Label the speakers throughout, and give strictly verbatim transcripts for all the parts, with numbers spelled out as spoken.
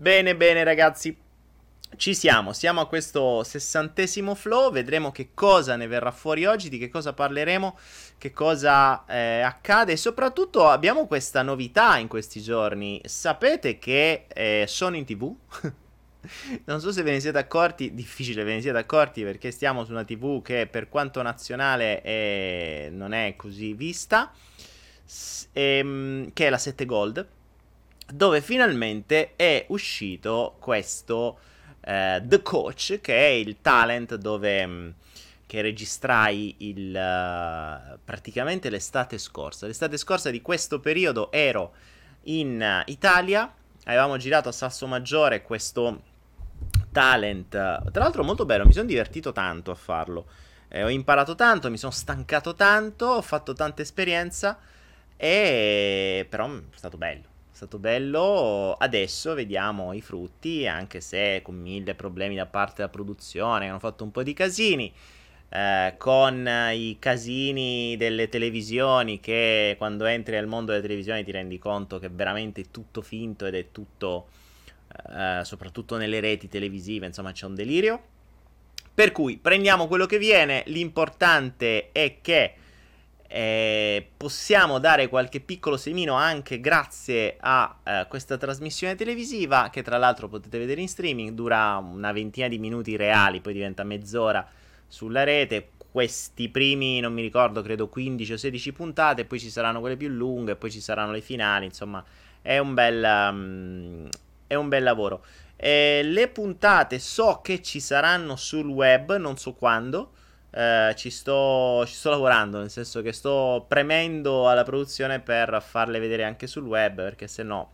Speaker 1: Bene, bene ragazzi, ci siamo, siamo a questo sessantesimo flow, vedremo che cosa ne verrà fuori oggi, di che cosa parleremo, che cosa eh, accade e soprattutto abbiamo questa novità in questi giorni. Sapete che eh, sono in tv? Non so se ve ne siete accorti, difficile ve ne siete accorti perché stiamo su una tv che per quanto nazionale è- non è così vista, s- ehm, che è la sette Gold, dove finalmente è uscito questo eh, The Coach, che è il talent dove mh, che registrai il, eh, praticamente l'estate scorsa. L'estate scorsa di questo periodo ero in eh, Italia, avevamo girato a Sassomaggio questo talent, eh, tra l'altro molto bello, mi sono divertito tanto a farlo. Eh, ho imparato tanto, mi sono stancato tanto, ho fatto tanta esperienza e però è stato bello. È stato bello, adesso vediamo i frutti, anche se con mille problemi da parte della produzione, hanno fatto un po' di casini, eh, con i casini delle televisioni che quando entri nel mondo delle televisioni ti rendi conto che veramente è tutto finto ed è tutto, eh, soprattutto nelle reti televisive, insomma c'è un delirio. Per cui prendiamo quello che viene, l'importante è che eh, possiamo dare qualche piccolo semino anche grazie a eh, questa trasmissione televisiva che tra l'altro potete vedere in streaming, dura una ventina di minuti reali, poi diventa mezz'ora sulla rete. Questi primi, non mi ricordo, credo quindici o sedici puntate, poi ci saranno quelle più lunghe, poi ci saranno le finali, insomma è un bel, um, è un bel lavoro. Eh, le puntate so che ci saranno sul web, non so quando. Eh, ci sto, ci sto lavorando, nel senso che sto premendo alla produzione per farle vedere anche sul web, perché se no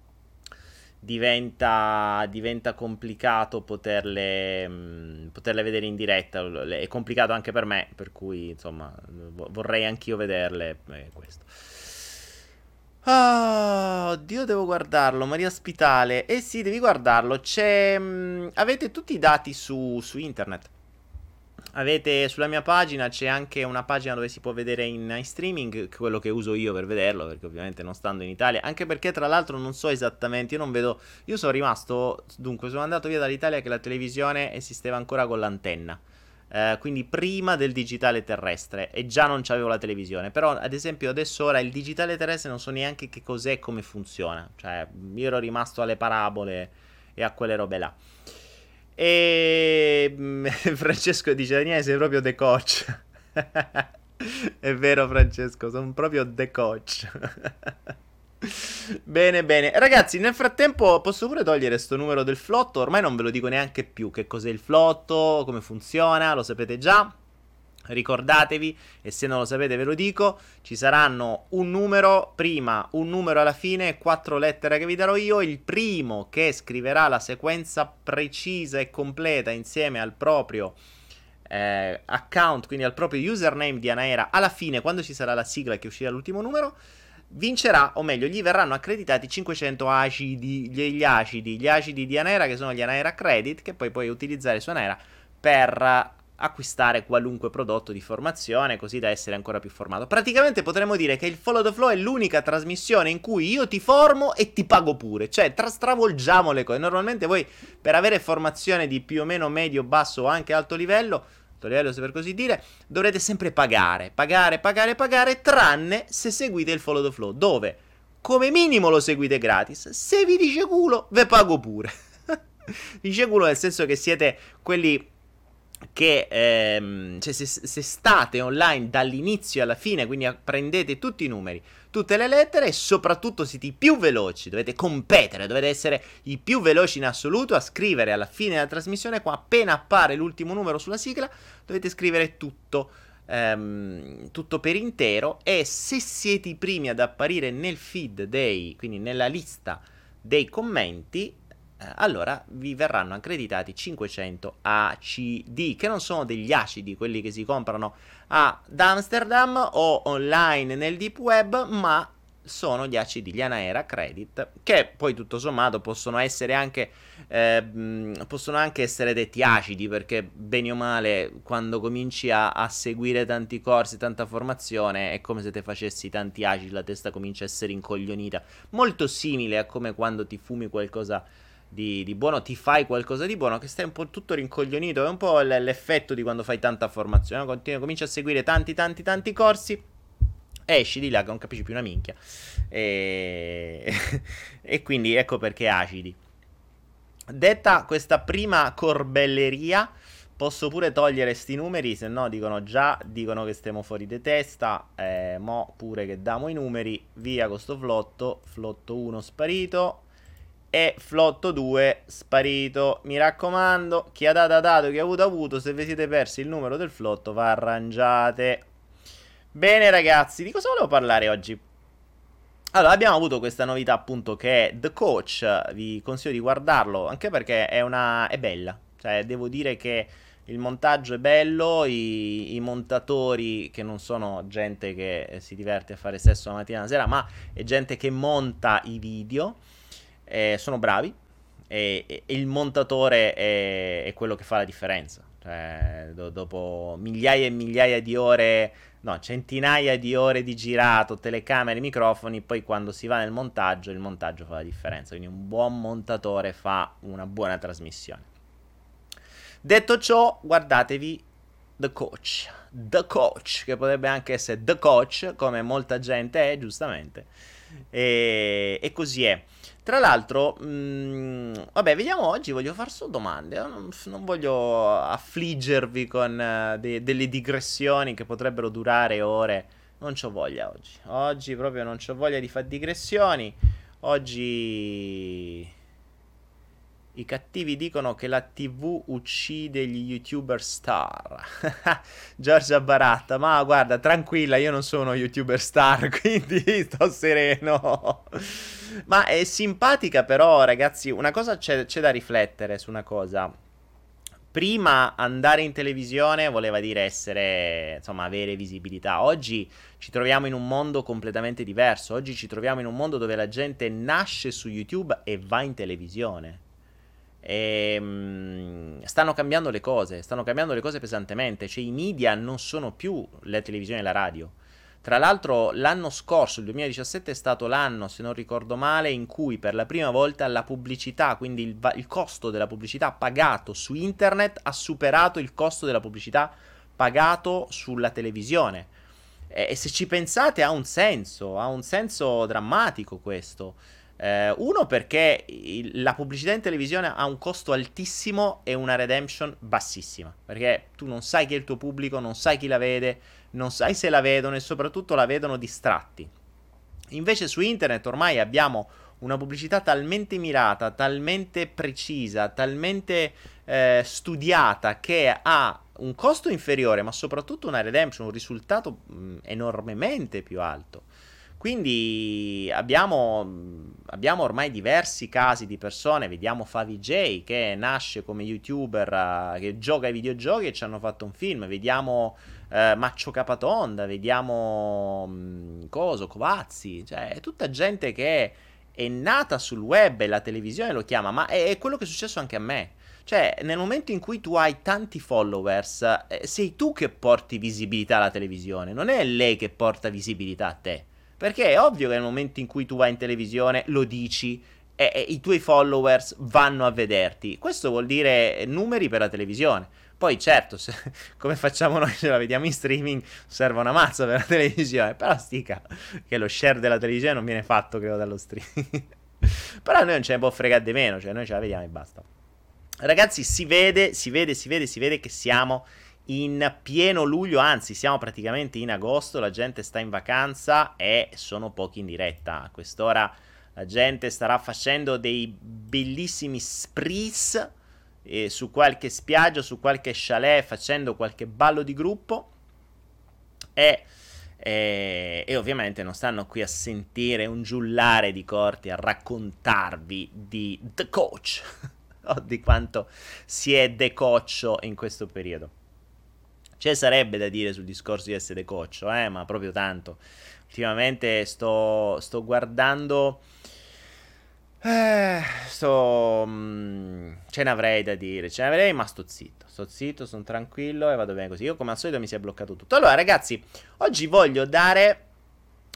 Speaker 1: diventa, diventa complicato poterle, mh, poterle vedere in diretta. È complicato anche per me, per cui insomma vorrei anch'io vederle. Eh, questo. Oh, Dio, devo guardarlo. Maria Spitale. Eh sì, devi guardarlo. C'è. mh, avete tutti i dati su, su internet. Avete sulla mia pagina c'è anche una pagina dove si può vedere in, in streaming, quello che uso io per vederlo, perché ovviamente non stando in Italia, anche perché tra l'altro non so esattamente, io non vedo, io sono rimasto, dunque sono andato via dall'Italia che la televisione esisteva ancora con l'antenna. Eh, quindi prima del digitale terrestre e già non c'avevo la televisione, però ad esempio adesso ora il digitale terrestre non so neanche che cos'è e come funziona, cioè io ero rimasto alle parabole e a quelle robe là. E mm, Francesco dice: Daniele, sei proprio the coach. È vero, Francesco, sono proprio the coach. Bene, bene. Ragazzi, nel frattempo posso pure togliere sto numero del flotto. Ormai non ve lo dico neanche più che cos'è il flotto, come funziona, lo sapete già. Ricordatevi, e se non lo sapete ve lo dico, ci saranno un numero prima, un numero alla fine e quattro lettere che vi darò io. Il primo che scriverà la sequenza precisa e completa insieme al proprio eh, account, quindi al proprio username di Anaera, alla fine, quando ci sarà la sigla che uscirà l'ultimo numero, vincerà, o meglio, gli verranno accreditati cinquecento acidi, gli acidi, gli acidi di Anaera, che sono gli Anaera Credit, che poi puoi utilizzare su Anaera per acquistare qualunque prodotto di formazione, così da essere ancora più formato. Praticamente potremmo dire che il Follow the Flow è l'unica trasmissione in cui io ti formo e ti pago pure, cioè tra- stravolgiamo le cose. Normalmente voi per avere formazione di più o meno medio, basso o anche alto livello, alto livello se per così dire, dovrete sempre pagare, pagare, pagare, pagare, tranne se seguite il Follow the Flow, dove come minimo lo seguite gratis, se vi dice culo ve pago pure. Vi dice culo nel senso che siete quelli che ehm, cioè se, se state online dall'inizio alla fine, quindi prendete tutti i numeri, tutte le lettere e soprattutto siete i più veloci, dovete competere, dovete essere i più veloci in assoluto a scrivere alla fine della trasmissione, qua appena appare l'ultimo numero sulla sigla, dovete scrivere tutto, ehm, tutto per intero, e se siete i primi ad apparire nel feed dei, quindi nella lista dei commenti, allora vi verranno accreditati cinquecento acidi, che non sono degli acidi, quelli che si comprano ad Amsterdam o online nel deep web, ma sono gli acidi, gli Anaera Credit, che poi tutto sommato possono essere anche eh, possono anche essere detti acidi, perché bene o male quando cominci a, a seguire tanti corsi, tanta formazione, è come se te facessi tanti acidi, la testa comincia a essere incoglionita, molto simile a come quando ti fumi qualcosa di, di buono, ti fai qualcosa di buono, che stai un po' tutto rincoglionito, è un po' l- l'effetto di quando fai tanta formazione, no? Continui, cominci a seguire tanti tanti tanti corsi, esci di là che non capisci più una minchia, e, e quindi ecco perché acidi. Detta questa prima corbelleria, posso pure togliere sti numeri, se no dicono già, dicono che stiamo fuori di testa, eh, mo pure che damo i numeri, via con sto flotto, flotto uno sparito, e flotto due sparito. Mi raccomando, chi ha dato ha dato, chi ha avuto ha avuto, se vi siete persi il numero del flotto va arrangiate. Bene ragazzi, di cosa volevo parlare oggi? Allora, abbiamo avuto questa novità appunto che è The Coach, vi consiglio di guardarlo, anche perché è una... è bella, cioè devo dire che il montaggio è bello, i, i montatori che non sono gente che si diverte a fare sesso la mattina e la sera, ma è gente che monta i video, eh, sono bravi e, e- e il montatore è, è quello che fa la differenza, cioè do- dopo migliaia e migliaia di ore, no, centinaia di ore di girato, telecamere, microfoni, poi quando si va nel montaggio, il montaggio fa la differenza. Quindi un buon montatore fa una buona trasmissione. Detto ciò, guardatevi The Coach. The Coach, che potrebbe anche essere The Coach, come molta gente è, giustamente. E, e così è. Tra l'altro, mh, vabbè, vediamo oggi, voglio fare solo domande, eh, non, non voglio affliggervi con eh, de- delle digressioni che potrebbero durare ore, non c'ho voglia oggi, oggi proprio non c'ho voglia di fare digressioni, oggi i cattivi dicono che la T V uccide gli YouTuber star. Giorgia Baratta, ma guarda, tranquilla, io non sono YouTuber star, quindi sto sereno. Ma è simpatica però, ragazzi, una cosa c'è, c'è da riflettere su una cosa. Prima andare in televisione voleva dire essere, insomma, avere visibilità. Oggi ci troviamo in un mondo completamente diverso. Oggi ci troviamo in un mondo dove la gente nasce su YouTube e va in televisione. E, mm, stanno cambiando le cose, stanno cambiando le cose pesantemente. Cioè, i media non sono più la televisione e la radio. Tra l'altro, l'anno scorso, il duemiladiciassette, è stato l'anno, se non ricordo male, in cui per la prima volta la pubblicità, quindi il, va- il costo della pubblicità pagato su internet, ha superato il costo della pubblicità pagato sulla televisione. E, e se ci pensate, ha un senso, ha un senso drammatico questo. Eh, uno perché il- la pubblicità in televisione ha un costo altissimo e una redemption bassissima, perché tu non sai chi è il tuo pubblico, non sai chi la vede, non sai se la vedono e soprattutto la vedono distratti. Invece su internet ormai abbiamo una pubblicità talmente mirata, talmente precisa, talmente eh, studiata che ha un costo inferiore, ma soprattutto una redemption, un risultato mh, enormemente più alto. Quindi abbiamo, abbiamo ormai diversi casi di persone, vediamo Favij che nasce come youtuber, eh, che gioca ai videogiochi e ci hanno fatto un film, vediamo eh, Maccio Capatonda, vediamo mh, Coso, Covazzi, cioè è tutta gente che è nata sul web e la televisione lo chiama, ma è, è quello che è successo anche a me. Cioè, nel momento in cui tu hai tanti followers, eh, sei tu che porti visibilità alla televisione, non è lei che porta visibilità a te. Perché è ovvio che nel momento in cui tu vai in televisione lo dici e, e i tuoi followers vanno a vederti. Questo vuol dire numeri per la televisione. Poi certo, se, come facciamo noi, ce la vediamo in streaming, serve una mazza per la televisione. Però stica che lo share della televisione non viene fatto, credo, dallo streaming. Però noi non ce ne può fregare di meno, cioè noi ce la vediamo e basta. Ragazzi, si vede, si vede, si vede, si vede che siamo in pieno luglio, anzi siamo praticamente in agosto, la gente sta in vacanza e sono pochi in diretta. A quest'ora la gente starà facendo dei bellissimi spris eh, su qualche spiaggia, su qualche chalet, facendo qualche ballo di gruppo e, e, e ovviamente non stanno qui a sentire un giullare di corti, a raccontarvi di The Coach o di quanto si è decoccio in questo periodo. C'è sarebbe da dire sul discorso di essere decoccio, eh, ma proprio tanto. Ultimamente sto, sto guardando... Eh, sto... mm, ce ne avrei da dire, ce ne avrei, ma sto zitto. Sto zitto, sono tranquillo e vado bene così. Io come al solito mi si è bloccato tutto. Allora ragazzi, oggi voglio dare...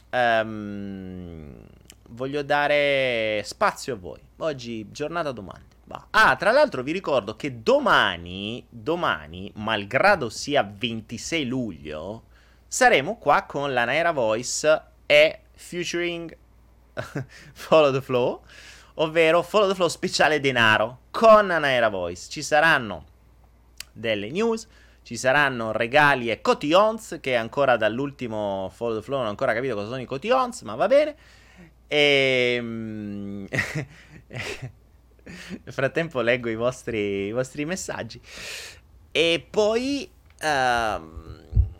Speaker 1: ehm, voglio dare spazio a voi. Oggi giornata domande. roba. Ah, tra l'altro vi ricordo che domani, domani, malgrado sia ventisei luglio, saremo qua con la Naira Voice e featuring Follow the Flow, ovvero Follow the Flow speciale denaro con Naira Voice. Ci saranno delle news, ci saranno regali e cotillons, che ancora dall'ultimo Follow the Flow non ho ancora capito cosa sono i cotillons, ma va bene. E nel frattempo leggo i vostri, i vostri messaggi. E poi ehm,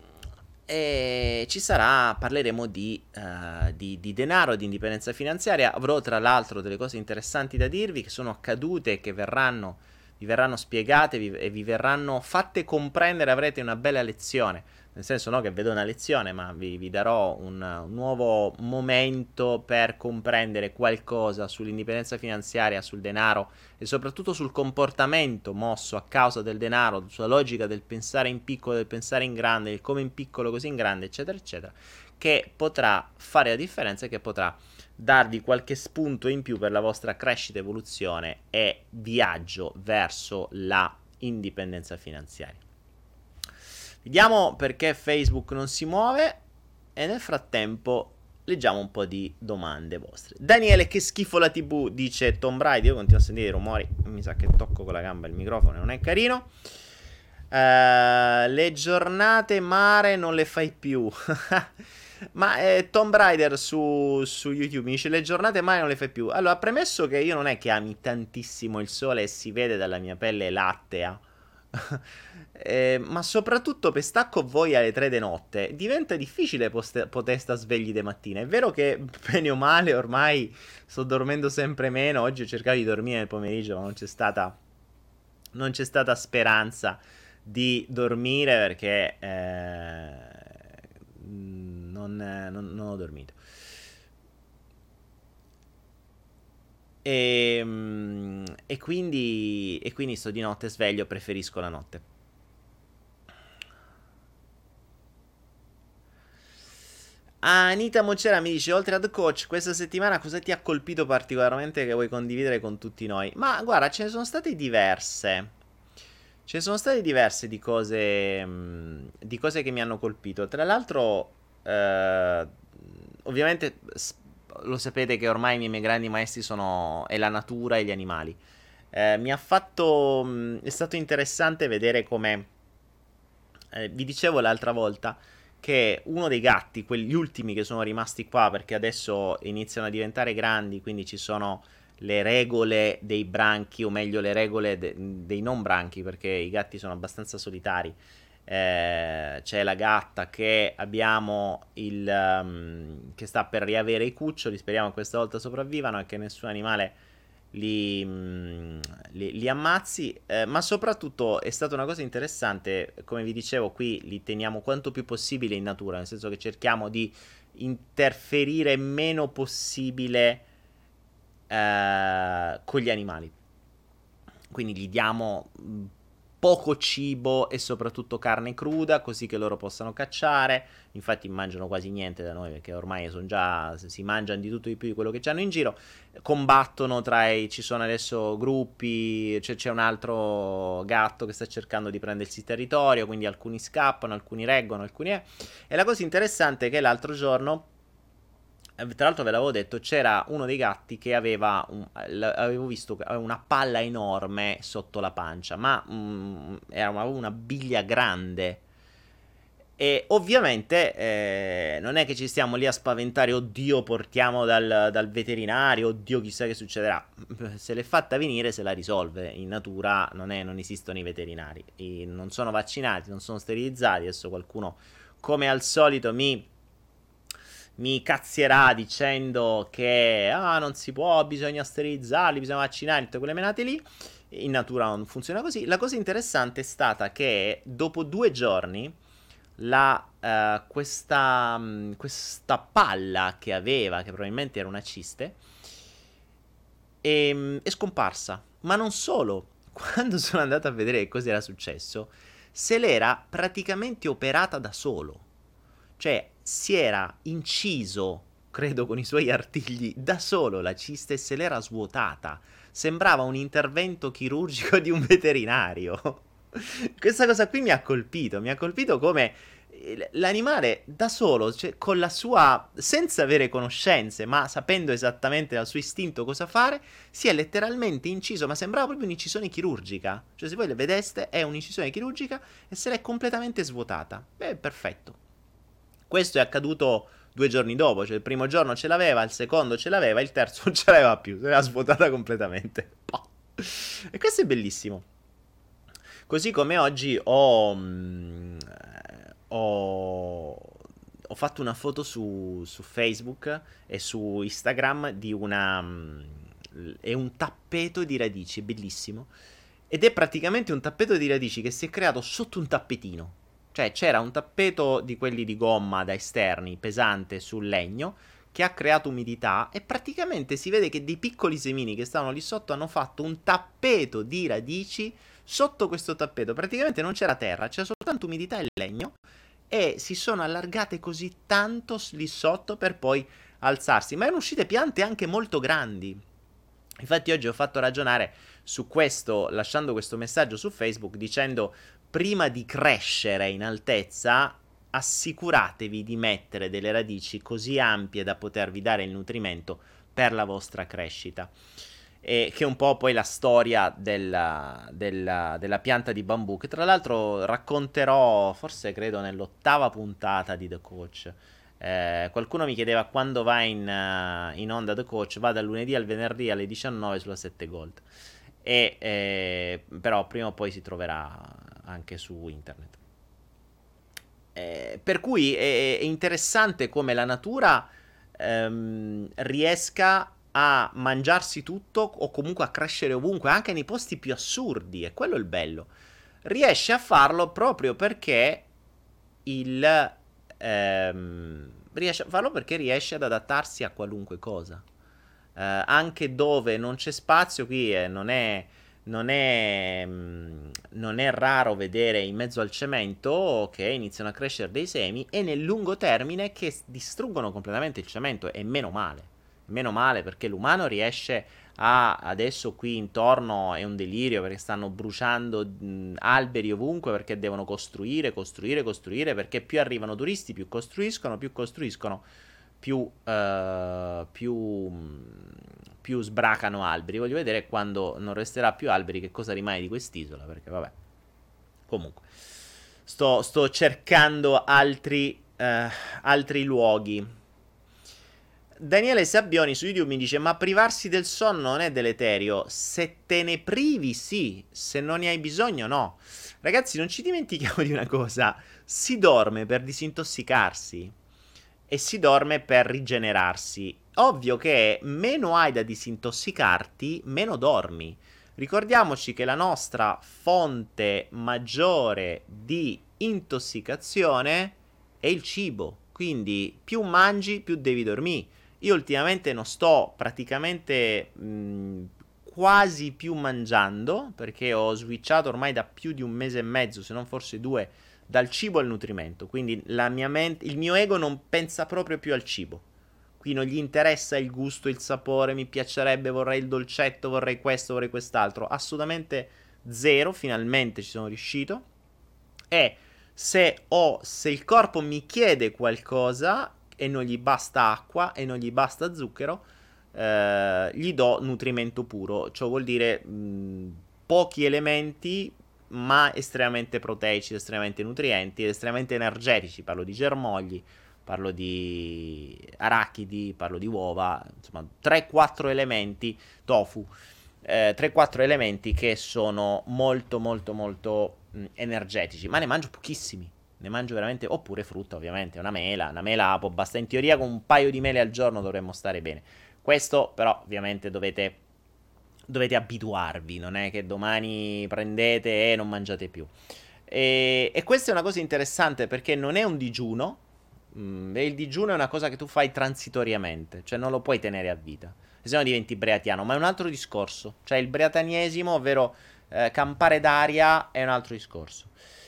Speaker 1: e ci sarà, parleremo di, eh, di, di denaro, di indipendenza finanziaria. Avrò tra l'altro delle cose interessanti da dirvi che sono accadute e che verranno, vi verranno spiegate vi- e vi verranno fatte comprendere. Avrete una bella lezione. Nel senso, no, che vedo una lezione, ma vi, vi darò un, un nuovo momento per comprendere qualcosa sull'indipendenza finanziaria, sul denaro e soprattutto sul comportamento mosso a causa del denaro, sulla logica del pensare in piccolo, del pensare in grande, il come in piccolo così in grande, eccetera, eccetera, che potrà fare la differenza e che potrà darvi qualche spunto in più per la vostra crescita, evoluzione e viaggio verso la indipendenza finanziaria. Vediamo perché Facebook non si muove e nel frattempo leggiamo un po' di domande vostre. Daniele, che schifo la tivù, dice Tom Brady. Io continuo a sentire i rumori, mi sa che tocco con la gamba il microfono, non è carino. Uh, le giornate mare non le fai più. Ma eh, Tom Raider su, su YouTube mi dice le giornate mare non le fai più. Allora, premesso che io non è che ami tantissimo il sole e si vede dalla mia pelle lattea, eh, ma soprattutto per stacco voi alle tre di notte diventa difficile poste- poter sta svegli de mattina. È vero che bene o male ormai sto dormendo sempre meno. Oggi ho cercato di dormire nel pomeriggio, ma non c'è stata non c'è stata speranza di dormire perché eh, non, non, non ho dormito. E, e, quindi, e quindi sto di notte sveglio, preferisco la notte. Anita Mocera mi dice, oltre ad coach, questa settimana cosa ti ha colpito particolarmente che vuoi condividere con tutti noi? Ma guarda, ce ne sono state diverse. Ce ne sono state diverse di cose, mh, di cose che mi hanno colpito. Tra l'altro, eh, ovviamente s- lo sapete che ormai i miei grandi maestri sono è la natura e gli animali. Eh, mi ha fatto, mh, è stato interessante vedere come, eh, vi dicevo l'altra volta, che uno dei gatti, quegli ultimi che sono rimasti qua perché adesso iniziano a diventare grandi, quindi ci sono le regole dei branchi, o meglio le regole de- dei non branchi, perché i gatti sono abbastanza solitari. Eh, c'è la gatta che abbiamo il um, che sta per riavere i cuccioli, speriamo che questa volta sopravvivano e che nessun animale li, mm, li, li ammazzi, eh, ma soprattutto è stata una cosa interessante, come vi dicevo, qui li teniamo quanto più possibile in natura, nel senso che cerchiamo di interferire meno possibile eh, con gli animali. Quindi gli diamo mh, poco cibo e soprattutto carne cruda, così che loro possano cacciare. Infatti mangiano quasi niente da noi, perché ormai sono già, si mangiano di tutto di più di quello che hanno in giro. Combattono tra i, ci sono adesso gruppi, c'è, c'è un altro gatto che sta cercando di prendersi il territorio, quindi alcuni scappano, alcuni reggono, alcuni è. E la cosa interessante è che l'altro giorno, tra l'altro ve l'avevo detto, c'era uno dei gatti che aveva, un, avevo visto che aveva una palla enorme sotto la pancia, ma mm, era una, una biglia grande. E ovviamente eh, non è che ci stiamo lì a spaventare, oddio portiamo dal, dal veterinario, oddio chissà che succederà. Se l'è fatta venire se la risolve, in natura non, è, non esistono i veterinari, I, non sono vaccinati, non sono sterilizzati. Adesso qualcuno come al solito mi mi cazzierà dicendo che ah, non si può, bisogna sterilizzarli, bisogna vaccinare, tutte quelle menate lì. In natura non funziona così. La cosa interessante è stata che dopo due giorni la, eh, questa, mh, questa palla che aveva, che probabilmente era una ciste, è, è scomparsa. Ma non solo, quando sono andato a vedere cosa era successo, se l'era praticamente operata da solo. Cioè, si era inciso, credo con i suoi artigli, da solo la cista e se l'era svuotata. sembrava un intervento chirurgico di un veterinario. Questa cosa qui mi ha colpito, mi ha colpito come l'animale da solo, cioè con la sua, senza avere conoscenze, ma sapendo esattamente dal suo istinto cosa fare, si è letteralmente inciso, ma sembrava proprio un'incisione chirurgica. Cioè, se voi le vedeste, è un'incisione chirurgica e se l'è completamente svuotata. Beh, perfetto. Questo è accaduto due giorni dopo, cioè il primo giorno ce l'aveva, il secondo ce l'aveva, il terzo non ce l'aveva più, se l'ha svuotata completamente. E questo è bellissimo. Così come oggi ho, mm, ho, ho fatto una foto su, su Facebook e su Instagram di una... mm, è un tappeto di radici, è bellissimo. Ed è praticamente un tappeto di radici che si è creato sotto un tappetino. Cioè c'era un tappeto di quelli di gomma da esterni, pesante sul legno, che ha creato umidità e praticamente si vede che dei piccoli semini che stavano lì sotto hanno fatto un tappeto di radici sotto questo tappeto. Praticamente non c'era terra, c'era soltanto umidità e legno e si sono allargate così tanto lì sotto per poi alzarsi. Ma erano uscite piante anche molto grandi. Infatti oggi ho fatto ragionare su questo, lasciando questo messaggio su Facebook dicendo: prima di crescere in altezza, assicuratevi di mettere delle radici così ampie da potervi dare il nutrimento per la vostra crescita. E che è un po' poi la storia della, della, della pianta di bambù, che tra l'altro racconterò, forse credo nell'ottava puntata di The Coach. Eh, qualcuno mi chiedeva quando va in, uh, in onda The Coach. Va dal lunedì al venerdì alle diciannove sulla sette Gold. E, eh, però prima o poi si troverà anche su internet. Eh, per cui è, è interessante come la natura ehm, riesca a mangiarsi tutto o comunque a crescere ovunque, anche nei posti più assurdi, e quello è il bello. Riesce a farlo proprio perché il ehm, riesce a farlo perché riesce ad adattarsi a qualunque cosa. Eh, anche dove non c'è spazio, qui eh, non è non è, mm, non è raro vedere in mezzo al cemento che iniziano a crescere dei semi e nel lungo termine che s- distruggono completamente il cemento, e meno male. Meno male, perché l'umano riesce a, adesso qui intorno è un delirio perché stanno bruciando mh, alberi ovunque perché devono costruire, costruire, costruire, perché più arrivano turisti, più costruiscono, più costruiscono, più, eh, più, più sbracano alberi. Voglio vedere quando non resterà più alberi che cosa rimane di quest'isola, perché vabbè. Comunque, sto, sto cercando altri, eh, altri luoghi. Daniele Sabbioni su YouTube mi dice: ma privarsi del sonno non è deleterio? Se te ne privi, sì. Se non ne hai bisogno, no. Ragazzi, non ci dimentichiamo di una cosa. Si dorme per disintossicarsi e si dorme per rigenerarsi. Ovvio che meno hai da disintossicarti, meno dormi. Ricordiamoci che la nostra fonte maggiore di intossicazione è il cibo. Quindi più mangi, più devi dormire. Io ultimamente non sto praticamente mh, quasi più mangiando, perché ho switchato ormai da più di un mese e mezzo, se non forse due, dal cibo al nutrimento. Quindi la mia mente, il mio ego non pensa proprio più al cibo. Qui non gli interessa il gusto, il sapore, mi piacerebbe, vorrei il dolcetto, vorrei questo, vorrei quest'altro. Assolutamente zero, finalmente ci sono riuscito. E se ho, se il corpo mi chiede qualcosa e non gli basta acqua e non gli basta zucchero, eh, gli do nutrimento puro. Ciò vuol dire mh, pochi elementi, ma estremamente proteici, estremamente nutrienti ed estremamente energetici. Parlo di germogli, parlo di arachidi, parlo di uova, insomma tre quattro elementi, tofu, eh, tre quattro elementi che sono molto molto molto mh, energetici, ma ne mangio pochissimi. Ne mangio veramente, oppure frutta ovviamente, una mela, una mela può bastare, in teoria con un paio di mele al giorno dovremmo stare bene. Questo però ovviamente dovete, dovete abituarvi, non è che domani prendete e non mangiate più. E, e questa è una cosa interessante perché non è un digiuno, mm, e il digiuno è una cosa che tu fai transitoriamente, cioè non lo puoi tenere a vita, se no diventi breatiano, ma è un altro discorso, cioè il breatanesimo, ovvero eh, campare d'aria, è un altro discorso.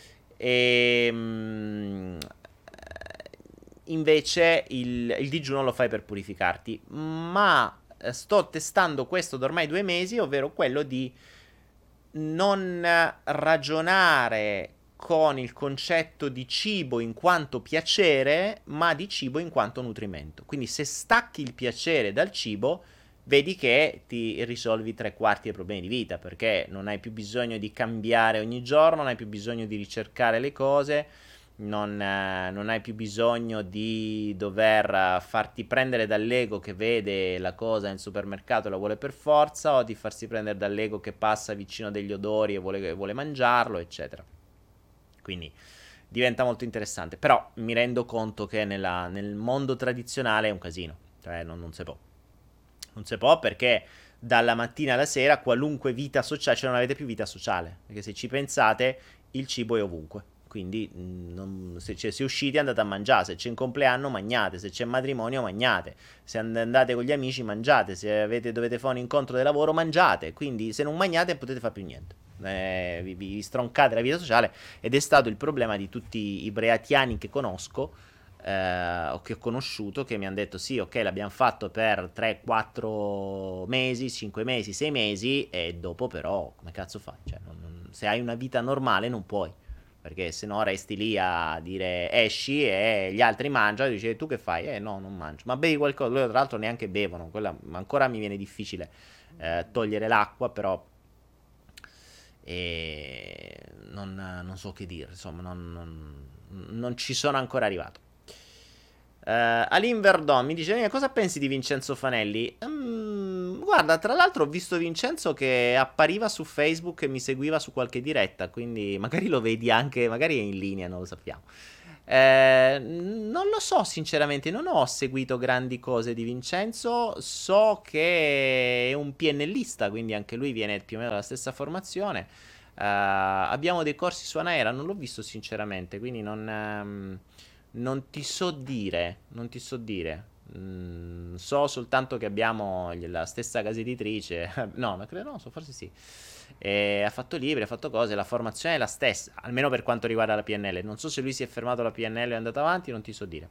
Speaker 1: E, mm, invece il, il digiuno lo fai per purificarti, ma eh, sto testando questo da ormai due mesi, ovvero quello di non ragionare con il concetto di cibo in quanto piacere, ma di cibo in quanto nutrimento. Quindi se stacchi il piacere dal cibo, vedi che ti risolvi tre quarti dei problemi di vita, perché non hai più bisogno di cambiare ogni giorno, non hai più bisogno di ricercare le cose, non, eh, non hai più bisogno di dover eh, farti prendere dall'ego che vede la cosa nel supermercato e la vuole per forza, o di farsi prendere dall'ego che passa vicino degli odori e vuole, vuole mangiarlo, eccetera. Quindi diventa molto interessante. Però mi rendo conto che nella- nel mondo tradizionale è un casino. Cioè, non, non si può. Non si può perché dalla mattina alla sera qualunque vita sociale, cioè non avete più vita sociale. Perché se ci pensate, il cibo è ovunque. Quindi mh, non- se, c'è- se uscite andate a mangiare, se c'è un compleanno mangiate, se c'è matrimonio mangiate, se and- andate con gli amici mangiate, se avete, dovete fare un incontro di lavoro mangiate. Quindi se non mangiate non potete fare più niente. Eh, vi, vi stroncate la vita sociale ed è stato il problema di tutti i breatiani che conosco eh, o che ho conosciuto che mi hanno detto sì, ok, l'abbiamo fatto per tre quattro mesi, cinque mesi, sei mesi e dopo però come cazzo fai? Cioè, non- non- se hai una vita normale non puoi, perché se no resti lì a dire esci e gli altri mangiano e dici tu che fai? Eh no, non mangio. Ma bevi qualcosa? Loro tra l'altro neanche bevono, quella, ancora mi viene difficile eh, togliere l'acqua, però e non, non so che dire, insomma, non, non- non ci sono ancora arrivato. Eh, Alin Verdon mi dice: "Eh, cosa pensi di Vincenzo Fanelli?" Mm, guarda, tra l'altro ho visto Vincenzo che appariva su Facebook e mi seguiva su qualche diretta, quindi magari lo vedi anche, magari è in linea, non lo sappiamo. Eh, non lo so, sinceramente, non ho seguito grandi cose di Vincenzo. So che è un PNLista, quindi anche lui viene più o meno dalla stessa formazione. Eh, abbiamo dei corsi su Anaera, non l'ho visto sinceramente, quindi non, ehm, non ti so dire, non ti so dire. Mm, so soltanto che abbiamo la stessa casa editrice, no, ma credo no, so, forse sì. E ha fatto libri, ha fatto cose, la formazione è la stessa, almeno per quanto riguarda la P N L. Non so se lui si è fermato alla P N L e è andato avanti, non ti so dire.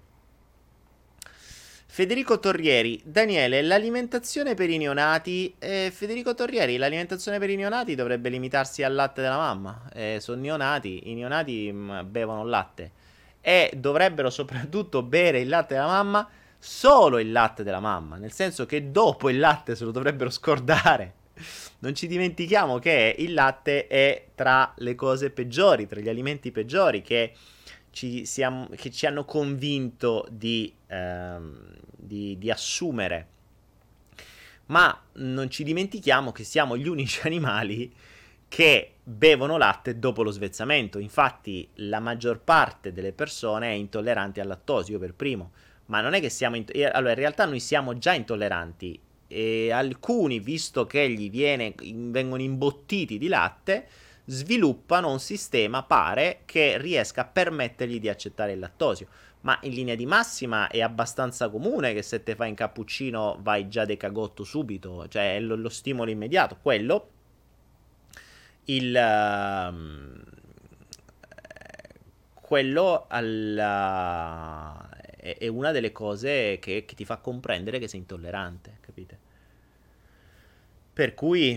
Speaker 1: Federico Torrieri, Daniele, l'alimentazione per i neonati. Eh, Federico Torrieri, l'alimentazione per i neonati dovrebbe limitarsi al latte della mamma. Eh, sono neonati, i neonati mh, bevono latte e dovrebbero soprattutto bere il latte della mamma, solo il latte della mamma, nel senso che dopo il latte se lo dovrebbero scordare. Non ci dimentichiamo che il latte è tra le cose peggiori, tra gli alimenti peggiori che ci, siamo, che ci hanno convinto di, ehm, di, di assumere. Ma non ci dimentichiamo che siamo gli unici animali che bevono latte dopo lo svezzamento. Infatti, la maggior parte delle persone è intollerante al lattosio, io per primo. Ma non è che siamo. Int- allora, in realtà, noi siamo già intolleranti. E alcuni, visto che gli viene, vengono imbottiti di latte, sviluppano un sistema, pare, che riesca a permettergli di accettare il lattosio. Ma in linea di massima è abbastanza comune che se te fai un cappuccino vai già de cagotto subito, cioè è lo, lo stimolo immediato. Quello il ehm, quello alla- è, è una delle cose che, che ti fa comprendere che sei intollerante, capite? Per cui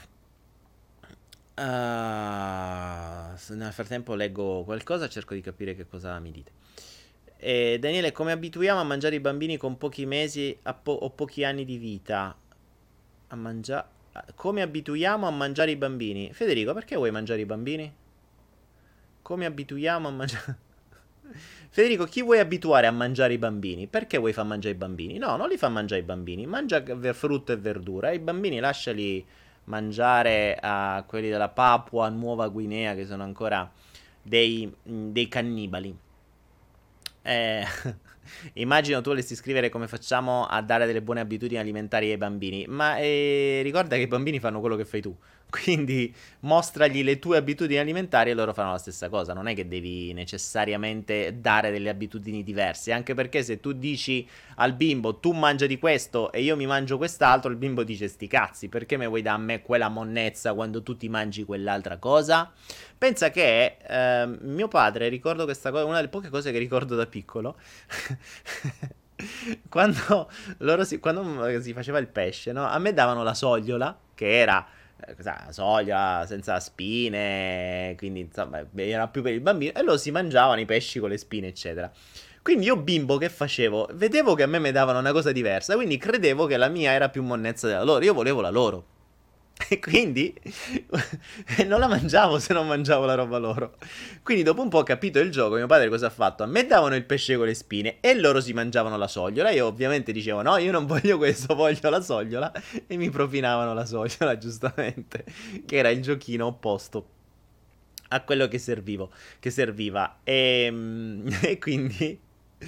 Speaker 1: ah, nel frattempo leggo qualcosa, cerco di capire che cosa mi dite. E Daniele, come abituiamo a mangiare i bambini con pochi mesi a po- o pochi anni di vita? A mangiare. Come abituiamo a mangiare i bambini? Federico, perché vuoi mangiare i bambini? Come abituiamo a mangiare. Federico, chi vuoi abituare a mangiare i bambini? Perché vuoi far mangiare i bambini? No, non li fa mangiare i bambini. Mangia ver- frutta e verdura. E i bambini lasciali mangiare a quelli della Papua Nuova Guinea che sono ancora dei, dei cannibali. Eh, immagino tu volessi scrivere come facciamo a dare delle buone abitudini alimentari ai bambini, ma eh, ricorda che i bambini fanno quello che fai tu, quindi mostragli le tue abitudini alimentari e loro fanno la stessa cosa, non è che devi necessariamente dare delle abitudini diverse, anche perché se tu dici al bimbo tu mangia di questo e io mi mangio quest'altro, il bimbo dice sti cazzi, perché mi vuoi dare a me quella monnezza quando tu ti mangi quell'altra cosa? Pensa che eh, mio padre, ricordo questa cosa, una delle poche cose che ricordo da piccolo, quando loro si, quando si faceva il pesce, no? A me davano la sogliola, che era eh, cos'è, soglia senza spine, quindi insomma era più per il bambino, e loro si mangiavano i pesci con le spine, eccetera. Quindi io bimbo che facevo? Vedevo che a me mi davano una cosa diversa, quindi credevo che la mia era più monnezza della loro, io volevo la loro. E quindi non la mangiavo se non mangiavo la roba loro. Quindi dopo un po' ho capito il gioco, mio padre cosa ha fatto? A me davano il pesce con le spine e loro si mangiavano la sogliola. Io ovviamente dicevo no, io non voglio questo, voglio la sogliola. E mi propinavano la sogliola, giustamente. Che era il giochino opposto a quello che servivo, che serviva. E, e quindi...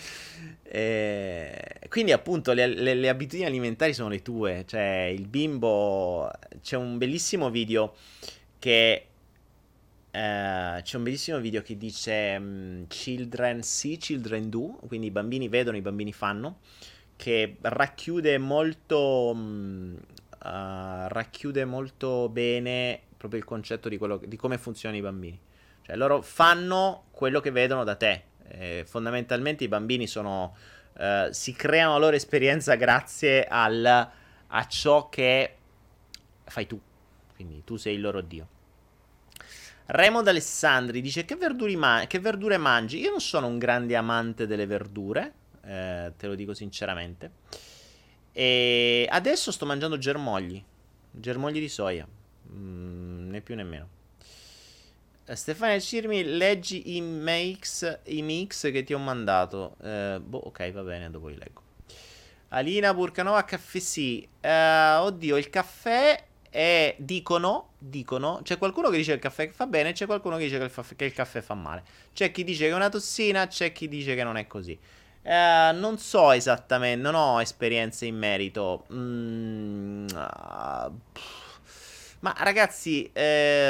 Speaker 1: E quindi appunto le, le- le abitudini alimentari sono le tue, cioè il bimbo, c'è un bellissimo video che eh, c'è un bellissimo video che dice mm, children see, children do, quindi i bambini vedono, i bambini fanno, che racchiude molto mm, eh, racchiude molto bene proprio il concetto di quello, di come funzionano i bambini. Cioè loro fanno quello che vedono da te. Eh, fondamentalmente i bambini sono eh, si creano la loro esperienza grazie al, a ciò che fai tu. Quindi tu sei il loro dio. Remo d'Alessandri dice che, verduri ma- che verdure mangi? Io non sono un grande amante delle verdure, eh, te lo dico sinceramente. E adesso sto mangiando germogli, germogli di soia, mm, né più né meno. Eh, Stefania Cirmi, leggi i mix, i mix che ti ho mandato. Eh, boh, ok, va bene, dopo li leggo. Alina Burcanova, caffè sì. Eh, oddio, il caffè è... Dicono, dicono... C'è qualcuno che dice che il caffè fa bene, c'è qualcuno che dice che il, fa- che il caffè fa male. C'è chi dice che è una tossina, c'è chi dice che non è così. Eh, non so esattamente, non ho esperienze in merito. Mm, ah, pff. Ma ragazzi, eh,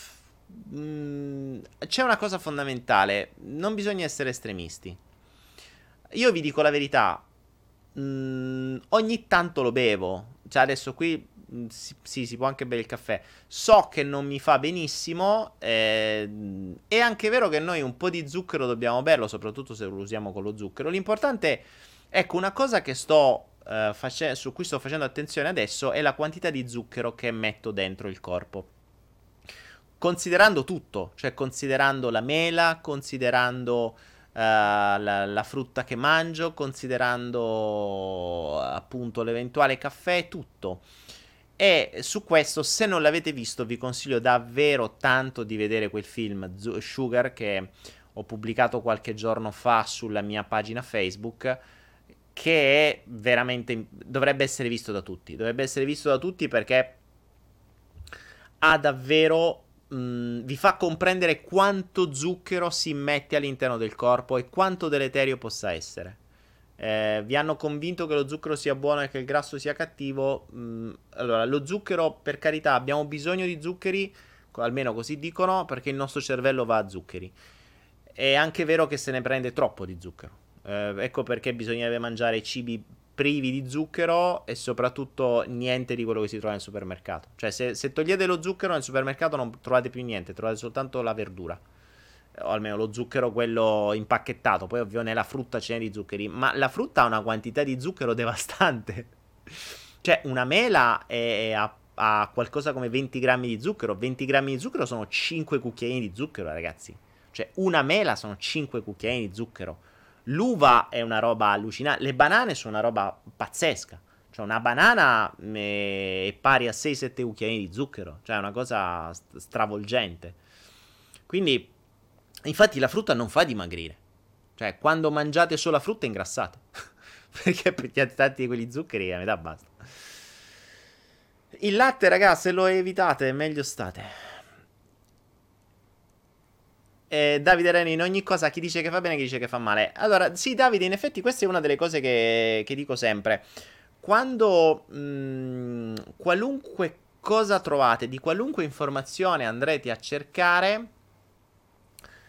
Speaker 1: mm, c'è una cosa fondamentale, non bisogna essere estremisti. Io vi dico la verità, mm, ogni tanto lo bevo, cioè adesso qui mm, sì, sì, si può anche bere il caffè. So che non mi fa benissimo, eh, è anche vero che noi un po' di zucchero dobbiamo berlo, soprattutto se lo usiamo con lo zucchero. L'importante, ecco, una cosa che sto eh, face- su cui sto facendo attenzione adesso è la quantità di zucchero che metto dentro il corpo. Considerando tutto, cioè considerando la mela, considerando eh, la, la frutta che mangio, considerando appunto l'eventuale caffè, tutto. E su questo, se non l'avete visto, vi consiglio davvero tanto di vedere quel film Zu- Sugar che ho pubblicato qualche giorno fa sulla mia pagina Facebook, che è veramente dovrebbe essere visto da tutti. Dovrebbe essere visto da tutti perché ha davvero mh, vi fa comprendere quanto zucchero si mette all'interno del corpo e quanto deleterio possa essere. Eh, vi hanno convinto che lo zucchero sia buono e che il grasso sia cattivo. Mh, allora, lo zucchero, per carità, abbiamo bisogno di zuccheri, almeno così dicono, perché il nostro cervello va a zuccheri. È anche vero che se ne prende troppo di zucchero. Eh, ecco perché bisognerebbe mangiare cibi privi di zucchero e soprattutto niente di quello che si trova nel supermercato. Cioè, se, se togliete lo zucchero nel supermercato non trovate più niente, trovate soltanto la verdura. O almeno lo zucchero quello impacchettato. Poi, ovvio, nella frutta ce n'è di zuccheri. Ma la frutta ha una quantità di zucchero devastante. Cioè, una mela è, ha, ha qualcosa come venti grammi di zucchero. venti grammi di zucchero sono cinque cucchiaini di zucchero, ragazzi. Cioè, una mela sono cinque cucchiaini di zucchero. L'uva è una roba allucinante. Le banane sono una roba pazzesca. Cioè, una banana eh, è pari a sei sette cucchiaini di zucchero. Cioè, è una cosa st- stravolgente. Quindi, infatti, la frutta non fa dimagrire. Cioè, quando mangiate solo la frutta ingrassate. Perché per tanti di quegli zuccheri a metà basta. Il latte, ragazzi, se lo evitate, meglio state. Eh, Davide Reni, in ogni cosa chi dice che fa bene, chi dice che fa male. Allora, sì, Davide, in effetti questa è una delle cose che, che dico sempre. Quando mh, qualunque cosa trovate, di qualunque informazione andrete a cercare,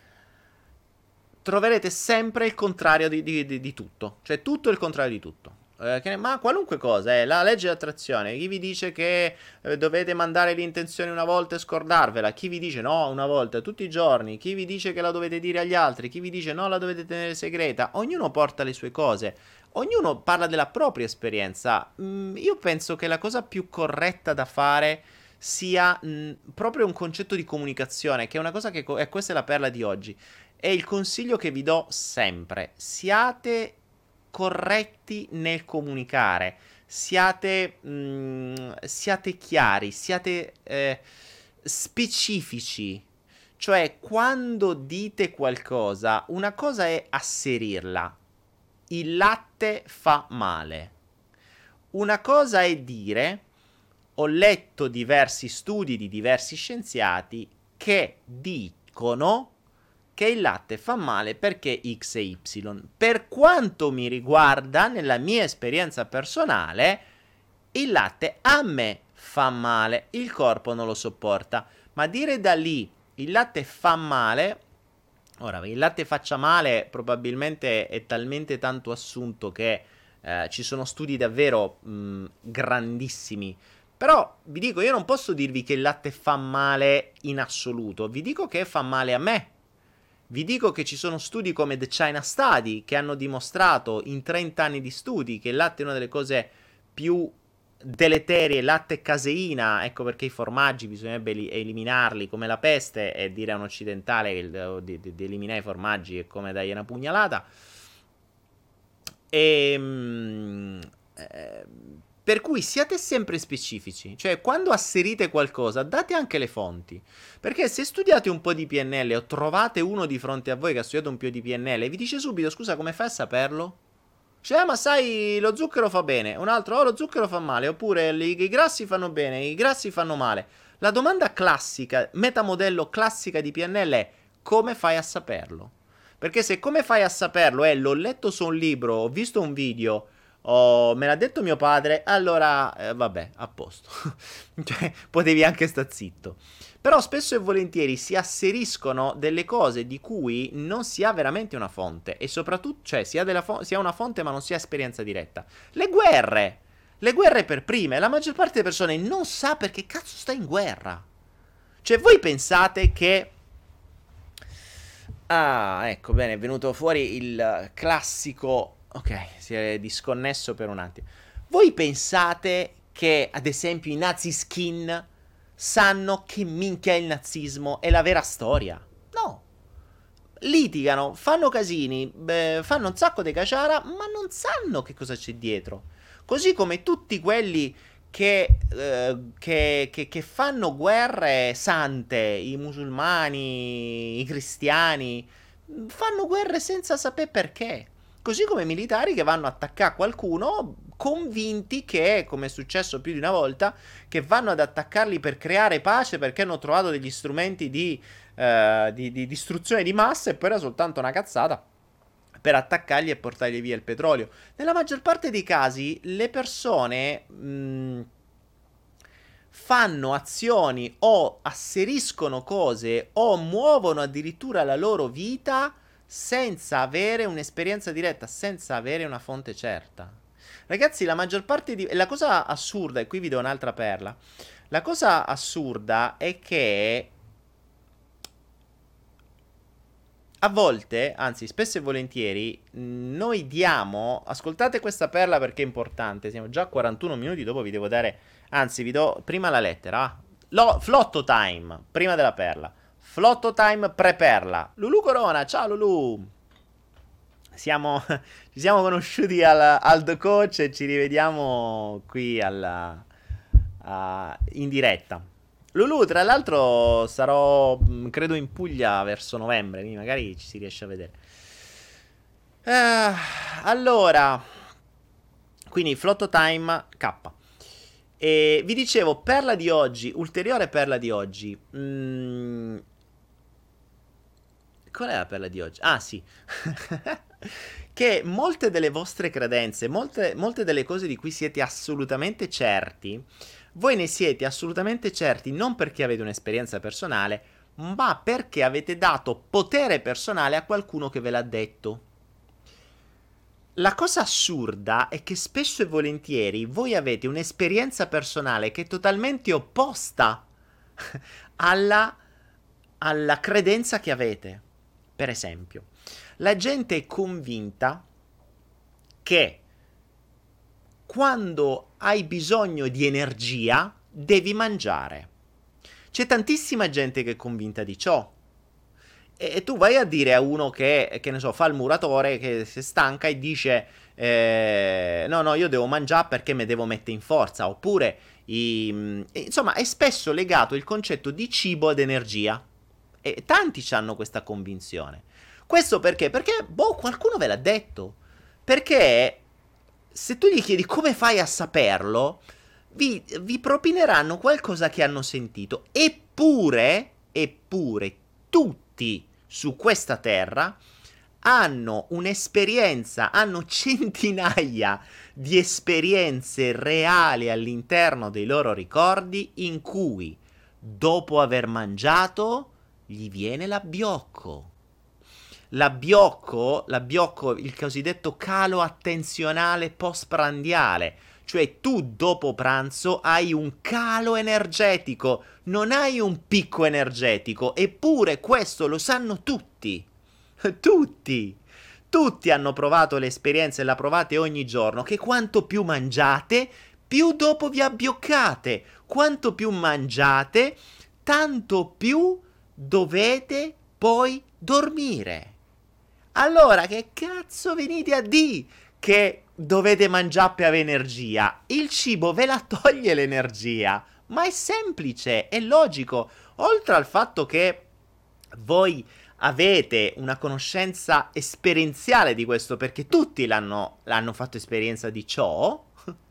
Speaker 1: troverete sempre il contrario di, di- di- di tutto. Cioè, tutto il contrario di tutto. eh, che ne- ma qualunque cosa, è la legge di attrazione. Chi vi dice che eh, dovete mandare l'intenzione una volta e scordarvela? Chi vi dice no, una volta, tutti i giorni? Chi vi dice che la dovete dire agli altri? Chi vi dice no, la dovete tenere segreta? Ognuno porta le sue cose. Ognuno parla della propria esperienza. Mm, io penso che la cosa più corretta da fare sia mh, proprio un concetto di comunicazione, che è una cosa che, co- e questa è la perla di oggi, è il consiglio che vi do sempre: siate corretti nel comunicare, siate, mh, siate chiari, siate eh, specifici. Cioè, quando dite qualcosa, una cosa è asserirla. Il latte fa male. Una cosa è dire: ho letto diversi studi di diversi scienziati che dicono che il latte fa male perché X e Y. Per quanto mi riguarda, nella mia esperienza personale, il latte a me fa male, il corpo non lo sopporta. Ma dire da lì il latte fa male, ora il latte faccia male probabilmente è talmente tanto assunto che eh, ci sono studi davvero mh, grandissimi. Però vi dico, io non posso dirvi che il latte fa male in assoluto, vi dico che fa male a me. Vi dico che ci sono studi come The China Study che hanno dimostrato in trenta anni di studi che il latte è una delle cose più deleterie, latte e caseina. Ecco perché i formaggi bisognerebbe li- eliminarli come la peste, e dire a un occidentale che il- di, di- di eliminare i formaggi è come dargli una pugnalata. E, mm, eh, per cui siate sempre specifici, cioè quando asserite qualcosa date anche le fonti, perché se studiate un po' di P N L o trovate uno di fronte a voi che ha studiato un po' di P N L, vi dice subito: scusa, come fai a saperlo? Cioè, "Ah, ma sai, lo zucchero fa bene", un altro: "Oh, lo zucchero fa male", oppure i, i grassi fanno bene, i grassi fanno male. La domanda classica, metamodello classica di P N L è: come fai a saperlo? Perché se come fai a saperlo è l'ho letto su un libro, ho visto un video, o me l'ha detto mio padre, allora eh, vabbè, a posto. Cioè, potevi anche sta zitto. Però spesso e volentieri si asseriscono delle cose di cui non si ha veramente una fonte, e soprattutto, cioè si ha, della fo- si ha una fonte ma non si ha esperienza diretta. Le guerre! Le guerre per prime, la maggior parte delle persone non sa perché cazzo sta in guerra. Cioè, voi pensate che... Ah, ecco, bene, è venuto fuori il classico... Ok, si è disconnesso per un attimo. Voi pensate che, ad esempio, i nazi skin sanno che minchia è il nazismo e la vera storia? No. Litigano, fanno casini, beh, fanno un sacco di caciara, ma non sanno che cosa c'è dietro. Così come tutti quelli che, eh, che, che, che fanno guerre sante, i musulmani, i cristiani, fanno guerre senza sapere perché. Così come militari che vanno a attaccare qualcuno convinti che, come è successo più di una volta, che vanno ad attaccarli per creare pace perché hanno trovato degli strumenti di, eh, di, di distruzione di massa, e poi era soltanto una cazzata per attaccarli e portargli via il petrolio. Nella maggior parte dei casi le persone mh, fanno azioni o asseriscono cose o muovono addirittura la loro vita senza avere un'esperienza diretta, senza avere una fonte certa. Ragazzi, la maggior parte di... La cosa assurda, e qui vi do un'altra perla, la cosa assurda è che a volte, anzi spesso e volentieri, noi diamo... Ascoltate questa perla perché è importante, siamo già a quarantuno minuti, dopo vi devo dare... Anzi, vi do prima la lettera. Ah. Lo... Flotto time, prima della perla. Flotto time pre-perla. Lulu Corona, ciao Lulu! Siamo, ci siamo conosciuti al, al The Coach e ci rivediamo qui alla, a- in diretta. Lulu, tra l'altro, sarò, mh, credo, in Puglia verso novembre, quindi magari ci si riesce a vedere. Eh, allora, quindi Flotto Time K. E vi dicevo, perla di oggi, ulteriore perla di oggi. Mm, qual è la perla di oggi? Ah, sì. Che molte delle vostre credenze, molte, molte delle cose di cui siete assolutamente certi, voi ne siete assolutamente certi non perché avete un'esperienza personale, ma perché avete dato potere personale a qualcuno che ve l'ha detto. La cosa assurda è che spesso e volentieri voi avete un'esperienza personale che è totalmente opposta alla, alla credenza che avete. Per esempio, la gente è convinta che quando hai bisogno di energia devi mangiare. C'è tantissima gente che è convinta di ciò. E, e tu vai a dire a uno che, che ne so, fa il muratore, che si stanca e dice eh, no, no, io devo mangiare perché mi devo mettere in forza. Oppure, i, insomma, è spesso legato il concetto di cibo ad energia. E tanti hanno questa convinzione. Questo perché? Perché, boh, qualcuno ve l'ha detto. Perché se tu gli chiedi come fai a saperlo, vi, vi propineranno qualcosa che hanno sentito. Eppure, eppure, tutti su questa terra hanno un'esperienza, hanno centinaia di esperienze reali all'interno dei loro ricordi in cui, dopo aver mangiato, gli viene l'abbiocco. L'abbiocco, l'abbiocco, il cosiddetto calo attenzionale postprandiale, cioè tu dopo pranzo hai un calo energetico, non hai un picco energetico, eppure questo lo sanno tutti. Tutti. Tutti hanno provato l'esperienza e la provate ogni giorno, che quanto più mangiate, più dopo vi abbioccate. Quanto più mangiate, tanto più dovete poi dormire. Allora, che cazzo venite a dire che dovete mangiare per avere energia? Il cibo ve la toglie l'energia, ma è semplice, è logico. Oltre al fatto che voi avete una conoscenza esperienziale di questo, perché tutti l'hanno, l'hanno fatto esperienza di ciò,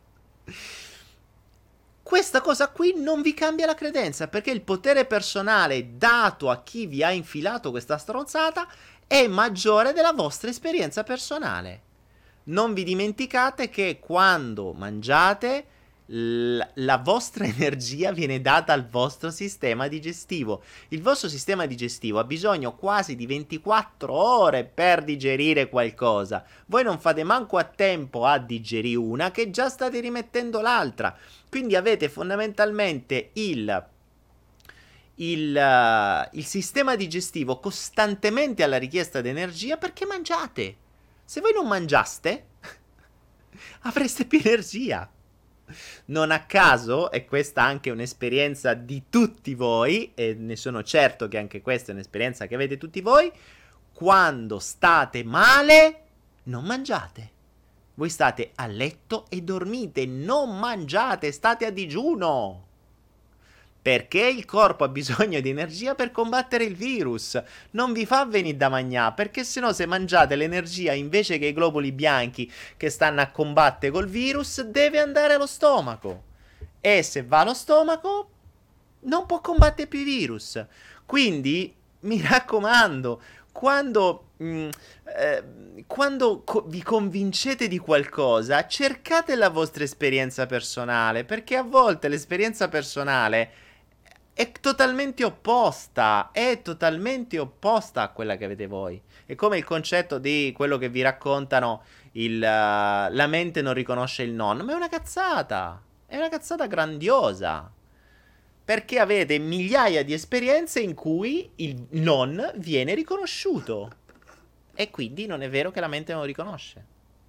Speaker 1: questa cosa qui non vi cambia la credenza, perché il potere personale dato a chi vi ha infilato questa stronzata è maggiore della vostra esperienza personale. Non vi dimenticate che quando mangiate l- la vostra energia viene data al vostro sistema digestivo. Il vostro sistema digestivo ha bisogno quasi di ventiquattro ore per digerire qualcosa. Voi non fate manco a tempo a digerire una che già state rimettendo l'altra. Quindi avete fondamentalmente il Il, uh, il sistema digestivo costantemente alla richiesta di energia perché mangiate. Se voi non mangiaste, avreste più energia. Non a caso, e questa anche è un'esperienza di tutti voi, e ne sono certo che anche questa è un'esperienza che avete tutti voi, quando state male, non mangiate. Voi state a letto e dormite, non mangiate, state a digiuno. Perché il corpo ha bisogno di energia per combattere il virus. Non vi fa venire da mangiare, perché sennò se mangiate l'energia invece che i globuli bianchi che stanno a combattere col virus, deve andare allo stomaco. E se va allo stomaco, non può combattere più i virus. Quindi, mi raccomando, quando, mh, eh, quando co- vi convincete di qualcosa, cercate la vostra esperienza personale, perché a volte l'esperienza personale è totalmente opposta, è totalmente opposta a quella che avete voi. È come il concetto di quello che vi raccontano, il, uh, la mente non riconosce il non, ma è una cazzata, è una cazzata grandiosa. Perché avete migliaia di esperienze in cui il non viene riconosciuto. E quindi non è vero che la mente non lo riconosce.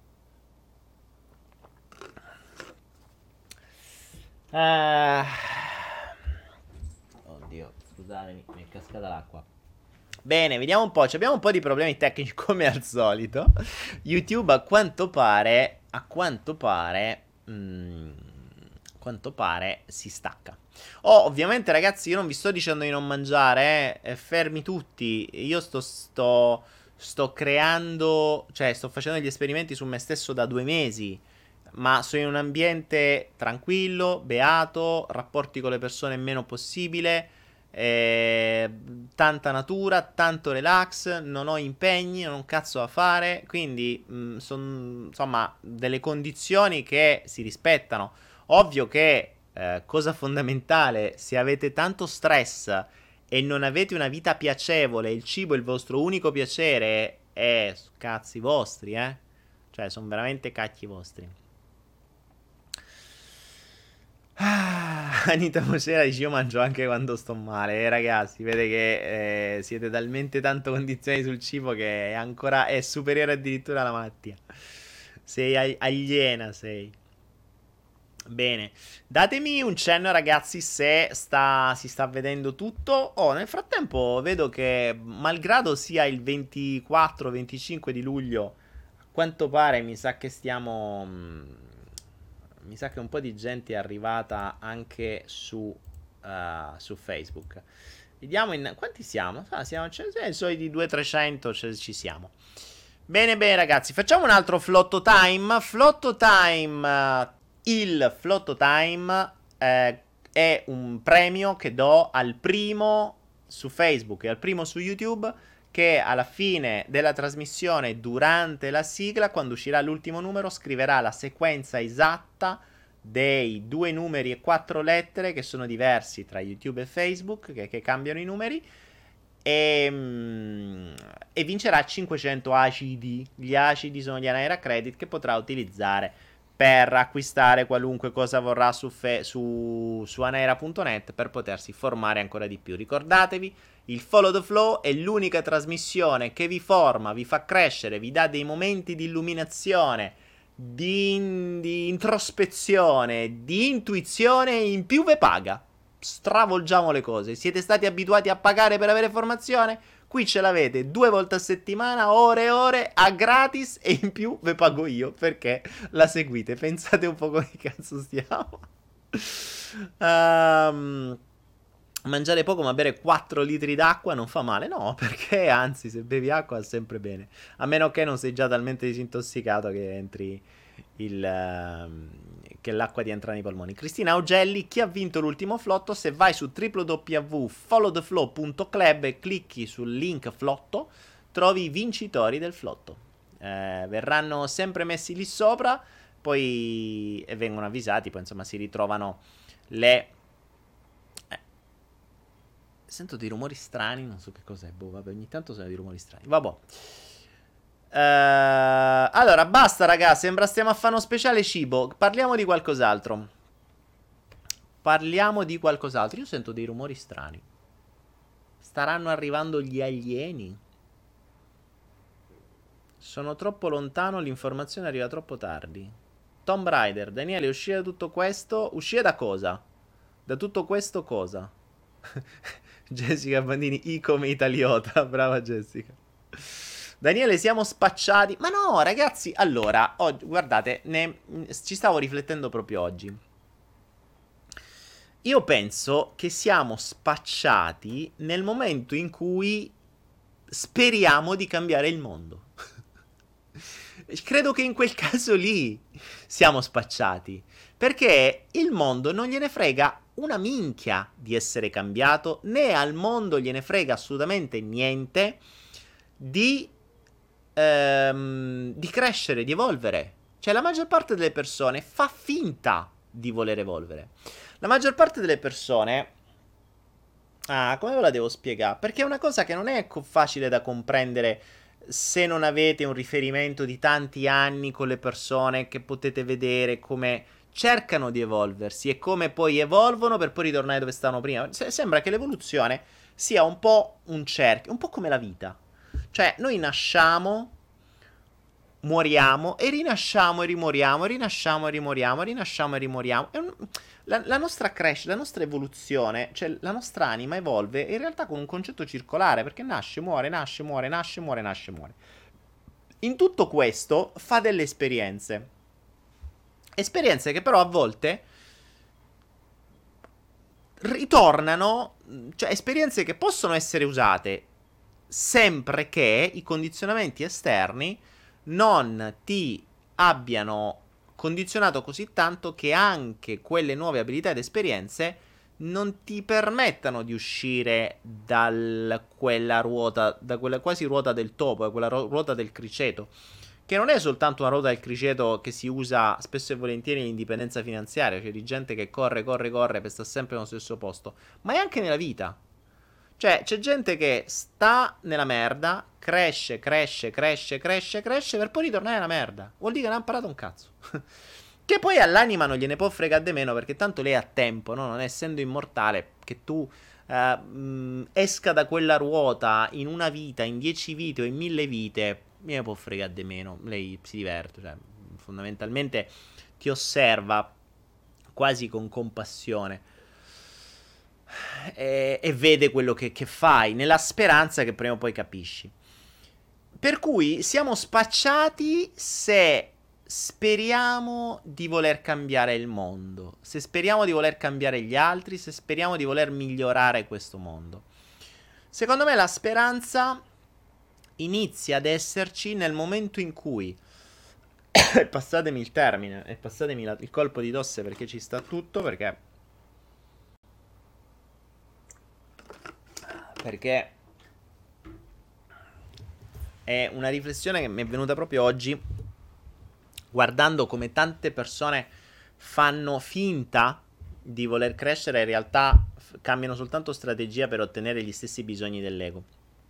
Speaker 1: Uh... Oddio, scusatemi, mi è cascata l'acqua. Bene, vediamo un po'. Abbiamo un po' di problemi tecnici come al solito. YouTube a quanto pare, a quanto pare, mm, a quanto pare si stacca. Oh, ovviamente ragazzi, io non vi sto dicendo di non mangiare, eh, fermi tutti. Io sto, sto, sto creando, cioè sto facendo degli esperimenti su me stesso da due mesi. Ma sono in un ambiente tranquillo, beato, rapporti con le persone il meno possibile, eh, tanta natura, tanto relax, non ho impegni, non ho un cazzo da fare, quindi sono insomma delle condizioni che si rispettano. Ovvio che eh, cosa fondamentale, se avete tanto stress e non avete una vita piacevole, il cibo è il vostro unico piacere, è cazzi vostri, eh. Cioè Cioè, sono veramente cacchi vostri. Ah, Anita Mosera dice: io mangio anche quando sto male. Eh, ragazzi, vede che eh, siete talmente tanto condizionati sul cibo che è ancora è superiore addirittura alla malattia. Sei a- aliena, sei. Bene, datemi un cenno ragazzi se sta, si sta vedendo tutto. Oh, nel frattempo vedo che malgrado sia il ventiquattro venticinque di luglio, a quanto pare mi sa che stiamo... mm, mi sa che un po' di gente è arrivata anche su, eh, su Facebook. Vediamo in... quanti siamo? Ah, siamo cioè, i soliti duecento trecento, cioè, ci siamo. Bene, bene, ragazzi, facciamo un altro Flotto Time. Flotto Time. eh, Il Flotto Time eh, è un premio che do al primo su Facebook e al primo su YouTube che alla fine della trasmissione, durante la sigla, quando uscirà l'ultimo numero, scriverà la sequenza esatta dei due numeri e quattro lettere che sono diversi tra YouTube e Facebook, che, che cambiano i numeri. E, mm, e vincerà cinquecento acidi. Gli acidi sono gli Anaera Credit che potrà utilizzare per acquistare qualunque cosa vorrà su, fe- su, su anaera punto net per potersi formare ancora di più. Ricordatevi, il Follow the Flow è l'unica trasmissione che vi forma, vi fa crescere, vi dà dei momenti di illuminazione, di, in- di introspezione, di intuizione e in più ve paga. Stravolgiamo le cose. Siete stati abituati a pagare per avere formazione? Qui ce l'avete due volte a settimana, ore e ore, a gratis e in più ve pago io perché la seguite. Pensate un po' come cazzo stiamo. Ehm, mangiare poco ma bere quattro litri d'acqua non fa male, no, perché anzi se bevi acqua va sempre bene. A meno che non sei già talmente disintossicato che entri il... ehm, che l'acqua ti entra nei polmoni. Cristina Augelli, chi ha vinto l'ultimo flotto? Se vai su w w w punto follow the flow punto club e clicchi sul link flotto, trovi i vincitori del flotto. Eh, verranno sempre messi lì sopra, poi e vengono avvisati, poi insomma si ritrovano le... Eh, sento dei rumori strani, non so che cos'è, boh, vabbè, ogni tanto sono dei rumori strani. Vabbè. Eh, allora, basta, raga. Sembra stiamo a fare uno speciale cibo. Parliamo di qualcos'altro. Parliamo di qualcos'altro. Io sento dei rumori strani. Staranno arrivando gli alieni? Sono troppo lontano. L'informazione arriva troppo tardi. Tomb Raider, Daniele, uscire da tutto questo. Uscire da cosa? Da tutto questo cosa? Jessica Bandini, I come Italiota. Brava Jessica. Daniele, siamo spacciati. Ma no, ragazzi, allora, oggi, guardate, ne, ci stavo riflettendo proprio oggi. Io penso che siamo spacciati nel momento in cui speriamo di cambiare il mondo. Credo che in quel caso lì siamo spacciati. Perché il mondo non gliene frega una minchia di essere cambiato, né al mondo gliene frega assolutamente niente di ehm, di crescere, di evolvere. Cioè, la maggior parte delle persone fa finta di voler evolvere. La maggior parte delle persone... Ah, come ve la devo spiegare? Perché è una cosa che non è co- facile da comprendere se non avete un riferimento di tanti anni con le persone che potete vedere come cercano di evolversi e come poi evolvono per poi ritornare dove stavano prima. Se- sembra che l'evoluzione sia un po' un cerchio, un po' come la vita. Cioè, noi nasciamo, muoriamo e rinasciamo e rimoriamo, e rinasciamo e rimoriamo, e rinasciamo e rimoriamo. È un- la, la nostra crescita, la nostra evoluzione, cioè la nostra anima evolve in realtà con un concetto circolare, perché nasce, muore, nasce, muore, nasce, muore, nasce, muore. In tutto questo fa delle esperienze. Esperienze che però a volte ritornano, cioè esperienze che possono essere usate sempre che i condizionamenti esterni non ti abbiano condizionato così tanto che anche quelle nuove abilità ed esperienze non ti permettano di uscire da quella ruota, da quella quasi ruota del topo, da quella ru- ruota del criceto, che non è soltanto una ruota del criceto che si usa spesso e volentieri in indipendenza finanziaria, cioè di gente che corre, corre, corre per stare sempre nello stesso posto, ma è anche nella vita. Cioè, c'è gente che sta nella merda, cresce, cresce, cresce, cresce, cresce, per poi ritornare nella merda. Vuol dire che non ha imparato un cazzo. Che poi all'anima non gliene può fregare di meno, perché tanto lei ha tempo, no? Non essendo immortale, che tu eh, mh, esca da quella ruota in una vita, in dieci vite o in mille vite, me può fregare di meno. Lei si diverte, cioè, fondamentalmente ti osserva quasi con compassione. E, e vede quello che, che fai, nella speranza che prima o poi capisci. Per cui siamo spacciati se speriamo di voler cambiare il mondo, se speriamo di voler cambiare gli altri, se speriamo di voler migliorare questo mondo. Secondo me la speranza inizia ad esserci nel momento in cui passatemi il termine e passatemi la, il colpo di tosse, perché ci sta tutto, perché perché è una riflessione che mi è venuta proprio oggi, guardando come tante persone fanno finta di voler crescere e in realtà f- cambiano soltanto strategia per ottenere gli stessi bisogni dell'ego.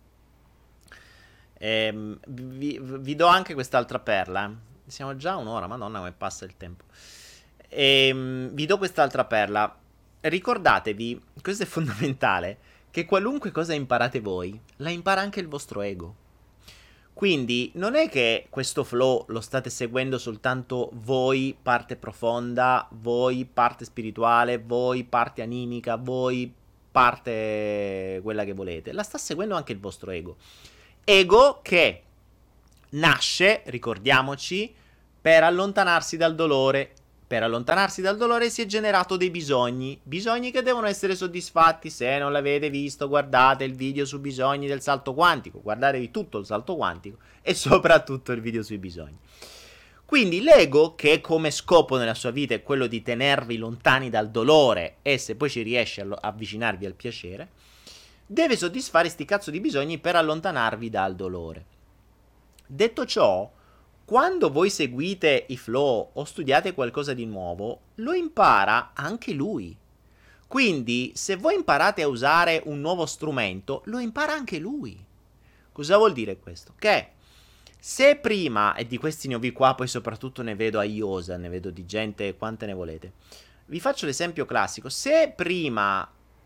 Speaker 1: Ehm, vi, vi do anche quest'altra perla. eh. Siamo già a un'ora, madonna come passa il tempo. Ehm, vi do quest'altra perla. Ricordatevi, questo è fondamentale, che qualunque cosa imparate voi, la impara anche il vostro ego. Quindi non è che questo flow lo state seguendo soltanto voi, parte profonda, voi, parte spirituale, voi, parte animica, voi, parte quella che volete. La sta seguendo anche il vostro ego. Ego che nasce, ricordiamoci, per allontanarsi dal dolore. Per allontanarsi dal dolore si è generato dei bisogni, bisogni che devono essere soddisfatti. Se non l'avete visto, guardate il video sui bisogni del salto quantico, guardatevi tutto il salto quantico e soprattutto il video sui bisogni. Quindi l'ego, che come scopo nella sua vita è quello di tenervi lontani dal dolore e se poi ci riesce a avvicinarvi al piacere, deve soddisfare sti cazzo di bisogni per allontanarvi dal dolore. Detto ciò, quando voi seguite i flow o studiate qualcosa di nuovo, lo impara anche lui. Quindi, se voi imparate a usare un nuovo strumento, lo impara anche lui. Cosa vuol dire questo? Che se prima, e di questi ne ho vi qua, poi soprattutto ne vedo a Iosa, ne vedo di gente quante ne volete. Vi faccio l'esempio classico. Se prima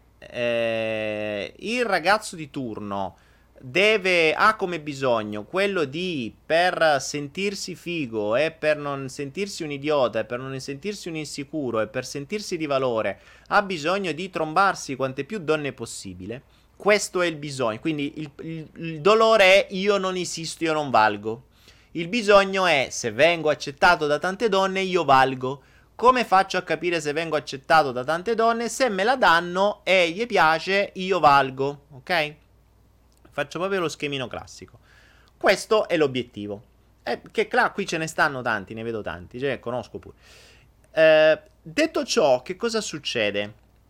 Speaker 1: eh, il ragazzo di turno deve ha come bisogno quello di, per sentirsi figo e per non sentirsi un idiota e per non sentirsi un insicuro e per sentirsi di valore, ha bisogno di trombarsi quante più donne possibile. Questo è il bisogno. Quindi il, il, il dolore è io non esisto, io non valgo. Il bisogno è se vengo accettato da tante donne io valgo. Come faccio a capire se vengo accettato da tante donne? Se me la danno e gli piace, io valgo, ok? Faccio proprio lo schemino classico. Questo è l'obiettivo. Eh, che clar, qui ce ne stanno tanti, ne vedo tanti, cioè conosco pure. Eh, detto ciò, che cosa succede?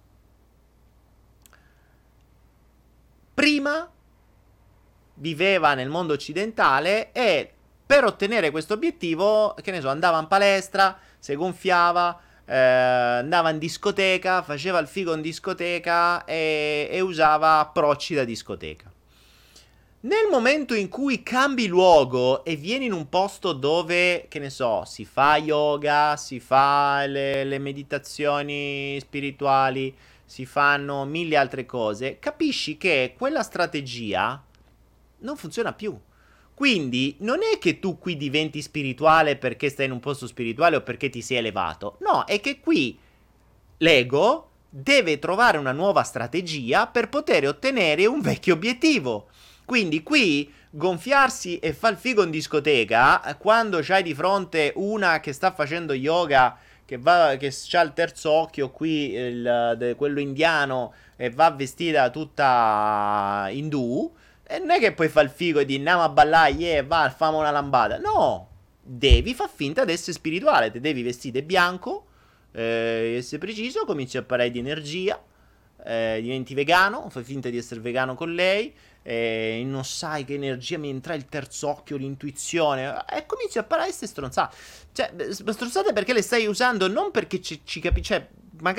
Speaker 1: Prima viveva nel mondo occidentale e per ottenere questo obiettivo, che ne so, andava in palestra, si gonfiava, eh, andava in discoteca, faceva il figo in discoteca e, e usava approcci da discoteca. Nel momento in cui cambi luogo e vieni in un posto dove, che ne so, si fa yoga, si fa le, le meditazioni spirituali, si fanno mille altre cose, capisci che quella strategia non funziona più. Quindi non è che tu qui diventi spirituale perché stai in un posto spirituale o perché ti sei elevato. No, è che qui l'ego deve trovare una nuova strategia per poter ottenere un vecchio obiettivo. Quindi qui gonfiarsi e far figo in discoteca quando c'hai di fronte una che sta facendo yoga, che va, che ha il terzo occhio qui, il, de, quello indiano, e va vestita tutta indù, e non è che puoi fare il figo e dire andiamo a ballare, yeah, va, famo una lambada. No, devi far finta di essere spirituale, te devi vestire bianco, eh, essere preciso, cominci a parlare di energia, eh, diventi vegano, fai finta di essere vegano con lei, eh, non sai che energia mi entra il terzo occhio, l'intuizione, e cominci a parlare queste stronzate. Cioè, stronzate perché le stai usando non perché ci, ci capisci, cioè, magari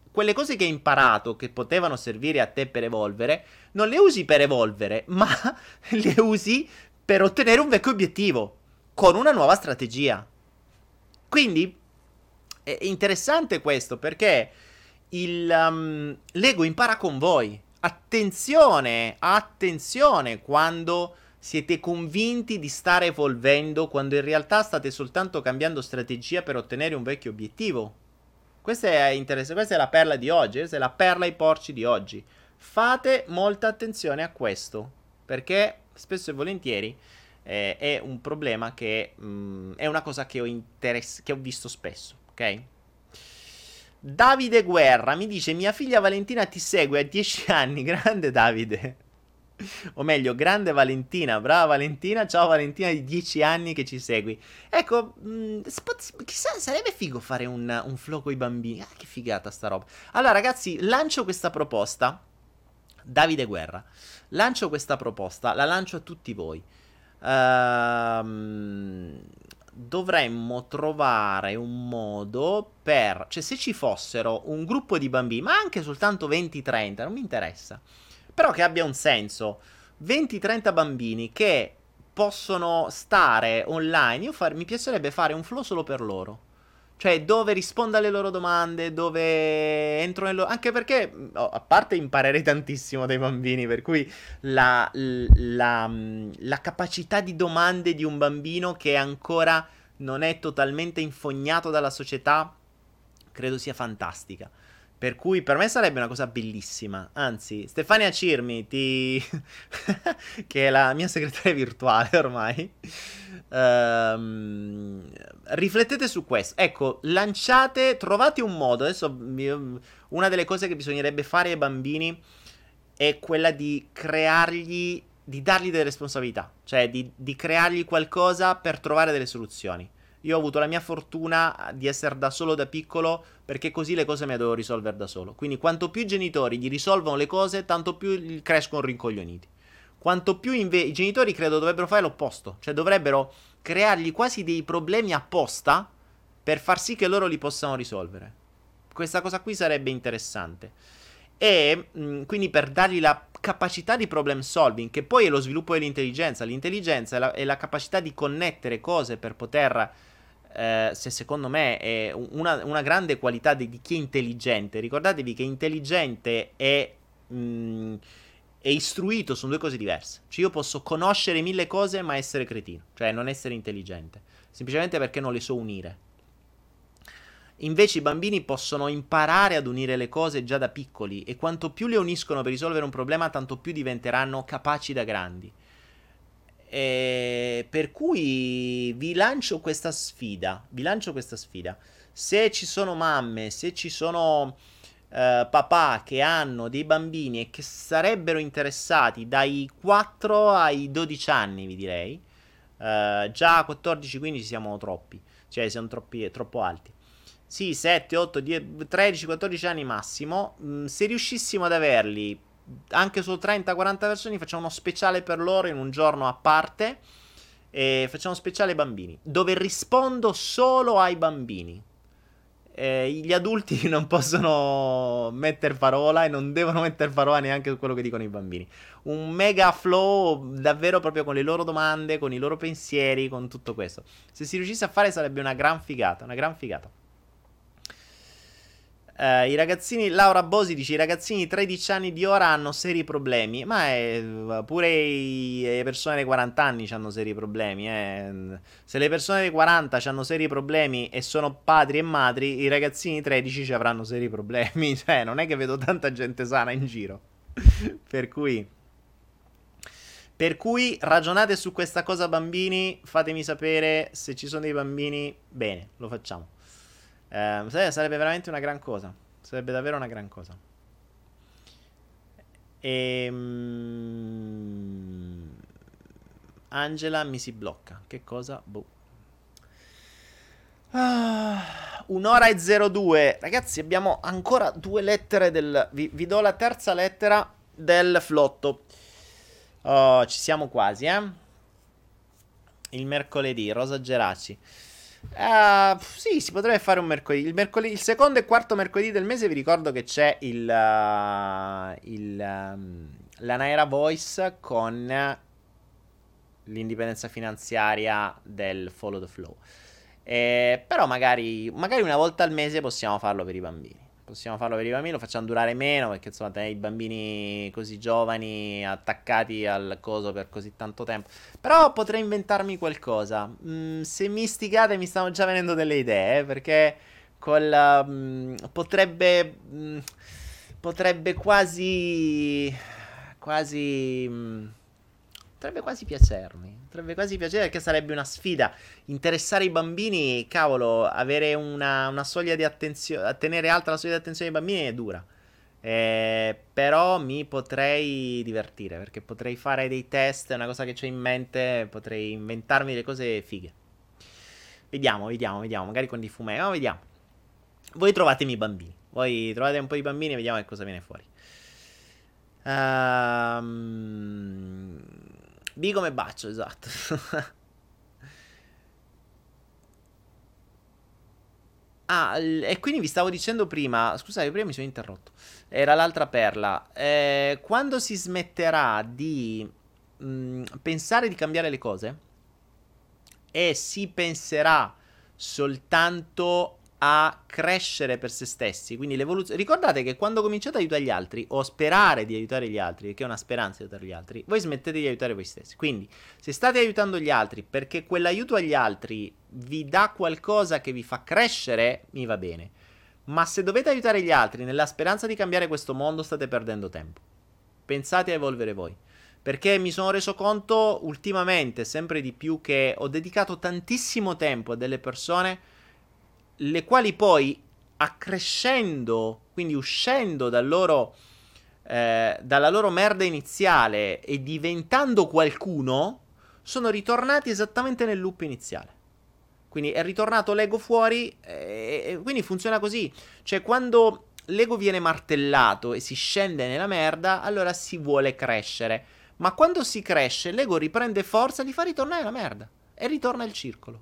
Speaker 1: quelle cose che hai imparato che potevano servire a te per evolvere, non le usi per evolvere, ma le usi per ottenere un vecchio obiettivo con una nuova strategia. Quindi è interessante questo perché il, um, l'ego impara con voi. Attenzione, attenzione quando siete convinti di stare evolvendo quando in realtà state soltanto cambiando strategia per ottenere un vecchio obiettivo. Questa è interessante, questa è la perla di oggi, questa è la perla ai porci di oggi. Fate molta attenzione a questo, perché spesso e volentieri eh, è un problema che mh, è una cosa che ho, interess- che ho visto spesso, ok? Davide Guerra mi dice: mia figlia Valentina ti segue a dieci anni. Grande Davide. O meglio, grande Valentina. Brava Valentina. Ciao Valentina di dieci anni che ci segui. Ecco, mh, sp- chissà, sarebbe figo fare un, un flow con i bambini. Ah, che figata sta roba. Allora ragazzi, lancio questa proposta. Davide Guerra. Lancio questa proposta. La lancio a tutti voi. Ehm... dovremmo trovare un modo per, cioè se ci fossero un gruppo di bambini, ma anche soltanto venti trenta, non mi interessa, però che abbia un senso, venti trenta bambini che possono stare online, io far, mi piacerebbe fare un flow solo per loro. Cioè, dove rispondo alle loro domande, dove entro nel loro... Anche perché, oh, a parte imparerei tantissimo dai bambini, per cui la, la, la capacità di domande di un bambino che ancora non è totalmente infognato dalla società, credo sia fantastica. Per cui per me sarebbe una cosa bellissima. Anzi, Stefania Cirmi, ti... che è la mia segretaria virtuale ormai. Ehm, riflettete su questo. Ecco, lanciate, trovate un modo. Adesso, una delle cose che bisognerebbe fare ai bambini è quella di creargli, di dargli delle responsabilità. Cioè, di, di creargli qualcosa per trovare delle soluzioni. Io ho avuto la mia fortuna di essere da solo da piccolo, perché così le cose me le devo risolvere da solo. Quindi quanto più i genitori gli risolvono le cose, tanto più crescono rincoglioniti. Quanto più inve- i genitori credo dovrebbero fare l'opposto, cioè dovrebbero creargli quasi dei problemi apposta per far sì che loro li possano risolvere. Questa cosa qui sarebbe interessante. E mh, quindi per dargli la capacità di problem solving, che poi è lo sviluppo dell'intelligenza. L'intelligenza è la, è la capacità di connettere cose per poter... Eh, se secondo me è una, una grande qualità di, di chi è intelligente. Ricordatevi che intelligente e, mh, e istruito sono due cose diverse. Cioè io posso conoscere mille cose ma essere cretino, cioè non essere intelligente, semplicemente perché non le so unire. Invece i bambini possono imparare ad unire le cose già da piccoli, e quanto più le uniscono per risolvere un problema, tanto più diventeranno capaci da grandi. E per cui vi lancio questa sfida, vi lancio questa sfida. Se ci sono mamme, se ci sono eh, papà che hanno dei bambini e che sarebbero interessati dai quattro ai dodici anni, vi direi, eh, già a quattordici quindici siamo troppi, cioè siamo troppi, troppo alti. Sì, sette, otto, dieci, tredici, quattordici anni massimo. Mm, se riuscissimo ad averli anche solo trenta quaranta persone, facciamo uno speciale per loro in un giorno a parte. E facciamo uno speciale bambini, dove rispondo solo ai bambini. Eh, gli adulti non possono mettere parola e non devono mettere parola neanche su quello che dicono i bambini. Un mega flow davvero proprio con le loro domande, con i loro pensieri, con tutto questo. Se si riuscisse a fare sarebbe una gran figata, una gran figata. Uh, I ragazzini, Laura Bosi dice: i ragazzini di tredici anni di ora hanno seri problemi. Ma è, pure i, le persone dei quaranta anni hanno seri problemi. Eh. Se le persone dei quaranta hanno seri problemi e sono padri e madri, i ragazzini di tredici ci avranno seri problemi. Cioè, non è che vedo tanta gente sana in giro. Per cui. Per cui ragionate su questa cosa, bambini. Fatemi sapere se ci sono dei bambini. Bene, lo facciamo. Eh, sarebbe veramente una gran cosa. Sarebbe davvero una gran cosa. E, um, Angela mi si blocca. Che cosa? Boh. Ah, un'ora e zero due. Ragazzi, abbiamo ancora due lettere del... Vi, vi do la terza lettera del flotto. Oh, ci siamo quasi, eh? Il mercoledì, Rosa Geraci. Uh, sì, si potrebbe fare un mercoledì. Il, mercoledì. Il secondo e quarto mercoledì del mese vi ricordo che c'è il, uh, il um, la Naira Voice con l'indipendenza finanziaria del Follow the Flow. Eh, però magari, magari una volta al mese possiamo farlo per i bambini. Possiamo farlo per i bambini, lo facciamo durare meno perché insomma tenere i bambini così giovani attaccati al coso per così tanto tempo. Però potrei inventarmi qualcosa. Mm, se mi istigate mi stanno già venendo delle idee, eh, perché col, mm, potrebbe mm, potrebbe quasi quasi mm, potrebbe quasi piacermi. Potrebbe quasi piacere perché sarebbe una sfida. Interessare i bambini, cavolo, avere una, una soglia di attenzione, tenere alta la soglia di attenzione dei bambini è dura. Eh, però mi potrei divertire perché potrei fare dei test, è una cosa che ho in mente, potrei inventarmi delle cose fighe. Vediamo, vediamo, vediamo, magari con dei fumetti, no, vediamo. Voi trovatemi i bambini, voi trovate un po' di bambini e vediamo che cosa viene fuori. Ehm... B come bacio, esatto. Ah, l- e quindi vi stavo dicendo prima, scusate, prima mi sono interrotto. Era l'altra perla. Eh, quando si smetterà di mh, pensare di cambiare le cose e si penserà soltanto a crescere per se stessi, quindi l'evoluzione. Ricordate che quando cominciate ad aiutare gli altri o sperare di aiutare gli altri, perché è una speranza di aiutare gli altri, voi smettete di aiutare voi stessi. Quindi, se state aiutando gli altri perché quell'aiuto agli altri vi dà qualcosa che vi fa crescere, mi va bene. Ma se dovete aiutare gli altri nella speranza di cambiare questo mondo, state perdendo tempo. Pensate a evolvere voi. Perché mi sono reso conto ultimamente, sempre di più, che ho dedicato tantissimo tempo a delle persone le quali poi, accrescendo, quindi uscendo dal loro, eh, dalla loro merda iniziale e diventando qualcuno, sono ritornati esattamente nel loop iniziale. Quindi è ritornato l'ego fuori e, e quindi funziona così. Cioè quando l'ego viene martellato e si scende nella merda, allora si vuole crescere. Ma quando si cresce, l'ego riprende forza e li fa ritornare nella merda. E ritorna il circolo.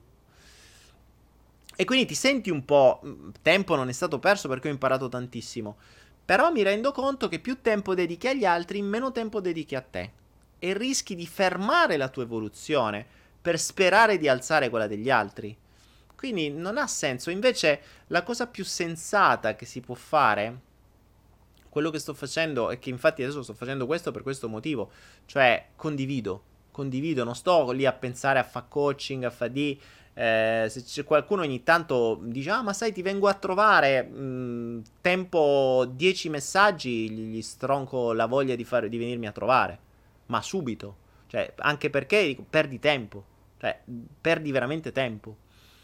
Speaker 1: E quindi ti senti un po'. Tempo non è stato perso perché ho imparato tantissimo. Però mi rendo conto che più tempo dedichi agli altri, meno tempo dedichi a te. E rischi di fermare la tua evoluzione per sperare di alzare quella degli altri. Quindi non ha senso. Invece, la cosa più sensata che si può fare, quello che sto facendo, e che infatti adesso sto facendo questo per questo motivo, cioè condivido. Condivido, non sto lì a pensare a fare coaching, a fare di. Eh, se c'è qualcuno ogni tanto dice, ah, ma sai, ti vengo a trovare. Mh, tempo dieci messaggi, gli stronco la voglia di, fare, di venirmi a trovare. Ma subito. Cioè, anche perché dico, perdi tempo. Cioè, perdi veramente tempo.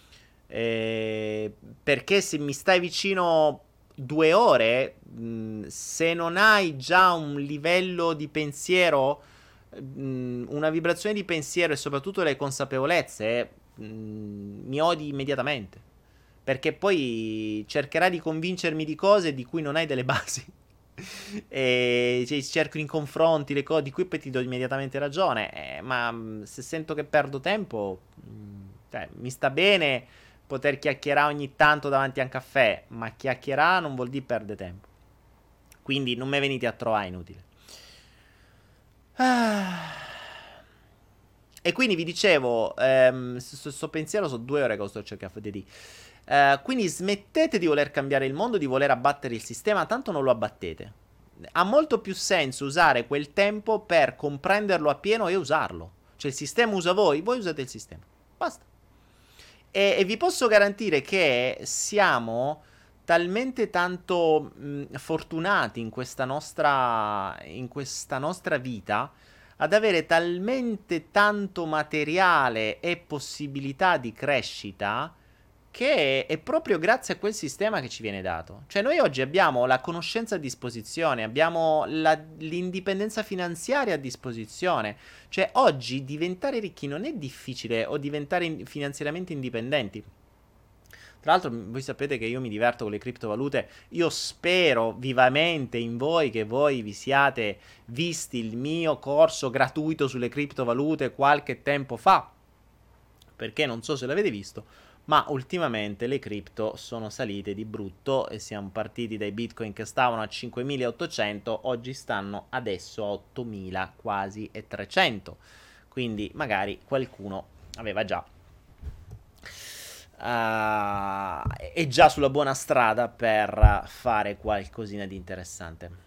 Speaker 1: Eh, perché se mi stai vicino due ore, mh, se non hai già un livello di pensiero, mh, una vibrazione di pensiero e soprattutto le consapevolezze, mh, mi odi immediatamente. Perché poi cercherai di convincermi di cose di cui non hai delle basi. E cioè, cerco in confronti le cose di cui poi ti do immediatamente ragione. Eh, ma mh, se sento che perdo tempo, mh, cioè, mi sta bene poter chiacchierare ogni tanto davanti a un caffè, ma chiacchierare non vuol dire perdere tempo. Quindi non mi venite a trovare inutile. Ah. E quindi vi dicevo, ehm, sto pensiero sono due ore che sto cercando di dire. Uh, quindi smettete di voler cambiare il mondo, di voler abbattere il sistema, tanto non lo abbattete. Ha molto più senso usare quel tempo per comprenderlo appieno e usarlo. Cioè il sistema usa voi, voi usate il sistema. Basta. E, e vi posso garantire che siamo talmente tanto mh, fortunati in questa nostra, in questa nostra vita ad avere talmente tanto materiale e possibilità di crescita che è proprio grazie a quel sistema che ci viene dato. Cioè noi oggi abbiamo la conoscenza a disposizione, abbiamo la, l'indipendenza finanziaria a disposizione. Cioè oggi diventare ricchi non è difficile o diventare in- finanziariamente indipendenti. Tra l'altro voi sapete che io mi diverto con le criptovalute, io spero vivamente in voi che voi vi siate visti il mio corso gratuito sulle criptovalute qualche tempo fa, perché non so se l'avete visto, ma ultimamente le cripto sono salite di brutto e siamo partiti dai bitcoin che stavano a cinquemilaottocento, oggi stanno adesso a ottomila quasi e trecento, quindi magari qualcuno aveva già uh, è già sulla buona strada per fare qualcosina di interessante.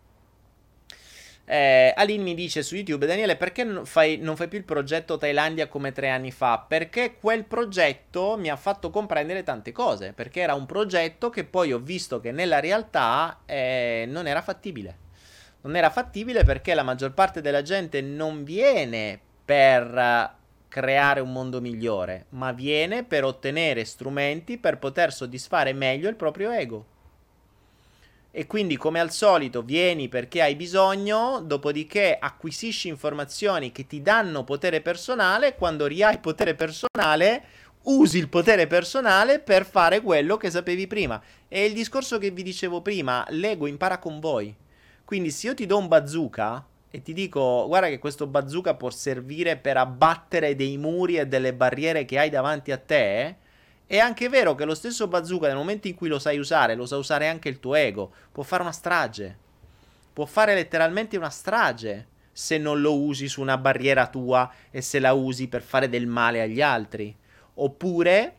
Speaker 1: Eh, Aline mi dice su YouTube: Daniele, perché non fai, non fai più il progetto Thailandia come tre anni fa? Perché quel progetto mi ha fatto comprendere tante cose. Perché era un progetto che poi ho visto che nella realtà eh, non era fattibile. Non era fattibile perché la maggior parte della gente non viene per eh, creare un mondo migliore, ma viene per ottenere strumenti per poter soddisfare meglio il proprio ego. E quindi, come al solito, vieni perché hai bisogno, dopodiché acquisisci informazioni che ti danno potere personale. Quando rihai potere personale, usi il potere personale per fare quello che sapevi prima. È il discorso che vi dicevo prima: l'ego impara con voi. Quindi, se io ti do un bazooka e ti dico, guarda che questo bazooka può servire per abbattere dei muri e delle barriere che hai davanti a te, è anche vero che lo stesso bazooka, nel momento in cui lo sai usare, lo sa usare anche il tuo ego. Può fare una strage. Può fare letteralmente una strage se non lo usi su una barriera tua e se la usi per fare del male agli altri. Oppure,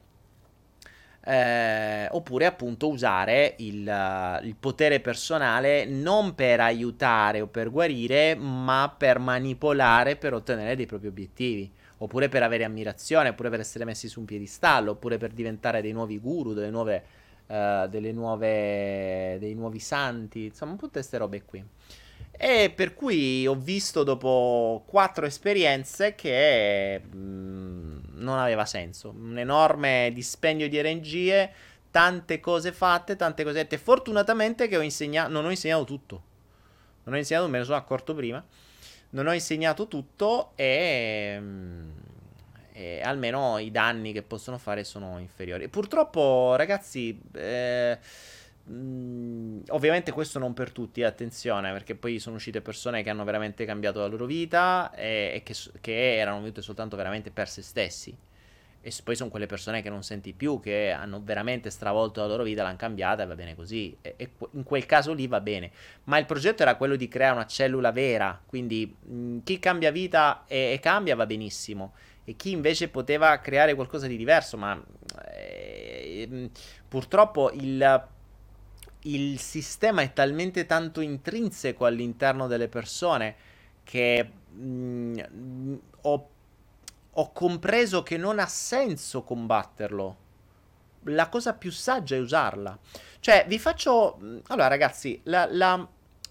Speaker 1: eh, oppure appunto usare il, eh, il potere personale non per aiutare o per guarire, ma per manipolare, per ottenere dei propri obiettivi. Oppure per avere ammirazione, oppure per essere messi su un piedistallo, oppure per diventare dei nuovi guru, delle nuove, eh, delle nuove, dei nuovi santi, insomma, tutte queste robe qui. E per cui ho visto dopo quattro esperienze che mh, non aveva senso. Un enorme dispendio di energie, tante cose fatte, tante cosette. Fortunatamente che ho insegnato, non ho insegnato tutto. Non ho insegnato, me ne sono accorto prima. Non ho insegnato tutto e, mm, e almeno i danni che possono fare sono inferiori. Purtroppo, ragazzi, eh, mh, ovviamente questo non per tutti, attenzione, perché poi sono uscite persone che hanno veramente cambiato la loro vita e, e che, che erano venute soltanto veramente per se stessi. E poi sono quelle persone che non senti più, che hanno veramente stravolto la loro vita, l'hanno cambiata e va bene così. E, e in quel caso lì va bene. Ma il progetto era quello di creare una cellula vera. Quindi mh, chi cambia vita e, e cambia va benissimo. E chi invece poteva creare qualcosa di diverso. Ma eh, purtroppo il, il sistema è talmente tanto intrinseco all'interno delle persone che mh, ho ho compreso che non ha senso combatterlo. La cosa più saggia è usarla. Cioè, vi faccio... Allora, ragazzi, la, la...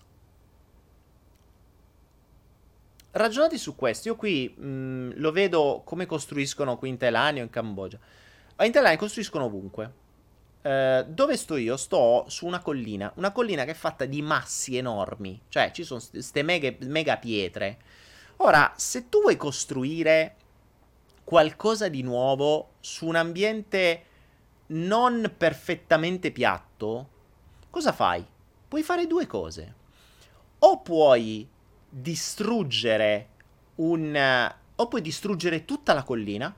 Speaker 1: ragionate su questo. Io qui mh, lo vedo come costruiscono qui in Thailandia o in Cambogia. In Thailandia costruiscono ovunque. Eh, dove sto io? Sto su una collina. Una collina che è fatta di massi enormi. Cioè, ci sono queste mega, mega pietre. Ora, se tu vuoi costruire qualcosa di nuovo su un ambiente non perfettamente piatto, cosa fai? Puoi fare due cose. O puoi distruggere un... o puoi distruggere tutta la collina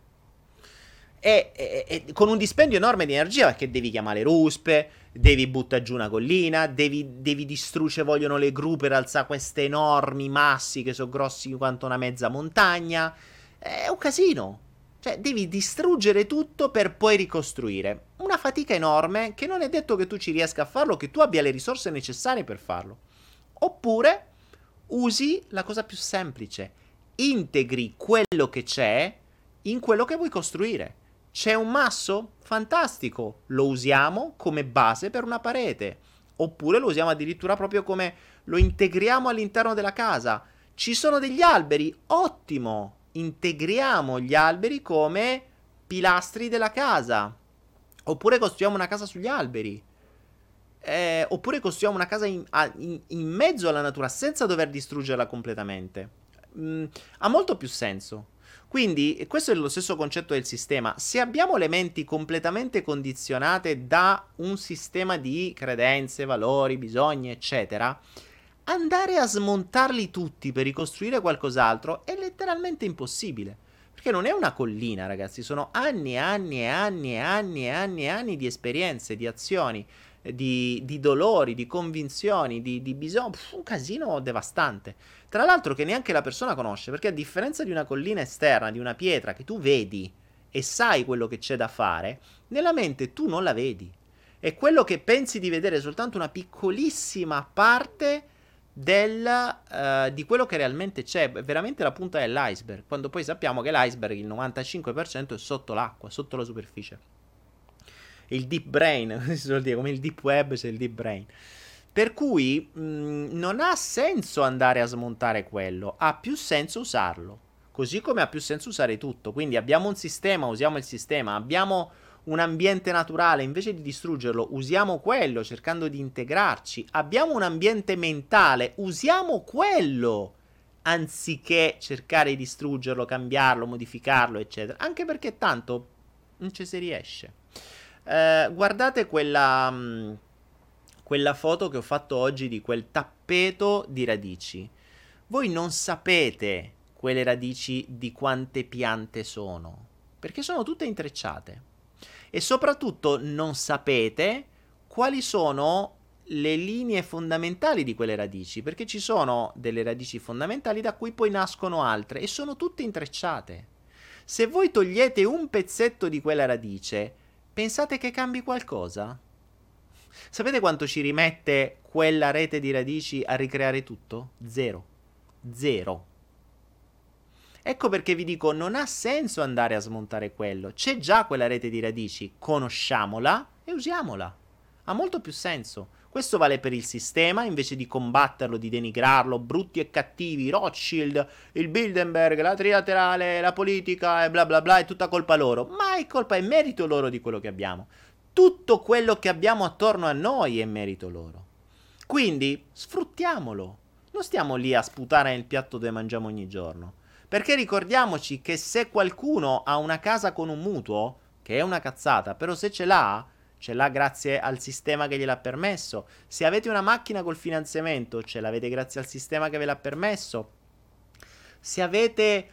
Speaker 1: e, e- e con un dispendio enorme di energia perché devi chiamare ruspe, devi buttare giù una collina, devi, devi distruggere, vogliono le gru per alzare questi enormi massi che sono grossi quanto una mezza montagna. È un casino. Cioè, devi distruggere tutto per poi ricostruire. Una fatica enorme che non è detto che tu ci riesca a farlo, che tu abbia le risorse necessarie per farlo. Oppure usi la cosa più semplice. Integri quello che c'è in quello che vuoi costruire. C'è un masso? Fantastico. Lo usiamo come base per una parete. Oppure lo usiamo addirittura proprio come lo integriamo all'interno della casa. Ci sono degli alberi? Ottimo! Integriamo gli alberi come pilastri della casa. Oppure costruiamo una casa sugli alberi. Eh, oppure costruiamo una casa in, a- in- in mezzo alla natura senza dover distruggerla completamente. Mm, ha molto più senso. Quindi, questo è lo stesso concetto del sistema. Se abbiamo le menti completamente condizionate da un sistema di credenze, valori, bisogni, eccetera, andare a smontarli tutti per ricostruire qualcos'altro è letteralmente impossibile. Perché non è una collina, ragazzi, sono anni e anni e anni e anni e anni e anni di esperienze, di azioni, eh, di, di dolori, di convinzioni, di, di bisogno, un casino devastante. Tra l'altro che neanche la persona conosce, perché a differenza di una collina esterna, di una pietra che tu vedi e sai quello che c'è da fare, nella mente tu non la vedi. E quello che pensi di vedere è soltanto una piccolissima parte del, eh, di quello che realmente c'è, è veramente la punta dell'iceberg, quando poi sappiamo che l'iceberg il novantacinque per cento è sotto l'acqua, sotto la superficie. Il deep brain, si suol dire, come il deep web c'è il deep brain. Per cui mh, non ha senso andare a smontare quello, ha più senso usarlo. Così come ha più senso usare tutto. Quindi abbiamo un sistema, usiamo il sistema, abbiamo un ambiente naturale, invece di distruggerlo, usiamo quello cercando di integrarci. Abbiamo un ambiente mentale, usiamo quello anziché cercare di distruggerlo, cambiarlo, modificarlo, eccetera. Anche perché tanto non ci si riesce. Eh, guardate quella, mh, quella foto che ho fatto oggi di quel tappeto di radici. Voi non sapete quelle radici di quante piante sono, perché sono tutte intrecciate. E soprattutto non sapete quali sono le linee fondamentali di quelle radici, perché ci sono delle radici fondamentali da cui poi nascono altre e sono tutte intrecciate. Se voi togliete un pezzetto di quella radice, pensate che cambi qualcosa? Sapete quanto ci rimette quella rete di radici a ricreare tutto? Zero. Zero. Ecco perché vi dico, non ha senso andare a smontare quello. C'è già quella rete di radici, conosciamola e usiamola. Ha molto più senso. Questo vale per il sistema, invece di combatterlo, di denigrarlo, brutti e cattivi, Rothschild, il Bilderberg, la trilaterale, la politica e bla bla bla, è tutta colpa loro. Ma è colpa e merito loro di quello che abbiamo. Tutto quello che abbiamo attorno a noi è merito loro. Quindi sfruttiamolo. Non stiamo lì a sputare nel piatto dove mangiamo ogni giorno. Perché ricordiamoci che se qualcuno ha una casa con un mutuo, che è una cazzata, però se ce l'ha, ce l'ha grazie al sistema che gliel'ha permesso. Se avete una macchina col finanziamento, ce l'avete grazie al sistema che ve l'ha permesso. Se avete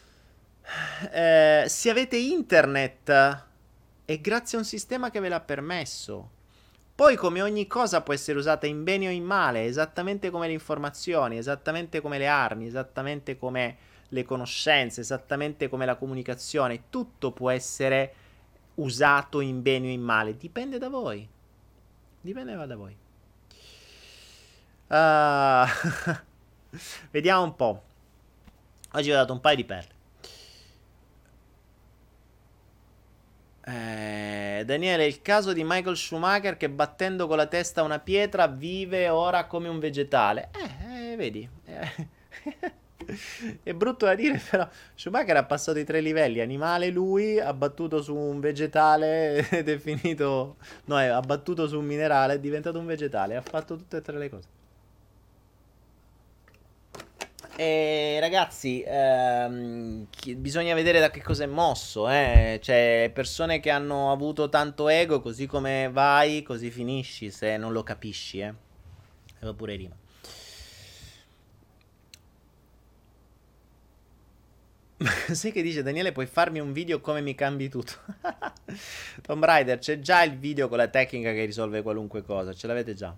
Speaker 1: eh, se avete internet, è grazie a un sistema che ve l'ha permesso. Poi, come ogni cosa, può essere usata in bene o in male, esattamente come le informazioni, esattamente come le armi, esattamente come le conoscenze, esattamente come la comunicazione. Tutto può essere usato in bene o in male, dipende da voi. Dipende da voi. Uh, vediamo un po'. Oggi vi ho dato un paio di perle. Eh, Daniele, il caso di Michael Schumacher che battendo con la testa una pietra vive ora come un vegetale. Eh, eh vedi. Eh. È brutto da dire, però Schumacher ha passato i tre livelli. Animale lui, ha battuto su un vegetale ed è finito... No, ha battuto su un minerale, è diventato un vegetale. Ha fatto tutte e tre le cose. E ragazzi, ehm, chi- bisogna vedere da che cosa è mosso, eh. Cioè, persone che hanno avuto tanto ego, così come vai, così finisci, se non lo capisci, eh. E va pure rima. Sai che dice Daniele, puoi farmi un video come mi cambi tutto? Tomb Raider, c'è già il video con la tecnica che risolve qualunque cosa, ce l'avete già.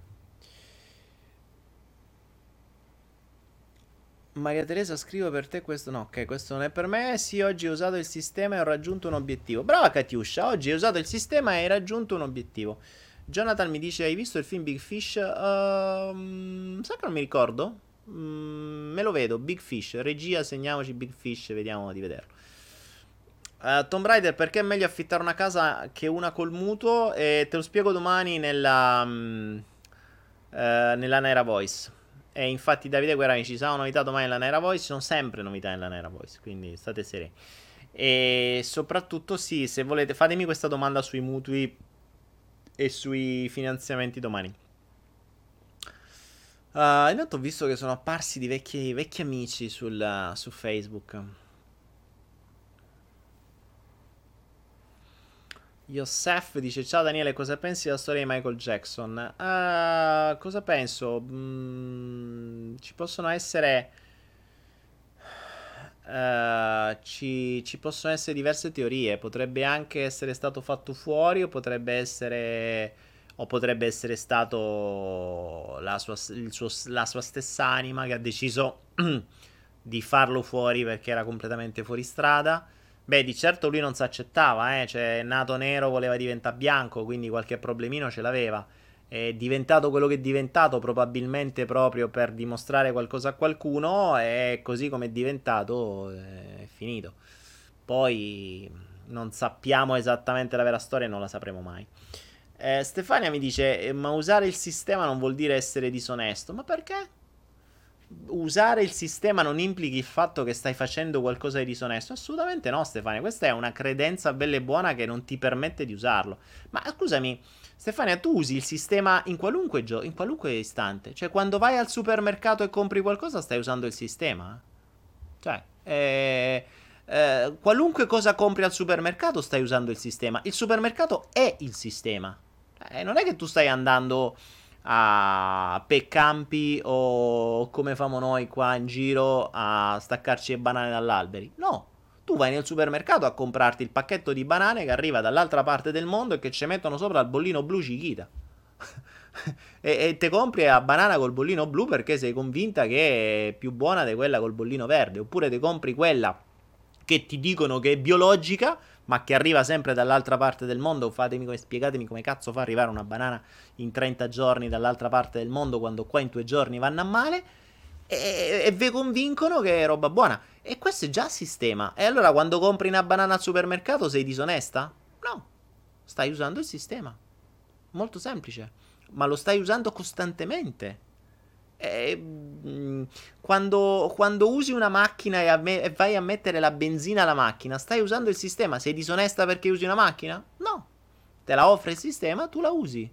Speaker 1: Maria Teresa, scrivo per te questo. No, ok, questo non è per me. Sì, oggi ho usato il sistema e ho raggiunto un obiettivo. Brava Katiuscia, oggi hai usato il sistema e hai raggiunto un obiettivo. Jonathan mi dice: hai visto il film Big Fish? Ehm, sai che non mi ricordo? Mm, me lo vedo. Big Fish, regia, segniamoci Big Fish, vediamo di vederlo. Uh, Tomb Raider, perché è meglio affittare una casa che una col mutuo? E te lo spiego domani nella. mm, eh, nella Naira Voice. E infatti Davide Guerrani, ci sarà novità domani nella Naira Voice, ci sono sempre novità nella Naira Voice, quindi state sereni. E soprattutto sì, se volete fatemi questa domanda sui mutui e sui finanziamenti domani. Uh, intanto ho visto che sono apparsi di vecchi, vecchi amici sul, su Facebook. Yosef dice: ciao Daniele, cosa pensi della storia di Michael Jackson? Uh, cosa penso? Mm, ci possono essere eh, ci, ci possono essere diverse teorie. Potrebbe anche essere stato fatto fuori, o potrebbe essere, o potrebbe essere stato la sua, il suo- la sua stessa anima che ha deciso di farlo fuori perché era completamente fuori strada. Beh, di certo lui non si accettava, eh? Cioè, nato nero voleva diventare bianco, quindi qualche problemino ce l'aveva. È diventato quello che è diventato probabilmente proprio per dimostrare qualcosa a qualcuno, e così come è diventato è finito. Poi non sappiamo esattamente la vera storia e non la sapremo mai. Eh, Stefania mi dice: "Eh, ma usare il sistema non vuol dire essere disonesto." Ma perché? Usare il sistema non implichi il fatto che stai facendo qualcosa di disonesto? Assolutamente no, Stefania. Questa è una credenza bella e buona che non ti permette di usarlo. Ma scusami, Stefania, tu usi il sistema in qualunque gioco, in qualunque istante. Cioè, quando vai al supermercato e compri qualcosa, stai usando il sistema. Cioè, eh, eh, qualunque cosa compri al supermercato, stai usando il sistema. Il supermercato è il sistema. Eh, non è che tu stai andando a Peccampi o come famo noi qua in giro a staccarci le banane dall'alberi. No, tu vai nel supermercato a comprarti il pacchetto di banane che arriva dall'altra parte del mondo e che ci mettono sopra il bollino blu Cichita. e, e te compri la banana col bollino blu perché sei convinta che è più buona di quella col bollino verde. Oppure te compri quella che ti dicono che è biologica, ma che arriva sempre dall'altra parte del mondo. Fatemi come, spiegatemi come cazzo fa arrivare una banana in trenta giorni dall'altra parte del mondo quando qua in due giorni vanno a male. E, e vi convincono che è roba buona. E questo è già sistema. E allora quando compri una banana al supermercato sei disonesta? No, stai usando il sistema. Molto semplice. Ma lo stai usando costantemente. E, mm, quando, quando usi una macchina e, amme- e vai a mettere la benzina alla macchina, stai usando il sistema. Sei disonesta perché usi una macchina? No. Te la offre il sistema, tu la usi.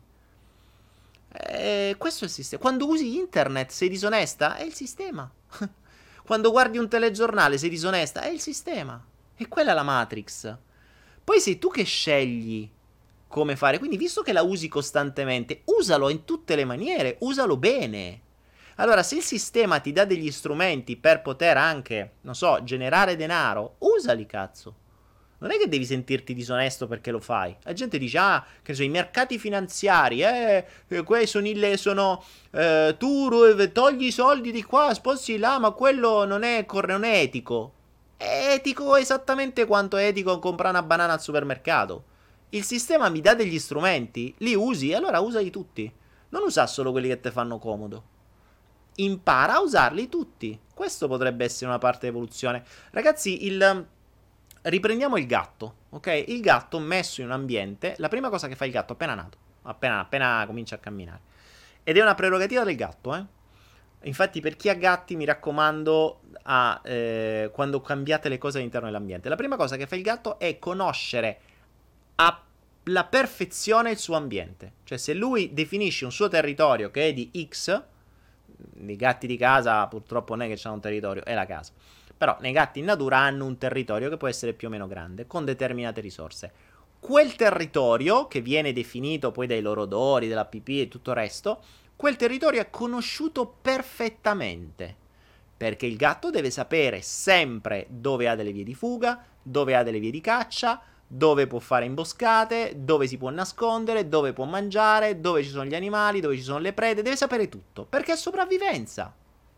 Speaker 1: E questo è il sistema. Quando usi internet, sei disonesta? È il sistema. Quando guardi un telegiornale, sei disonesta? È il sistema. E quella è la Matrix. Poi sei tu che scegli come fare. Quindi, visto che la usi costantemente, usalo in tutte le maniere, usalo bene. Allora, se il sistema ti dà degli strumenti per poter anche, non so, generare denaro, usali, cazzo. Non è che devi sentirti disonesto perché lo fai. La gente dice, ah, che so, i mercati finanziari, eh, eh quelli sono, ille, sono eh, tu togli i soldi di qua, sposti là, ma quello non è, non è etico. È etico esattamente quanto è etico comprare una banana al supermercato. Il sistema mi dà degli strumenti, li usi, allora usali tutti. Non usa solo quelli che ti fanno comodo. Impara a usarli tutti. Questo potrebbe essere una parte di evoluzione. Ragazzi, il... riprendiamo il gatto, ok? Il gatto messo in un ambiente, la prima cosa che fa il gatto appena nato, appena, appena comincia a camminare. Ed è una prerogativa del gatto, eh? Infatti, per chi ha gatti, mi raccomando, a, eh, quando cambiate le cose all'interno dell'ambiente, la prima cosa che fa il gatto è conoscere alla perfezione il suo ambiente. Cioè, se lui definisce un suo territorio che è di X, i gatti di casa purtroppo non è che hanno un territorio, è la casa. Però nei gatti in natura hanno un territorio che può essere più o meno grande, con determinate risorse. Quel territorio, che viene definito poi dai loro odori, della pipì e tutto il resto, quel territorio è conosciuto perfettamente. Perché il gatto deve sapere sempre dove ha delle vie di fuga, dove ha delle vie di caccia, dove può fare imboscate, dove si può nascondere, dove può mangiare, dove ci sono gli animali, dove ci sono le prede, deve sapere tutto, perché è sopravvivenza.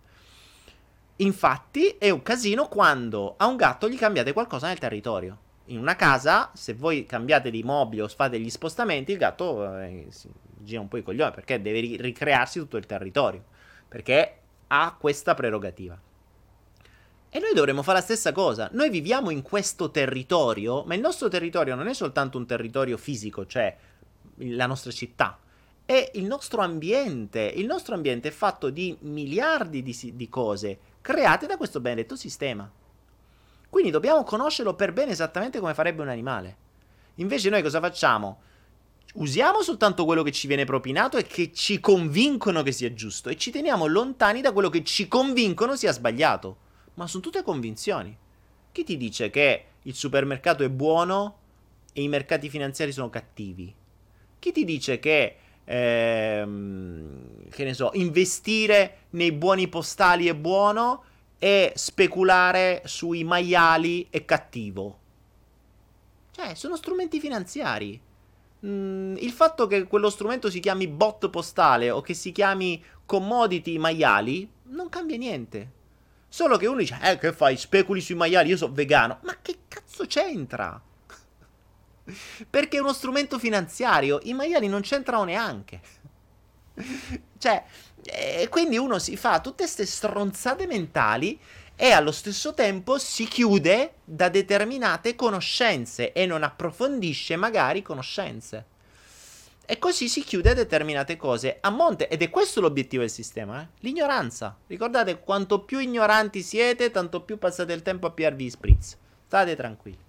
Speaker 1: Infatti è un casino quando a un gatto gli cambiate qualcosa nel territorio. In una casa, se voi cambiate di mobili o fate degli spostamenti, il gatto eh, si gira un po' i coglioni perché deve ri- ricrearsi tutto il territorio, perché ha questa prerogativa. E noi dovremmo fare la stessa cosa. Noi viviamo in questo territorio, ma il nostro territorio non è soltanto un territorio fisico, cioè la nostra città. È il nostro ambiente. Il nostro ambiente è fatto di miliardi di, di cose create da questo benedetto sistema. Quindi dobbiamo conoscerlo per bene esattamente come farebbe un animale. Invece noi cosa facciamo? Usiamo soltanto quello che ci viene propinato e che ci convincono che sia giusto e ci teniamo lontani da quello che ci convincono sia sbagliato. Ma sono tutte convinzioni. Chi ti dice che il supermercato è buono e i mercati finanziari sono cattivi? Chi ti dice che, ehm, che ne so, investire nei buoni postali è buono e speculare sui maiali è cattivo. Cioè, sono strumenti finanziari. Mm, il fatto che quello strumento si chiami bot postale o che si chiami commodity maiali non cambia niente. Solo che uno dice, eh, che fai? Speculi sui maiali, io sono vegano. Ma che cazzo c'entra? Perché è uno strumento finanziario. I maiali non c'entrano neanche. Cioè, e quindi uno si fa tutte queste stronzate mentali e allo stesso tempo si chiude da determinate conoscenze e non approfondisce magari conoscenze. E così si chiude a determinate cose a monte. Ed è questo l'obiettivo del sistema, eh? L'ignoranza. Ricordate, quanto più ignoranti siete, tanto più passate il tempo a piarvi spritz. State tranquilli.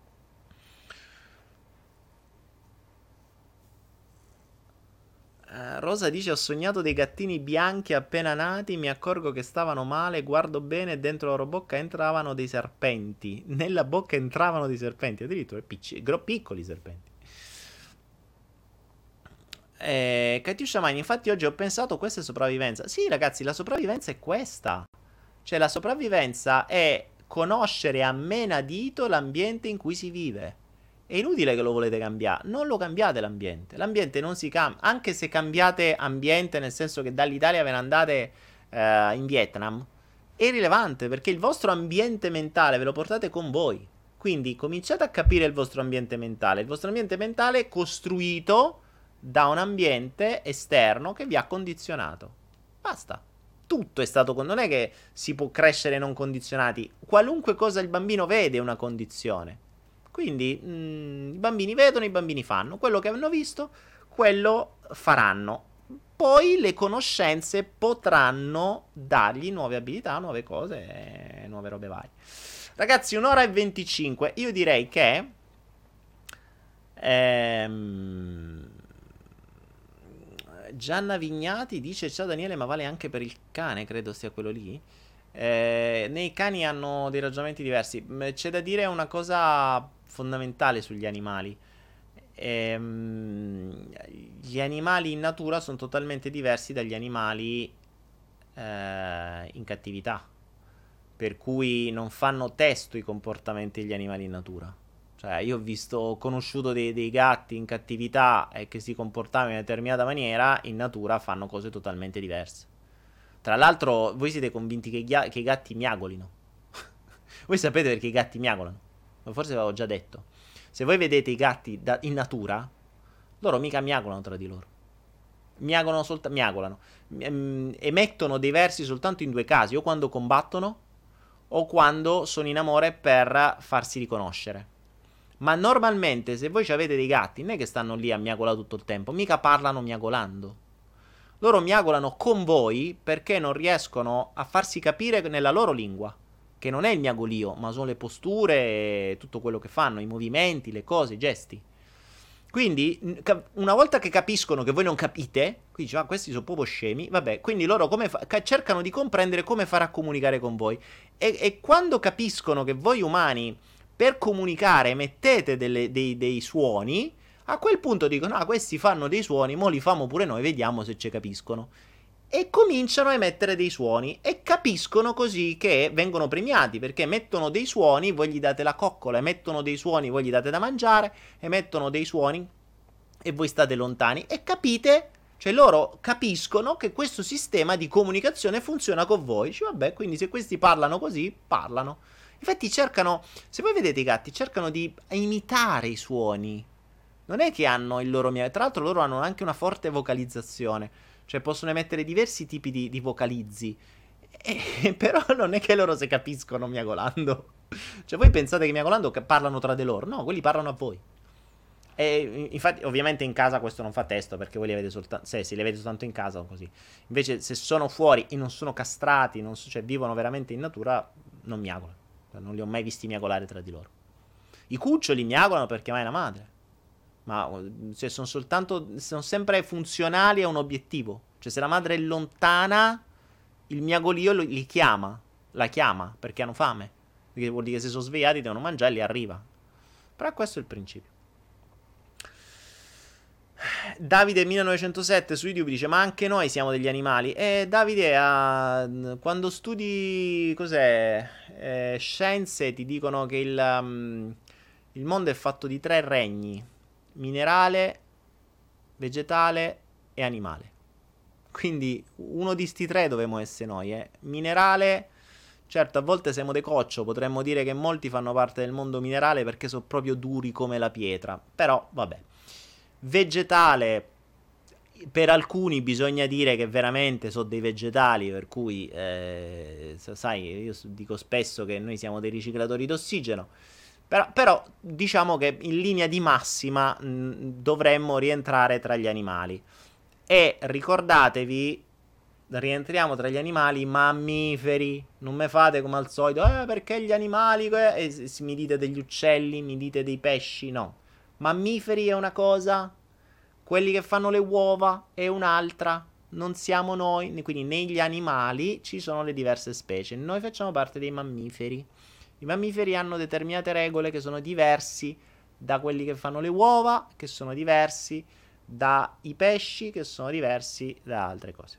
Speaker 1: Uh, Rosa dice: ho sognato dei gattini bianchi appena nati. Mi accorgo che stavano male. Guardo bene e dentro la loro bocca entravano dei serpenti. Nella bocca entravano dei serpenti. Addirittura picci- gro- piccoli serpenti. Eh, Katiuscia Mine, infatti oggi ho pensato questa è sopravvivenza. Sì, ragazzi, la sopravvivenza è questa. Cioè, la sopravvivenza è conoscere a menadito l'ambiente in cui si vive. È inutile che lo volete cambiare. Non lo cambiate l'ambiente. L'ambiente non si cambia. Anche se cambiate ambiente, nel senso che dall'Italia ve ne andate eh, in Vietnam, è irrilevante perché il vostro ambiente mentale ve lo portate con voi. Quindi cominciate a capire il vostro ambiente mentale. Il vostro ambiente mentale è costruito da un ambiente esterno che vi ha condizionato. Basta. Tutto è stato con... Non è che si può crescere non condizionati. Qualunque cosa il bambino vede è una condizione. Quindi mh, i bambini vedono, i bambini fanno. Quello che hanno visto, quello faranno. Poi le conoscenze potranno dargli nuove abilità, nuove cose, nuove robe varie. Ragazzi, un'ora e venticinque. Io direi che... Ehm... Gianna Vignati dice: ciao Daniele, ma vale anche per il cane, credo sia quello lì. Eh, nei cani hanno dei ragionamenti diversi. C'è da dire una cosa fondamentale sugli animali. Ehm, gli animali in natura sono totalmente diversi dagli animali eh, in cattività. Per cui non fanno testo i comportamenti degli animali in natura. Cioè, io ho visto, ho conosciuto dei, dei gatti in cattività e che si comportavano in una determinata maniera, in natura fanno cose totalmente diverse. Tra l'altro, voi siete convinti che, ghi- che i gatti miagolino? Voi sapete perché i gatti miagolano? Forse l'avevo già detto. Se voi vedete i gatti da- in natura, loro mica miagolano tra di loro. Miagolano soltanto. Miagolano. Ehm, emettono dei versi soltanto in due casi: o quando combattono, o quando sono in amore per farsi riconoscere. Ma normalmente, se voi avete dei gatti, non è che stanno lì a miagolare tutto il tempo, mica parlano miagolando. Loro miagolano con voi perché non riescono a farsi capire nella loro lingua, che non è il miagolio, ma sono le posture e tutto quello che fanno, i movimenti, le cose, i gesti. Quindi, una volta che capiscono che voi non capite, qui dice, ah, questi sono proprio scemi, vabbè, quindi loro come fa- cercano di comprendere come fare a comunicare con voi. E, e quando capiscono che voi umani, per comunicare, mettete delle, dei, dei suoni, a quel punto dicono, ah, questi fanno dei suoni, mo li famo pure noi, vediamo se ci capiscono. E cominciano a emettere dei suoni e capiscono così che vengono premiati perché emettono dei suoni, voi gli date la coccola, emettono dei suoni, voi gli date da mangiare, emettono dei suoni e voi state lontani e capite, cioè loro capiscono che questo sistema di comunicazione funziona con voi. Dice, vabbè, quindi se questi parlano così, parlano. Infatti cercano, se voi vedete i gatti, cercano di imitare i suoni. Non è che hanno il loro... Tra l'altro loro hanno anche una forte vocalizzazione. Cioè possono emettere diversi tipi di, di vocalizzi. E, però non è che loro si capiscono miagolando. Cioè voi pensate che miagolando parlano tra di loro. No, quelli parlano a voi. E infatti ovviamente in casa questo non fa testo perché voi li avete soltanto... Se, se li avete soltanto in casa o così. Invece se sono fuori e non sono castrati, non so, cioè vivono veramente in natura, non miagolano. Non li ho mai visti miagolare tra di loro. I cuccioli miagolano perché mai è la madre. Ma cioè, sono soltanto. Sono sempre funzionali a un obiettivo. Cioè, se la madre è lontana, il miagolio li chiama. La chiama perché hanno fame. Perché vuol dire che se sono svegliati devono mangiare e li arriva. Però questo è il principio. Davide millenovecentosette su YouTube dice: ma anche noi siamo degli animali. E Davide, uh, quando studi cos'è? Eh, scienze ti dicono che il, um, il mondo è fatto di tre regni: minerale, vegetale e animale. Quindi uno di sti tre dovremmo essere noi, eh. Minerale, certo, a volte siamo de coccio, potremmo dire che molti fanno parte del mondo minerale perché sono proprio duri come la pietra, però vabbè. Vegetale, per alcuni bisogna dire che veramente sono dei vegetali, per cui, eh, sai, io dico spesso che noi siamo dei riciclatori d'ossigeno, però, però diciamo che in linea di massima mh, dovremmo rientrare tra gli animali. E ricordatevi, rientriamo tra gli animali mammiferi. Non me fate come al solito, eh, perché gli animali, eh, e mi dite degli uccelli, mi dite dei pesci, no. Mammiferi è una cosa, quelli che fanno le uova è un'altra. Non siamo noi, quindi negli animali ci sono le diverse specie. Noi facciamo parte dei mammiferi. I mammiferi hanno determinate regole che sono diversi da quelli che fanno le uova, che sono diversi dai pesci, che sono diversi da altre cose.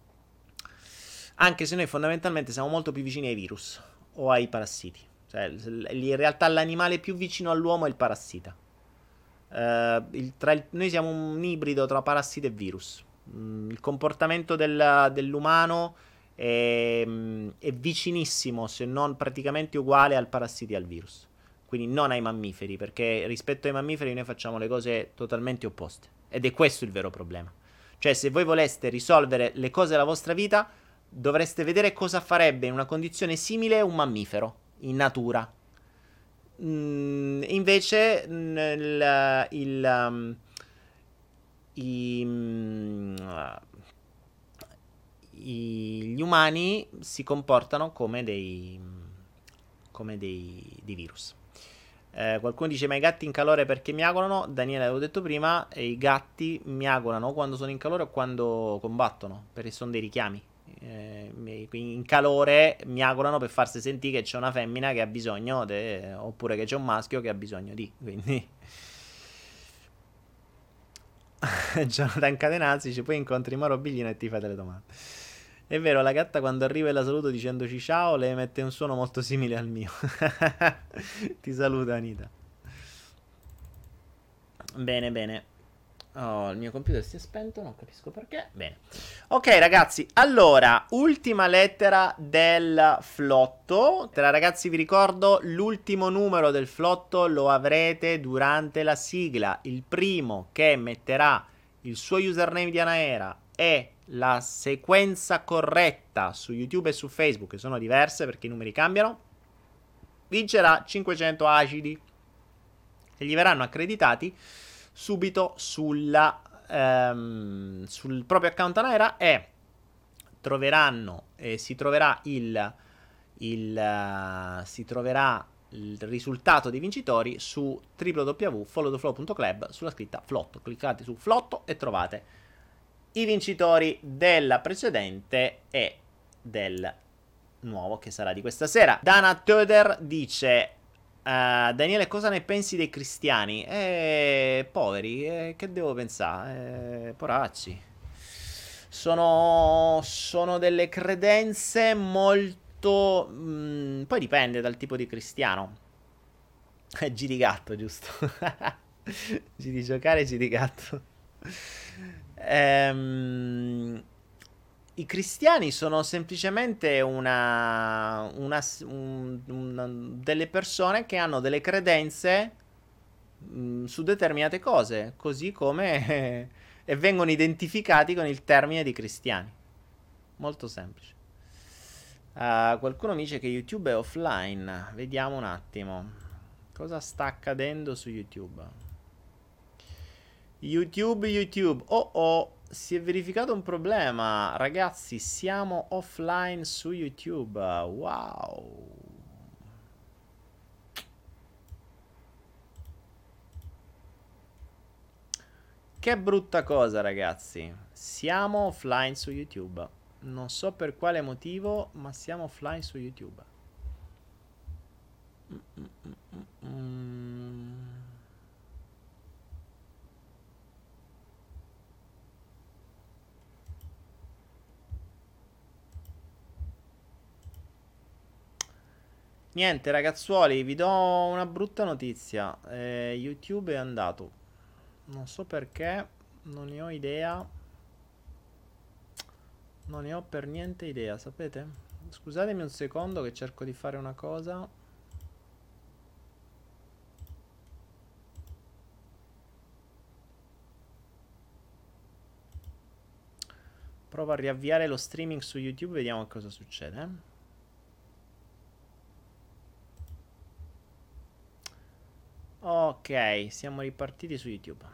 Speaker 1: Anche se noi fondamentalmente siamo molto più vicini ai virus o ai parassiti. Cioè, in realtà l'animale più vicino all'uomo è il parassita. Uh, il, tra il, noi siamo un ibrido tra parassita e virus. Mm, il comportamento del, dell'umano è, mm, è vicinissimo, se non praticamente uguale al parassita e al virus. Quindi non ai mammiferi, perché rispetto ai mammiferi noi facciamo le cose totalmente opposte. Ed è questo il vero problema. Cioè, se voi voleste risolvere le cose della vostra vita, dovreste vedere cosa farebbe in una condizione simile un mammifero in natura. Mm, invece mm, il, il, um, i, mm, i- gli umani si comportano come dei, come dei, dei virus. Eh, qualcuno dice: ma i gatti in calore perché miagolano? Daniele, l'avevo detto prima, e i gatti miagolano quando sono in calore o quando combattono, perché sono dei richiami. Eh, in calore miagolano per farsi sentire che c'è una femmina che ha bisogno de, oppure che c'è un maschio che ha bisogno di, quindi Jonathan Cadenazzi dice: poi incontri Mauro Biglino e ti fai delle domande. È vero, la gatta quando arriva e la saluto dicendoci ciao le emette un suono molto simile al mio. Ti saluta Anita. Bene, bene. Oh, il mio computer si è spento, non capisco perché. Bene. Ok, ragazzi, allora, ultima lettera del flotto. Tra ragazzi, vi ricordo, l'ultimo numero del flotto lo avrete durante la sigla. Il primo che metterà il suo username di Anaera e la sequenza corretta su YouTube e su Facebook, che sono diverse perché i numeri cambiano, vincerà cinquecento acidi che gli verranno accreditati subito sulla, ehm, sul proprio account Anaera, e troveranno eh, si troverà il, il uh, si troverà il risultato dei vincitori su w w w punto follow the flow punto club sulla scritta flotto. Cliccate su flotto e trovate i vincitori della precedente e del nuovo che sarà di questa sera. Dana Töder dice: Uh, Daniele, cosa ne pensi dei cristiani? Eh, poveri, eh, che devo pensare? Eh, poracci. Sono, sono delle credenze molto... mh, poi dipende dal tipo di cristiano. G di gatto, giusto? G di giocare, G di gatto. Ehm... I cristiani sono semplicemente una, una, un, una, delle persone che hanno delle credenze mh, su determinate cose, così come eh, e vengono identificati con il termine di cristiani. Molto semplice. Uh, qualcuno mi dice che YouTube è offline. Vediamo un attimo. Cosa sta accadendo su YouTube? YouTube, YouTube. Oh oh. Si è verificato un problema, ragazzi, siamo offline su YouTube. Wow. Che brutta cosa, ragazzi. Siamo offline su YouTube. Non so per quale motivo, ma siamo offline su YouTube. Mm-mm-mm-mm. Niente, ragazzuoli, vi do una brutta notizia. Eh, YouTube è andato. Non so perché, non ne ho idea. Non ne ho per niente idea, sapete? Scusatemi un secondo che cerco di fare una cosa. Provo a riavviare lo streaming su YouTube, vediamo cosa succede. Ok, siamo ripartiti su YouTube.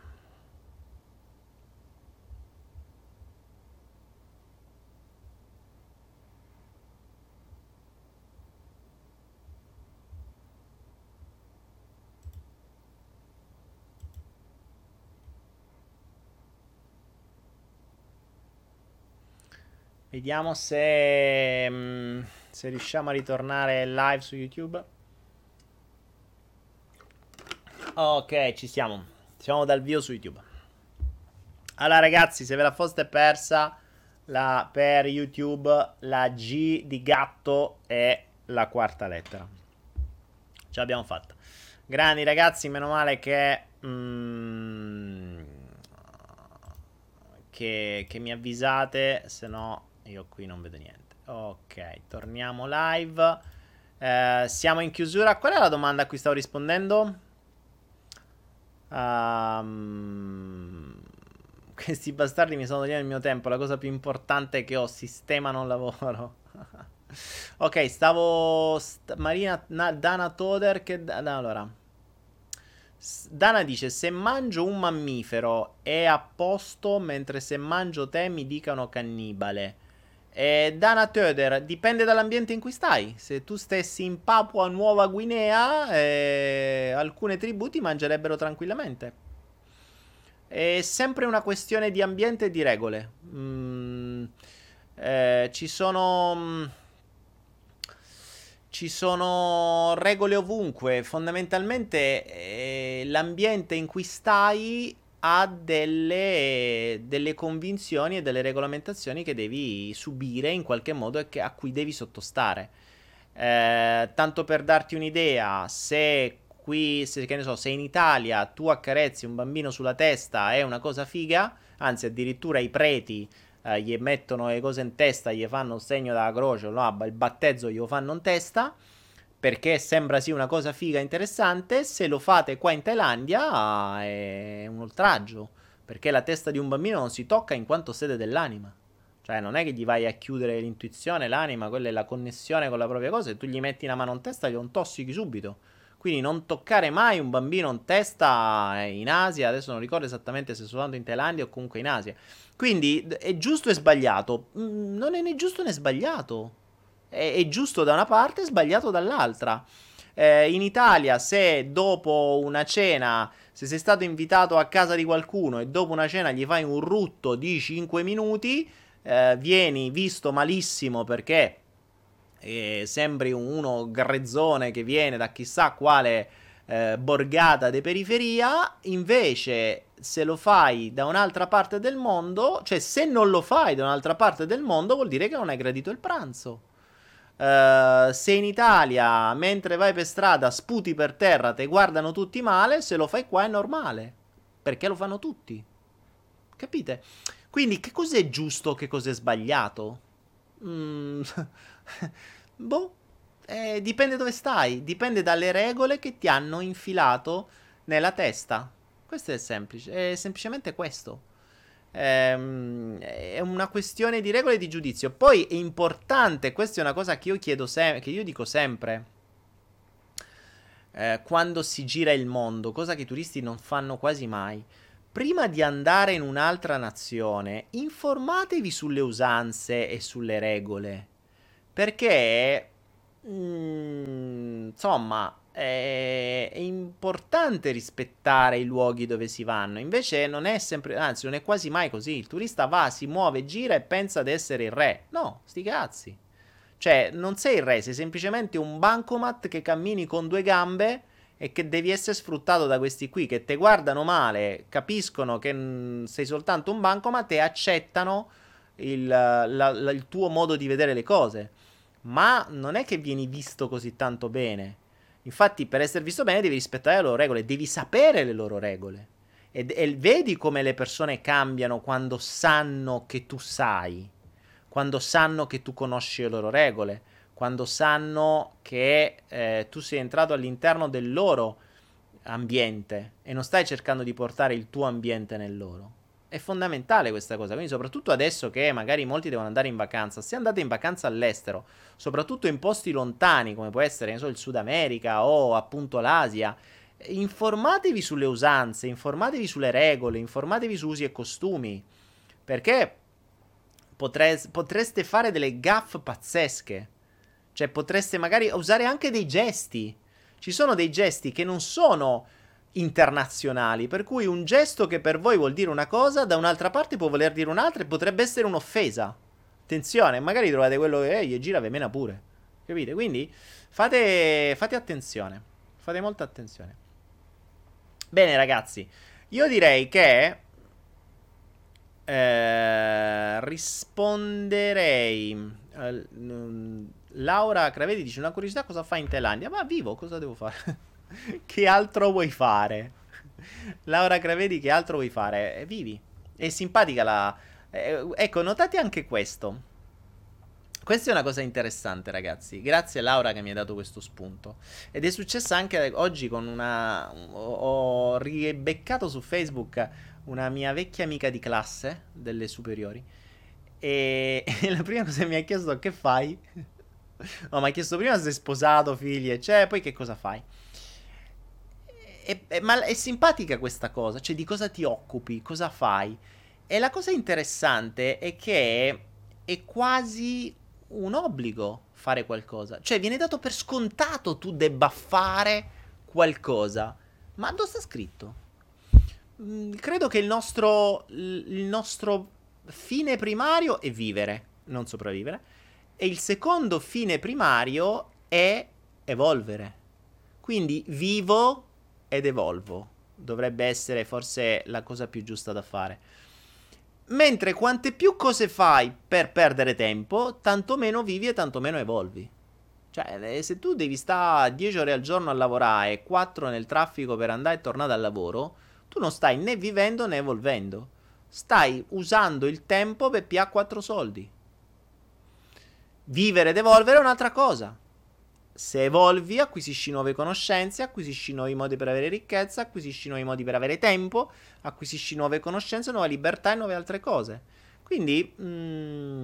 Speaker 1: Vediamo se, mm, se riusciamo a ritornare live su YouTube. Ok, ci siamo. Siamo dal vivo su YouTube. Allora, ragazzi, se ve la foste persa la, per YouTube, la G di gatto è la quarta lettera. Ce l'abbiamo fatta. Grandi, ragazzi, meno male che. Mm, che, che mi avvisate, se no io qui non vedo niente. Ok, torniamo live. Eh, siamo in chiusura. Qual è la domanda a cui stavo rispondendo? Um, questi bastardi mi sono togliendo il mio tempo. La cosa più importante è che ho sistema non lavoro. Ok, stavo. St- Marina na- Dana Toder. Che. Da- allora. S- Dana dice: Se mangio un mammifero è a posto, mentre se mangio te mi dicano cannibale. E Dana Töder, dipende dall'ambiente in cui stai. Se tu stessi in Papua Nuova Guinea, eh, alcune tribù ti mangerebbero tranquillamente. È sempre una questione di ambiente e di regole. Mm, eh, ci sono. mm, Ci sono regole ovunque. Fondamentalmente, eh, l'ambiente in cui stai ha delle, delle convinzioni e delle regolamentazioni che devi subire in qualche modo e che- a cui devi sottostare. Eh, tanto per darti un'idea, se qui, se, che ne so, se in Italia tu accarezzi un bambino sulla testa è una cosa figa, anzi addirittura i preti eh, gli mettono le cose in testa, gli fanno il segno della croce, no? Il battezzo glielo fanno in testa, perché sembra sì una cosa figa e interessante. Se lo fate qua in Thailandia è un oltraggio, perché la testa di un bambino non si tocca in quanto sede dell'anima. Cioè, non è che gli vai a chiudere l'intuizione, l'anima, quella è la connessione con la propria cosa. E tu gli metti una mano in testa, glielo intossichi subito. Quindi non toccare mai un bambino in testa in Asia. Adesso non ricordo esattamente se soltanto in Thailandia o comunque in Asia. Quindi è giusto e sbagliato. Mm, non è né giusto né sbagliato. È, è giusto da una parte e sbagliato dall'altra. Eh, in Italia, se dopo una cena, se sei stato invitato a casa di qualcuno e dopo una cena gli fai un rutto di cinque minuti, eh, vieni visto malissimo perché eh, sembri uno grezzone che viene da chissà quale eh, borgata de periferia. Invece se lo fai da un'altra parte del mondo, cioè se non lo fai da un'altra parte del mondo vuol dire che non hai gradito il pranzo. Uh, se in Italia mentre vai per strada sputi per terra, te guardano tutti male, se lo fai qua è normale, perché lo fanno tutti. Capite? Quindi che cos'è giusto, che cos'è sbagliato? Mm, boh, eh, dipende dove stai, dipende dalle regole che ti hanno infilato nella testa. Questo è semplice, è semplicemente questo. Ehm, è una questione di regole e di giudizio. Poi è importante, questa è una cosa che io chiedo sempre, che io dico sempre, eh, quando si gira il mondo, cosa che i turisti non fanno quasi mai. Prima di andare in un'altra nazione, informatevi sulle usanze e sulle regole. Perché, mm, insomma, è, è importante rispettare i luoghi dove si vanno. Invece non è sempre, anzi, non è quasi mai così. Il turista va, si muove, gira e pensa di essere il re. No, sti cazzi. Cioè, non sei il re, sei semplicemente un bancomat che cammini con due gambe e che devi essere sfruttato da questi qui che te guardano male, capiscono che mm, sei soltanto un bancomat e accettano il, la- la- il tuo modo di vedere le cose. ma non è che vieni visto così tanto bene. Infatti, per essere visto bene devi rispettare le loro regole, devi sapere le loro regole. E, e vedi come le persone cambiano quando sanno che tu sai, quando sanno che tu conosci le loro regole, quando sanno che eh, tu sei entrato all'interno del loro ambiente e non stai cercando di portare il tuo ambiente nel loro. È fondamentale questa cosa, quindi soprattutto adesso che magari molti devono andare in vacanza, se andate in vacanza all'estero, soprattutto in posti lontani come può essere, ne so, il Sud America o appunto l'Asia, informatevi sulle usanze, informatevi sulle regole, informatevi su usi e costumi, perché potre- potreste fare delle gaffe pazzesche, cioè potreste magari usare anche dei gesti. Ci sono dei gesti che non sono internazionali, per cui un gesto che per voi vuol dire una cosa, da un'altra parte può voler dire un'altra e potrebbe essere un'offesa. Attenzione, magari trovate quello che è, gli gira ve mena pure. Capite? Quindi fate, fate attenzione. Fate molta attenzione. Bene, ragazzi, io direi che eh, risponderei. eh, mm, Laura Cravedi dice: una curiosità, cosa fai in Thailandia? Ma vivo, cosa devo fare? Che altro vuoi fare? Laura Cravedi, che altro vuoi fare? Eh, vivi. È simpatica la. eh, ecco, notate anche questo. Questa è una cosa interessante, ragazzi. Grazie a Laura che mi ha dato questo spunto. Ed è successa anche oggi con una. Ho, ho ribeccato su Facebook una mia vecchia amica di classe delle superiori. E, e la prima cosa che mi ha chiesto: che fai? No, mi ha chiesto prima se sei sposato, figli, e cioè, poi che cosa fai? E- e- ma è simpatica questa cosa, cioè di cosa ti occupi, cosa fai? E la cosa interessante è che è quasi un obbligo fare qualcosa. Cioè viene dato per scontato tu debba fare qualcosa. Ma dove sta scritto? Mm, credo che il nostro, il nostro fine primario è vivere, non sopravvivere. E il secondo fine primario è evolvere. Quindi vivo ed evolvo. Dovrebbe essere forse la cosa più giusta da fare. Mentre quante più cose fai per perdere tempo, tanto meno vivi e tanto meno evolvi. Cioè, eh, se tu devi stare dieci ore al giorno a lavorare e quattro nel traffico per andare e tornare dal lavoro, tu non stai né vivendo né evolvendo. Stai usando il tempo per pià quattro soldi. Vivere ed evolvere è un'altra cosa. Se evolvi, acquisisci nuove conoscenze, acquisisci nuovi modi per avere ricchezza, acquisisci nuovi modi per avere tempo, acquisisci nuove conoscenze, nuova libertà e nuove altre cose. Quindi, mm,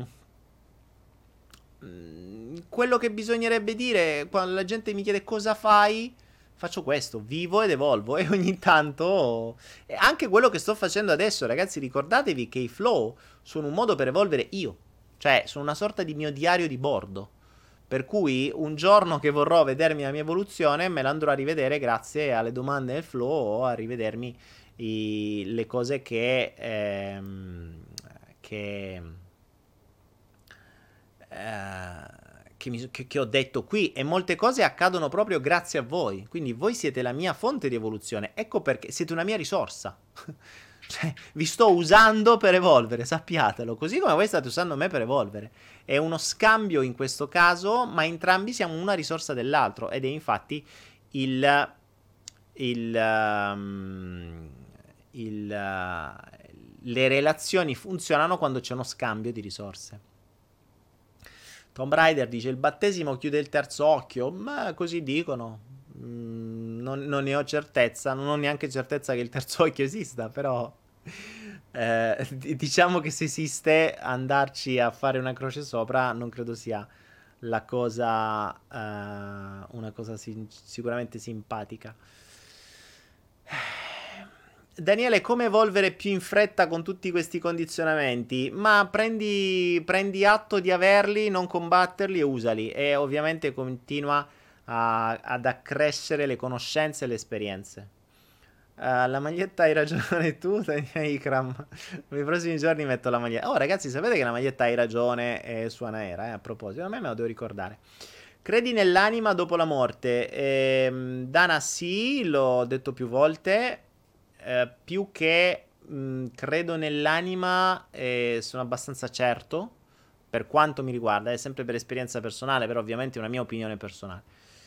Speaker 1: mm, quello che bisognerebbe dire quando la gente mi chiede cosa fai, faccio questo, vivo ed evolvo e ogni tanto. E anche quello che sto facendo adesso, ragazzi, ricordatevi che i flow sono un modo per evolvere io, cioè sono una sorta di mio diario di bordo. Per cui un giorno che vorrò vedermi la mia evoluzione me la andrò a rivedere grazie alle domande del flow o a rivedermi i- le cose che, ehm, che, eh, che, mi- che- che ho detto qui e molte cose accadono proprio grazie a voi. Quindi voi siete la mia fonte di evoluzione. Ecco perché siete una mia risorsa. Cioè, vi sto usando per evolvere, sappiatelo. Così come voi state usando me per evolvere. È uno scambio in questo caso, ma entrambi siamo una risorsa dell'altro. Ed è infatti il. Il. um, il, uh, le relazioni funzionano quando c'è uno scambio di risorse. Tomb Raider dice: il battesimo chiude il terzo occhio. Ma così dicono. Mm, non, non ne ho certezza. Non ho neanche certezza che il terzo occhio esista. Però. eh, d- diciamo che se esiste, andarci a fare una croce sopra non credo sia la cosa. eh, una cosa sin- sicuramente simpatica. Daniele, come evolvere più in fretta con tutti questi condizionamenti? Ma prendi, prendi atto di averli, non combatterli e usali. E ovviamente continua a- ad accrescere le conoscenze e le esperienze. Eh, la maglietta hai ragione tu, Daniele Ikram. Per i prossimi giorni metto la maglietta. Oh, ragazzi, sapete che la maglietta hai ragione è su Anaera, eh? A proposito, a me me lo devo ricordare. Credi nell'anima dopo la morte? Ehm, Dana, sì, l'ho detto più volte. Eh, più che mh, credo nell'anima, eh, sono abbastanza certo per quanto mi riguarda, è sempre per esperienza personale, però ovviamente è una mia opinione personale.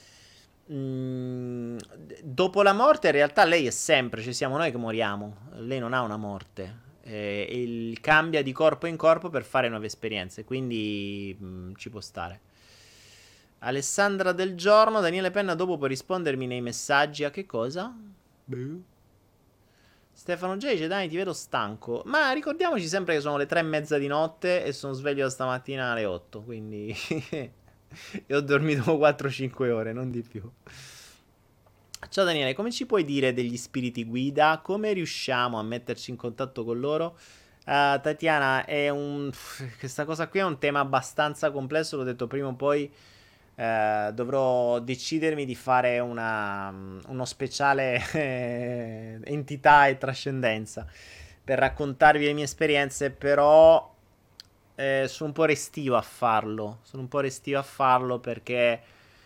Speaker 1: Mm, dopo la morte, in realtà lei è sempre, ci siamo noi che moriamo. Lei non ha una morte. Eh, il- cambia di corpo in corpo per fare nuove esperienze. Quindi mm, ci può stare. Alessandra del giorno, Daniele Penna, dopo puoi rispondermi nei messaggi a che cosa? Boh. Stefano J dice: Dai, ti vedo stanco. Ma ricordiamoci sempre che sono le tre e mezza di notte e sono sveglio stamattina alle otto. Quindi io ho dormito quattro cinque ore, non di più. Ciao Daniele, come ci puoi dire degli spiriti guida? Come riusciamo a metterci in contatto con loro? Uh, Tatiana, è un... questa cosa qui è un tema abbastanza complesso, l'ho detto prima o poi. Eh, dovrò decidermi di fare una, uno speciale eh, entità e trascendenza per raccontarvi le mie esperienze, però eh, sono un po' restio a farlo. Sono un po' restio a farlo perché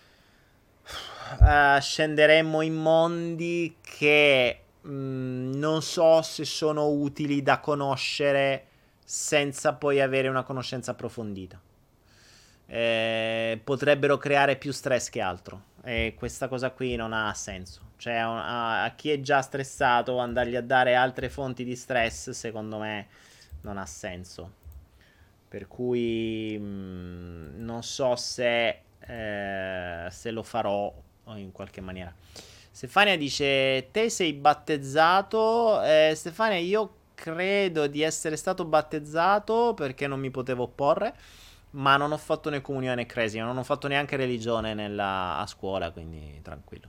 Speaker 1: eh, scenderemmo in mondi che mh, non so se sono utili da conoscere senza poi avere una conoscenza approfondita. Eh, potrebbero creare più stress che altro. E questa cosa qui non ha senso. Cioè, a, a chi è già stressato, andargli a dare altre fonti di stress, secondo me, non ha senso. Per cui mh, non so se, eh, se lo farò in qualche maniera. Stefania dice: Te sei battezzato? Eh, Stefania, io credo di essere stato battezzato perché non mi potevo opporre. Ma non ho fatto né comunione né cresima, non ho fatto neanche religione nella, a scuola, quindi tranquillo.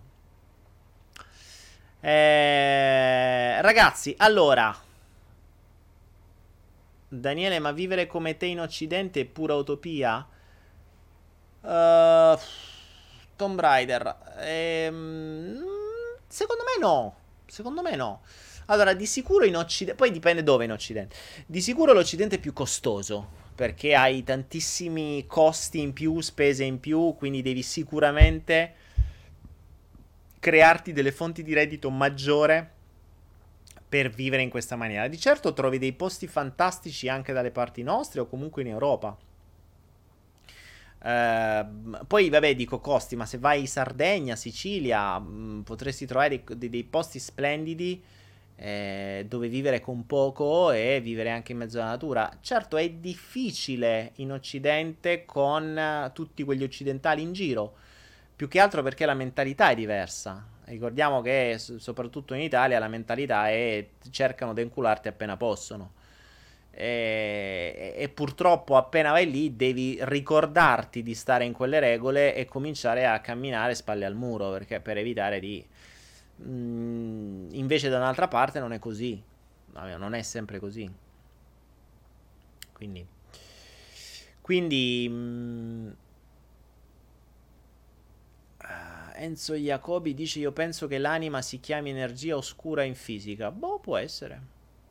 Speaker 1: Eh, ragazzi, allora, Daniele, ma vivere come te in Occidente è pura utopia? Uh, Tomb Raider. Ehm, secondo me no. Secondo me no. Allora, di sicuro in Occidente. Poi dipende dove in Occidente. Di sicuro l'Occidente è più costoso. Perché hai tantissimi costi in più, spese in più. Quindi devi sicuramente crearti delle fonti di reddito maggiore per vivere in questa maniera. Di certo trovi dei posti fantastici anche dalle parti nostre o comunque in Europa. Eh, poi vabbè dico costi, ma se vai in Sardegna, Sicilia, mh, potresti trovare dei, dei- dei posti splendidi eh, dove vivere con poco e vivere anche in mezzo alla natura. Certo è difficile in Occidente con eh, tutti quegli occidentali in giro, più che altro perché la mentalità è diversa. Ricordiamo che s- soprattutto in Italia la mentalità è cercano di incularti appena possono. E, e purtroppo appena vai lì devi ricordarti di stare in quelle regole e cominciare a camminare spalle al muro perché per evitare di mm, invece da un'altra parte non è così. Vabbè, non è sempre così. Quindi quindi mm, ah, Enzo Jacobi dice io penso che l'anima si chiami energia oscura in fisica. Boh, può essere.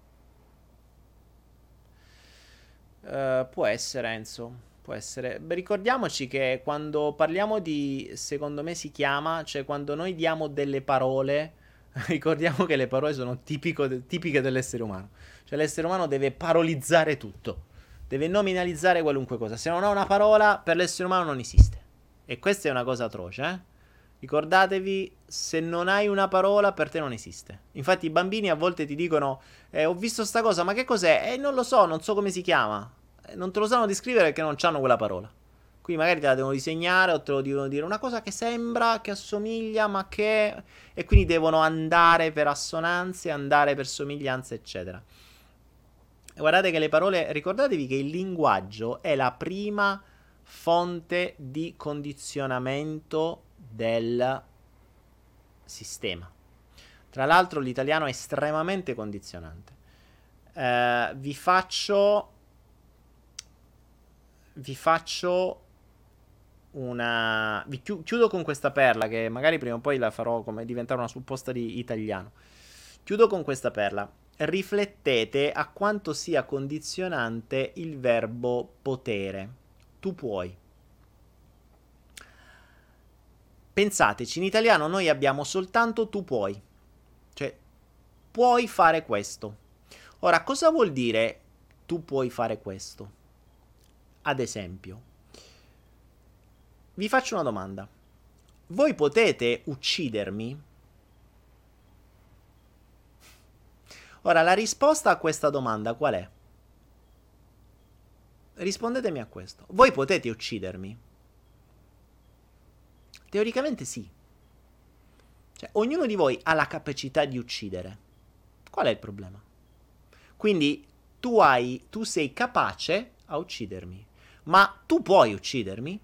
Speaker 1: Eh, può essere, Enzo. Può essere. Beh, ricordiamoci che quando parliamo di, secondo me si chiama, cioè quando noi diamo delle parole, ricordiamo che le parole sono tipico de- tipiche dell'essere umano. Cioè l'essere umano deve parolizzare tutto, deve nominalizzare qualunque cosa. Se non ha una parola, per l'essere umano non esiste. E questa è una cosa atroce, eh? Ricordatevi, se non hai una parola, per te non esiste. Infatti i bambini a volte ti dicono, eh, ho visto sta cosa, ma che cos'è? Eh, non lo so, non so come si chiama. Eh, non te lo sanno descrivere perché non hanno quella parola. Qui magari te la devono disegnare o te lo devono dire una cosa che sembra, che assomiglia, ma che... E quindi devono andare per assonanze, andare per somiglianze, eccetera. E guardate che le parole, ricordatevi che il linguaggio è la prima fonte di condizionamento del sistema. Tra l'altro l'italiano è estremamente condizionante. Eh, vi faccio vi faccio una vi chiudo con questa perla che magari prima o poi la farò come diventare una supposta di italiano. Chiudo con questa perla. Riflettete a quanto sia condizionante il verbo potere. Tu puoi. Pensateci, in italiano noi abbiamo soltanto tu puoi. Cioè, puoi fare questo. Ora, cosa vuol dire tu puoi fare questo? ad esempio, vi faccio una domanda. Voi potete uccidermi? Ora, la risposta a questa domanda qual è? Rispondetemi a questo. Voi potete uccidermi? Teoricamente sì. Cioè, ognuno di voi ha la capacità di uccidere. Qual è il problema? Quindi tu hai, tu sei capace a uccidermi. Ma tu puoi uccidermi?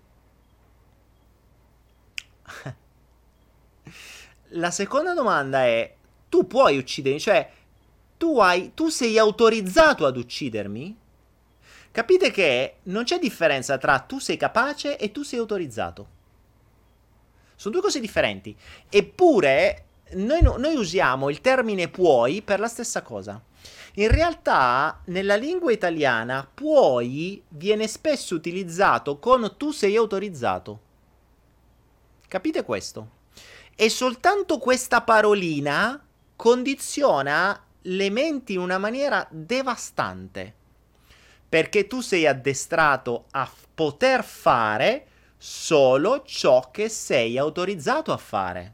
Speaker 1: La seconda domanda è: tu puoi uccidermi? Cioè, tu hai, tu sei autorizzato ad uccidermi? Capite che non c'è differenza tra tu sei capace e tu sei autorizzato. Sono due cose differenti. Eppure noi, noi usiamo il termine puoi per la stessa cosa. In realtà nella lingua italiana puoi viene spesso utilizzato con tu sei autorizzato. Capite questo? E soltanto questa parolina condiziona le menti in una maniera devastante. Perché tu sei addestrato a f- poter fare solo ciò che sei autorizzato a fare.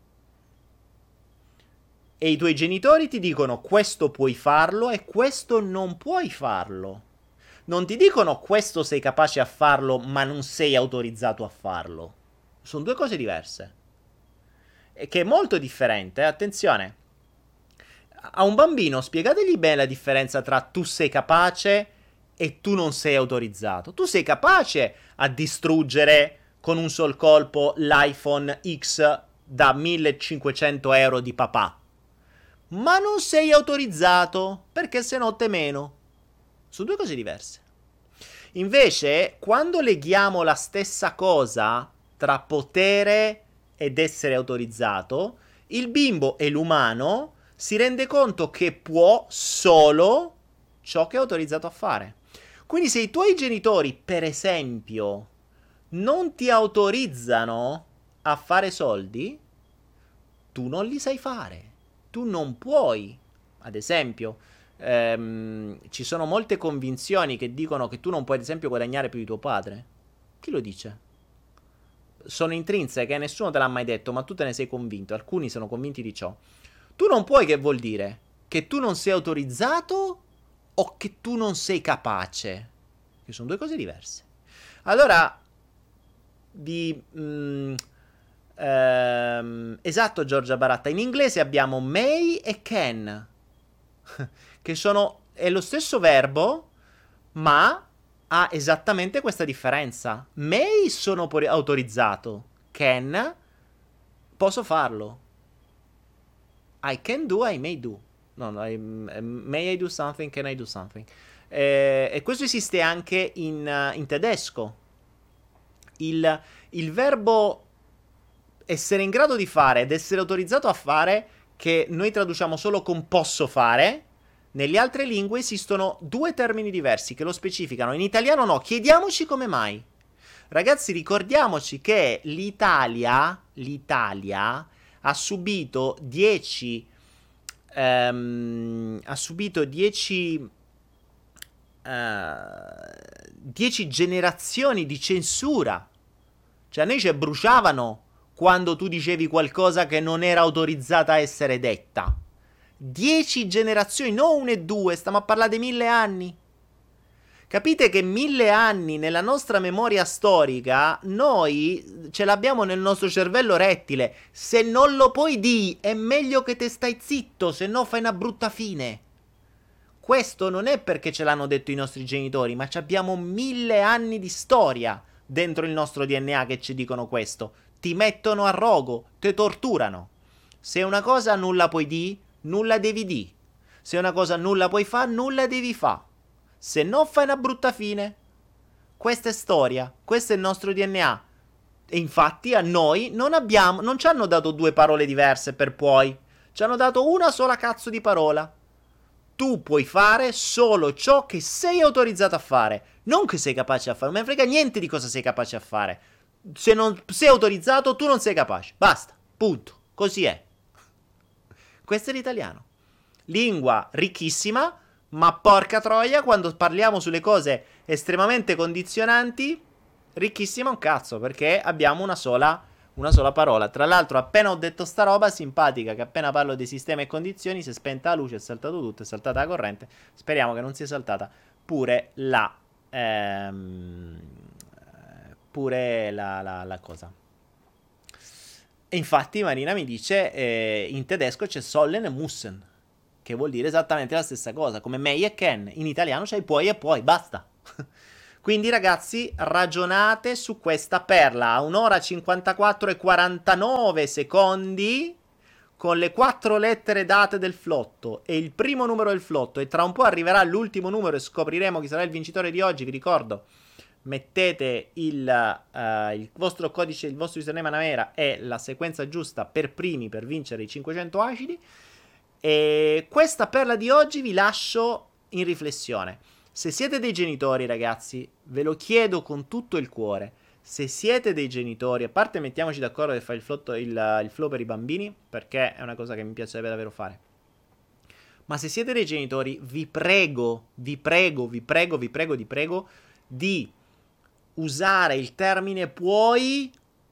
Speaker 1: E i tuoi genitori ti dicono questo puoi farlo e questo non puoi farlo. Non ti dicono questo sei capace a farlo ma non sei autorizzato a farlo. Sono due cose diverse. E che è molto differente, eh? Attenzione. A un bambino spiegategli bene la differenza tra tu sei capace e tu non sei autorizzato. Tu sei capace a distruggere con un sol colpo l'iPhone X da millecinquecento euro di papà, ma non sei autorizzato perché se no te meno. Sono due cose diverse. Invece, quando leghiamo la stessa cosa tra potere ed essere autorizzato, il bimbo e l'umano si rende conto che può solo ciò che è autorizzato a fare. Quindi se i tuoi genitori, per esempio, non ti autorizzano a fare soldi, tu non li sai fare. Tu non puoi. Ad esempio, ehm, ci sono molte convinzioni che dicono che tu non puoi, ad esempio, guadagnare più di tuo padre. Chi lo dice? Sono intrinseche, nessuno te l'ha mai detto, ma tu te ne sei convinto. Alcuni sono convinti di ciò. Tu non puoi, che vuol dire? Che tu non sei autorizzato o che tu non sei capace? Che sono due cose diverse. Allora, vi... Mm, ehm, esatto, Giorgia Baratta. In inglese abbiamo may e can, che sono... è lo stesso verbo, ma ha esattamente questa differenza. May sono por- autorizzato. Can, posso farlo. I can do, I may do. No, no, I, may I do something, can I do something. Eh, e questo esiste anche in, uh, in tedesco. Il, il verbo essere in grado di fare ed essere autorizzato a fare, che noi traduciamo solo con posso fare, nelle altre lingue esistono due termini diversi che lo specificano. In italiano no, chiediamoci come mai. Ragazzi, ricordiamoci che l'Italia, l'Italia ha subito dieci ehm, ha subito dieci dieci generazioni di censura. Cioè a noi ci bruciavano quando tu dicevi qualcosa che non era autorizzata a essere detta. Dieci generazioni, non una e due, stiamo a parlare di mille anni. Capite che mille anni nella nostra memoria storica noi ce l'abbiamo nel nostro cervello rettile. Se non lo puoi dire è meglio che te stai zitto, se no fai una brutta fine. Questo non è perché ce l'hanno detto i nostri genitori, ma abbiamo mille anni di storia dentro il nostro D N A che ci dicono questo. Ti mettono a rogo, ti torturano. Se una cosa nulla puoi dire, nulla devi dire. Se una cosa nulla puoi fare, nulla devi fare. Se no fai una brutta fine. Questa è storia, questo è il nostro D N A. E infatti a noi non abbiamo, non ci hanno dato due parole diverse per puoi. Ci hanno dato una sola cazzo di parola. Tu puoi fare solo ciò che sei autorizzato a fare, non che sei capace a fare. Non me ne frega niente di cosa sei capace a fare. Se non sei autorizzato, tu non sei capace. Basta, punto. Così è. Questo è l'italiano. Lingua ricchissima, ma porca troia, quando parliamo sulle cose estremamente condizionanti, ricchissima un cazzo, perché abbiamo una sola, una sola parola. Tra l'altro, appena ho detto sta roba simpatica, che appena parlo di sistema e condizioni, si è spenta la luce, è saltato tutto, è saltata la corrente. Speriamo che non sia saltata pure la... Ehm, pure la, la, la cosa. E infatti Marina mi dice, eh, in tedesco c'è sollen e mussen, che vuol dire esattamente la stessa cosa, come mei e ken. In italiano c'è puoi e puoi, basta. Quindi ragazzi, ragionate su questa perla a un'ora cinquantaquattro e quarantanove secondi, con le quattro lettere date del flotto e il primo numero del flotto, e tra un po' arriverà l'ultimo numero e scopriremo chi sarà il vincitore di oggi. Vi ricordo, mettete il, uh, il vostro codice, il vostro username Anamera e la sequenza giusta per primi per vincere i cinquecento acidi. E questa perla di oggi vi lascio in riflessione. Se siete dei genitori, ragazzi, ve lo chiedo con tutto il cuore. Se siete dei genitori, a parte mettiamoci d'accordo che fai il, flotto, il, il flow per i bambini, perché è una cosa che mi piacerebbe davvero fare. Ma se siete dei genitori, vi prego, vi prego, vi prego, vi prego, vi prego di usare il termine puoi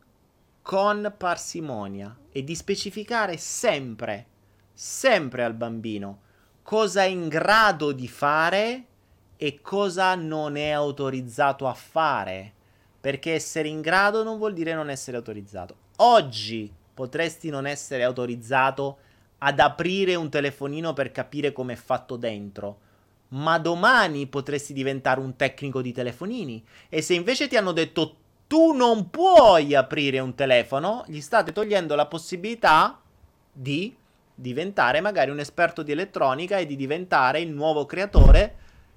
Speaker 1: con parsimonia e di specificare sempre, sempre al bambino cosa è in grado di fare e cosa non è autorizzato a fare, perché essere in grado non vuol dire non essere autorizzato. Oggi potresti non essere autorizzato ad aprire un telefonino per capire come è fatto dentro, ma domani potresti diventare un tecnico di telefonini, e se invece ti hanno detto tu non puoi aprire un telefono, gli state togliendo la possibilità di diventare magari un esperto di elettronica e di diventare il nuovo creatore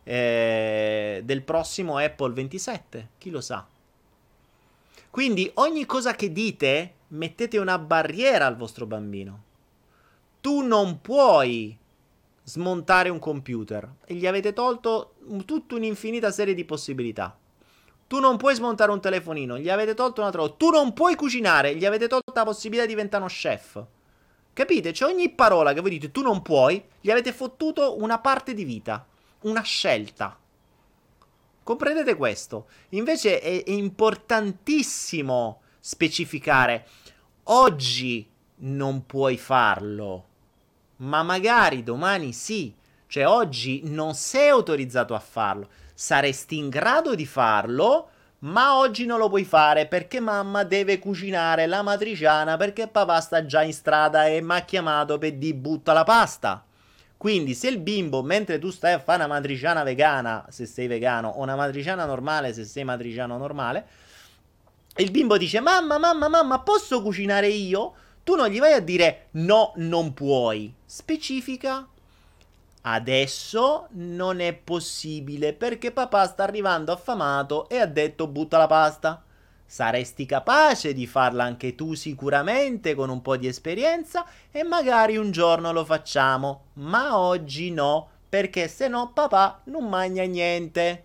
Speaker 1: eh, del prossimo Apple ventisette, chi lo sa. Quindi ogni cosa che dite, mettete una barriera al vostro bambino. Tu non puoi smontare un computer e gli avete tolto tutta un'infinita serie di possibilità. Tu non puoi smontare un telefonino, gli avete tolto un'altra cosa. Tu non puoi cucinare, gli avete tolto la possibilità di diventare uno chef. Capite? Cioè ogni parola che voi dite tu non puoi, gli avete fottuto una parte di vita, una scelta. Comprendete questo? Invece è, è importantissimo specificare: oggi non puoi farlo, ma magari domani sì. Cioè oggi non sei autorizzato a farlo, saresti in grado di farlo, ma oggi non lo puoi fare perché mamma deve cucinare la matriciana, perché papà sta già in strada e mi ha chiamato per di butta la pasta. Quindi se il bimbo, mentre tu stai a fare una matriciana vegana, se sei vegano, o una matriciana normale, se sei matriciano normale, il bimbo dice mamma, mamma, mamma, posso cucinare io? Tu non gli vai a dire no, non puoi. Specifica: adesso non è possibile perché papà sta arrivando affamato e ha detto butta la pasta. Saresti capace di farla anche tu sicuramente con un po' di esperienza e magari un giorno lo facciamo, ma oggi no, perché se no papà non mangia niente.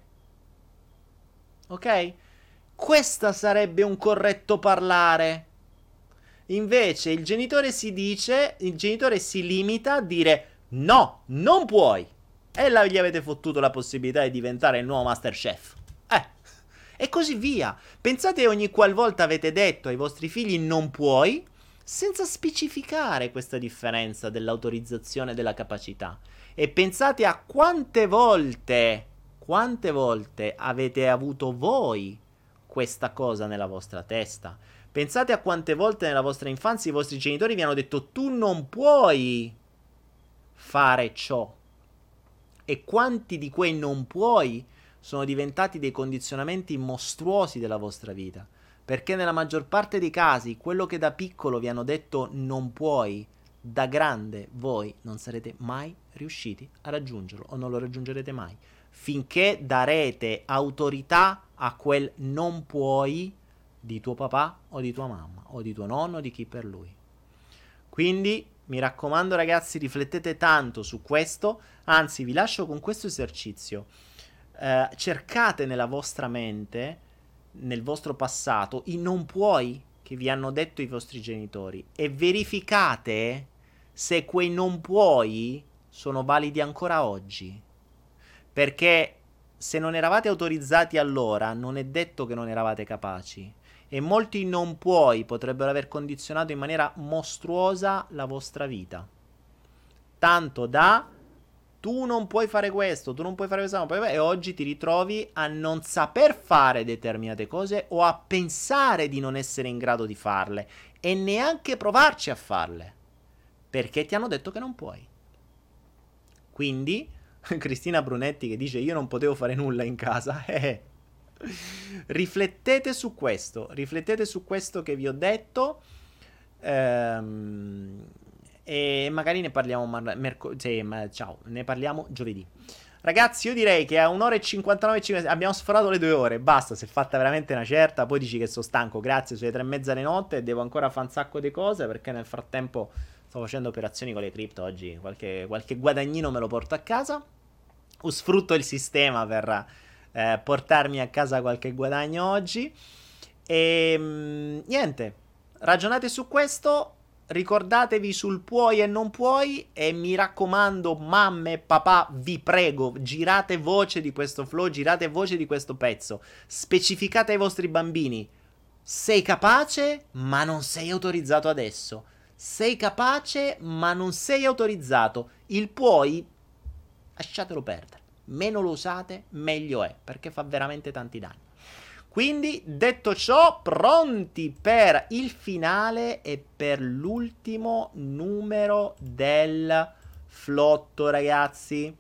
Speaker 1: Ok? Questo sarebbe un corretto parlare. Invece il genitore si dice, il genitore si limita a dire no, non puoi. E là gli avete fottuto la possibilità di diventare il nuovo Masterchef. Eh, e così via. Pensate ogni qualvolta avete detto ai vostri figli non puoi, senza specificare questa differenza dell'autorizzazione e della capacità. E pensate a quante volte, quante volte avete avuto voi questa cosa nella vostra testa. Pensate a quante volte nella vostra infanzia i vostri genitori vi hanno detto tu non puoi fare ciò, e quanti di quei non puoi sono diventati dei condizionamenti mostruosi della vostra vita, perché nella maggior parte dei casi quello che da piccolo vi hanno detto non puoi, da grande voi non sarete mai riusciti a raggiungerlo, o non lo raggiungerete mai, finché darete autorità a quel non puoi di tuo papà o di tua mamma o di tuo nonno o di chi per lui. Quindi mi raccomando ragazzi, riflettete tanto su questo, anzi vi lascio con questo esercizio. Eh, cercate nella vostra mente, nel vostro passato, i non puoi che vi hanno detto i vostri genitori e verificate se quei non puoi sono validi ancora oggi. Perché se non eravate autorizzati allora, non è detto che non eravate capaci. E molti non puoi potrebbero aver condizionato in maniera mostruosa la vostra vita. Tanto da tu non puoi fare questo, tu non puoi fare questo, non puoi... e oggi ti ritrovi a non saper fare determinate cose o a pensare di non essere in grado di farle e neanche provarci a farle perché ti hanno detto che non puoi. Quindi Cristina Brunetti che dice io non potevo fare nulla in casa, eh. Riflettete su questo, riflettete su questo che vi ho detto, ehm, e magari ne parliamo mar- merc- sì, ma, ciao, ne parliamo giovedì. Ragazzi, io direi che a un'ora e cinquantanove abbiamo sforato le due ore. Basta, si è fatta veramente una certa. Poi dici che sono stanco. Grazie, sono le tre e mezza di notte e devo ancora fare un sacco di cose perché nel frattempo sto facendo operazioni con le cripto oggi. Qualche, qualche guadagnino me lo porto a casa. Sfrutto il sistema per eh, portarmi a casa qualche guadagno oggi. E mh, niente, ragionate su questo. Ricordatevi sul puoi e non puoi e mi raccomando mamme e papà vi prego girate voce di questo flow, girate voce di questo pezzo, specificate ai vostri bambini sei capace ma non sei autorizzato adesso, sei capace ma non sei autorizzato, il puoi lasciatelo perdere, meno lo usate meglio è perché fa veramente tanti danni. Quindi, detto ciò, pronti per il finale e per l'ultimo numero del flotto, ragazzi.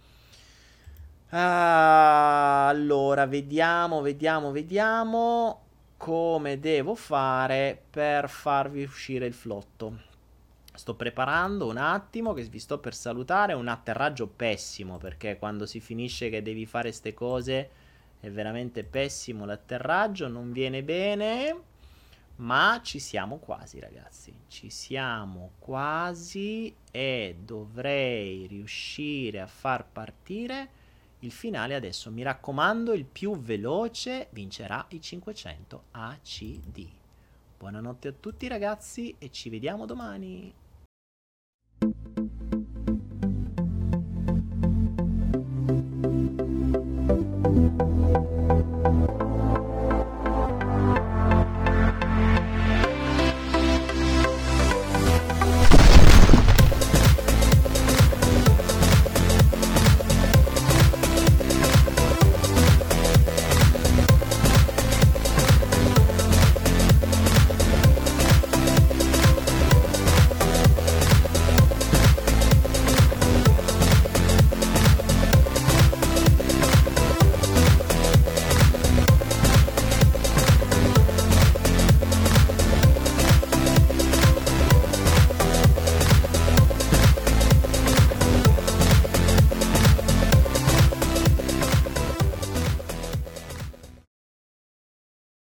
Speaker 1: Ah, allora, vediamo, vediamo, vediamo come devo fare per farvi uscire il flotto. Sto preparando un attimo che vi sto per salutare, un atterraggio pessimo perché quando si finisce che devi fare ste cose è veramente pessimo l'atterraggio, non viene bene, ma ci siamo quasi ragazzi, ci siamo quasi e dovrei riuscire a far partire il finale adesso. Mi raccomando, il più veloce vincerà i cinquecento A C D. Buonanotte a tutti ragazzi e ci vediamo domani.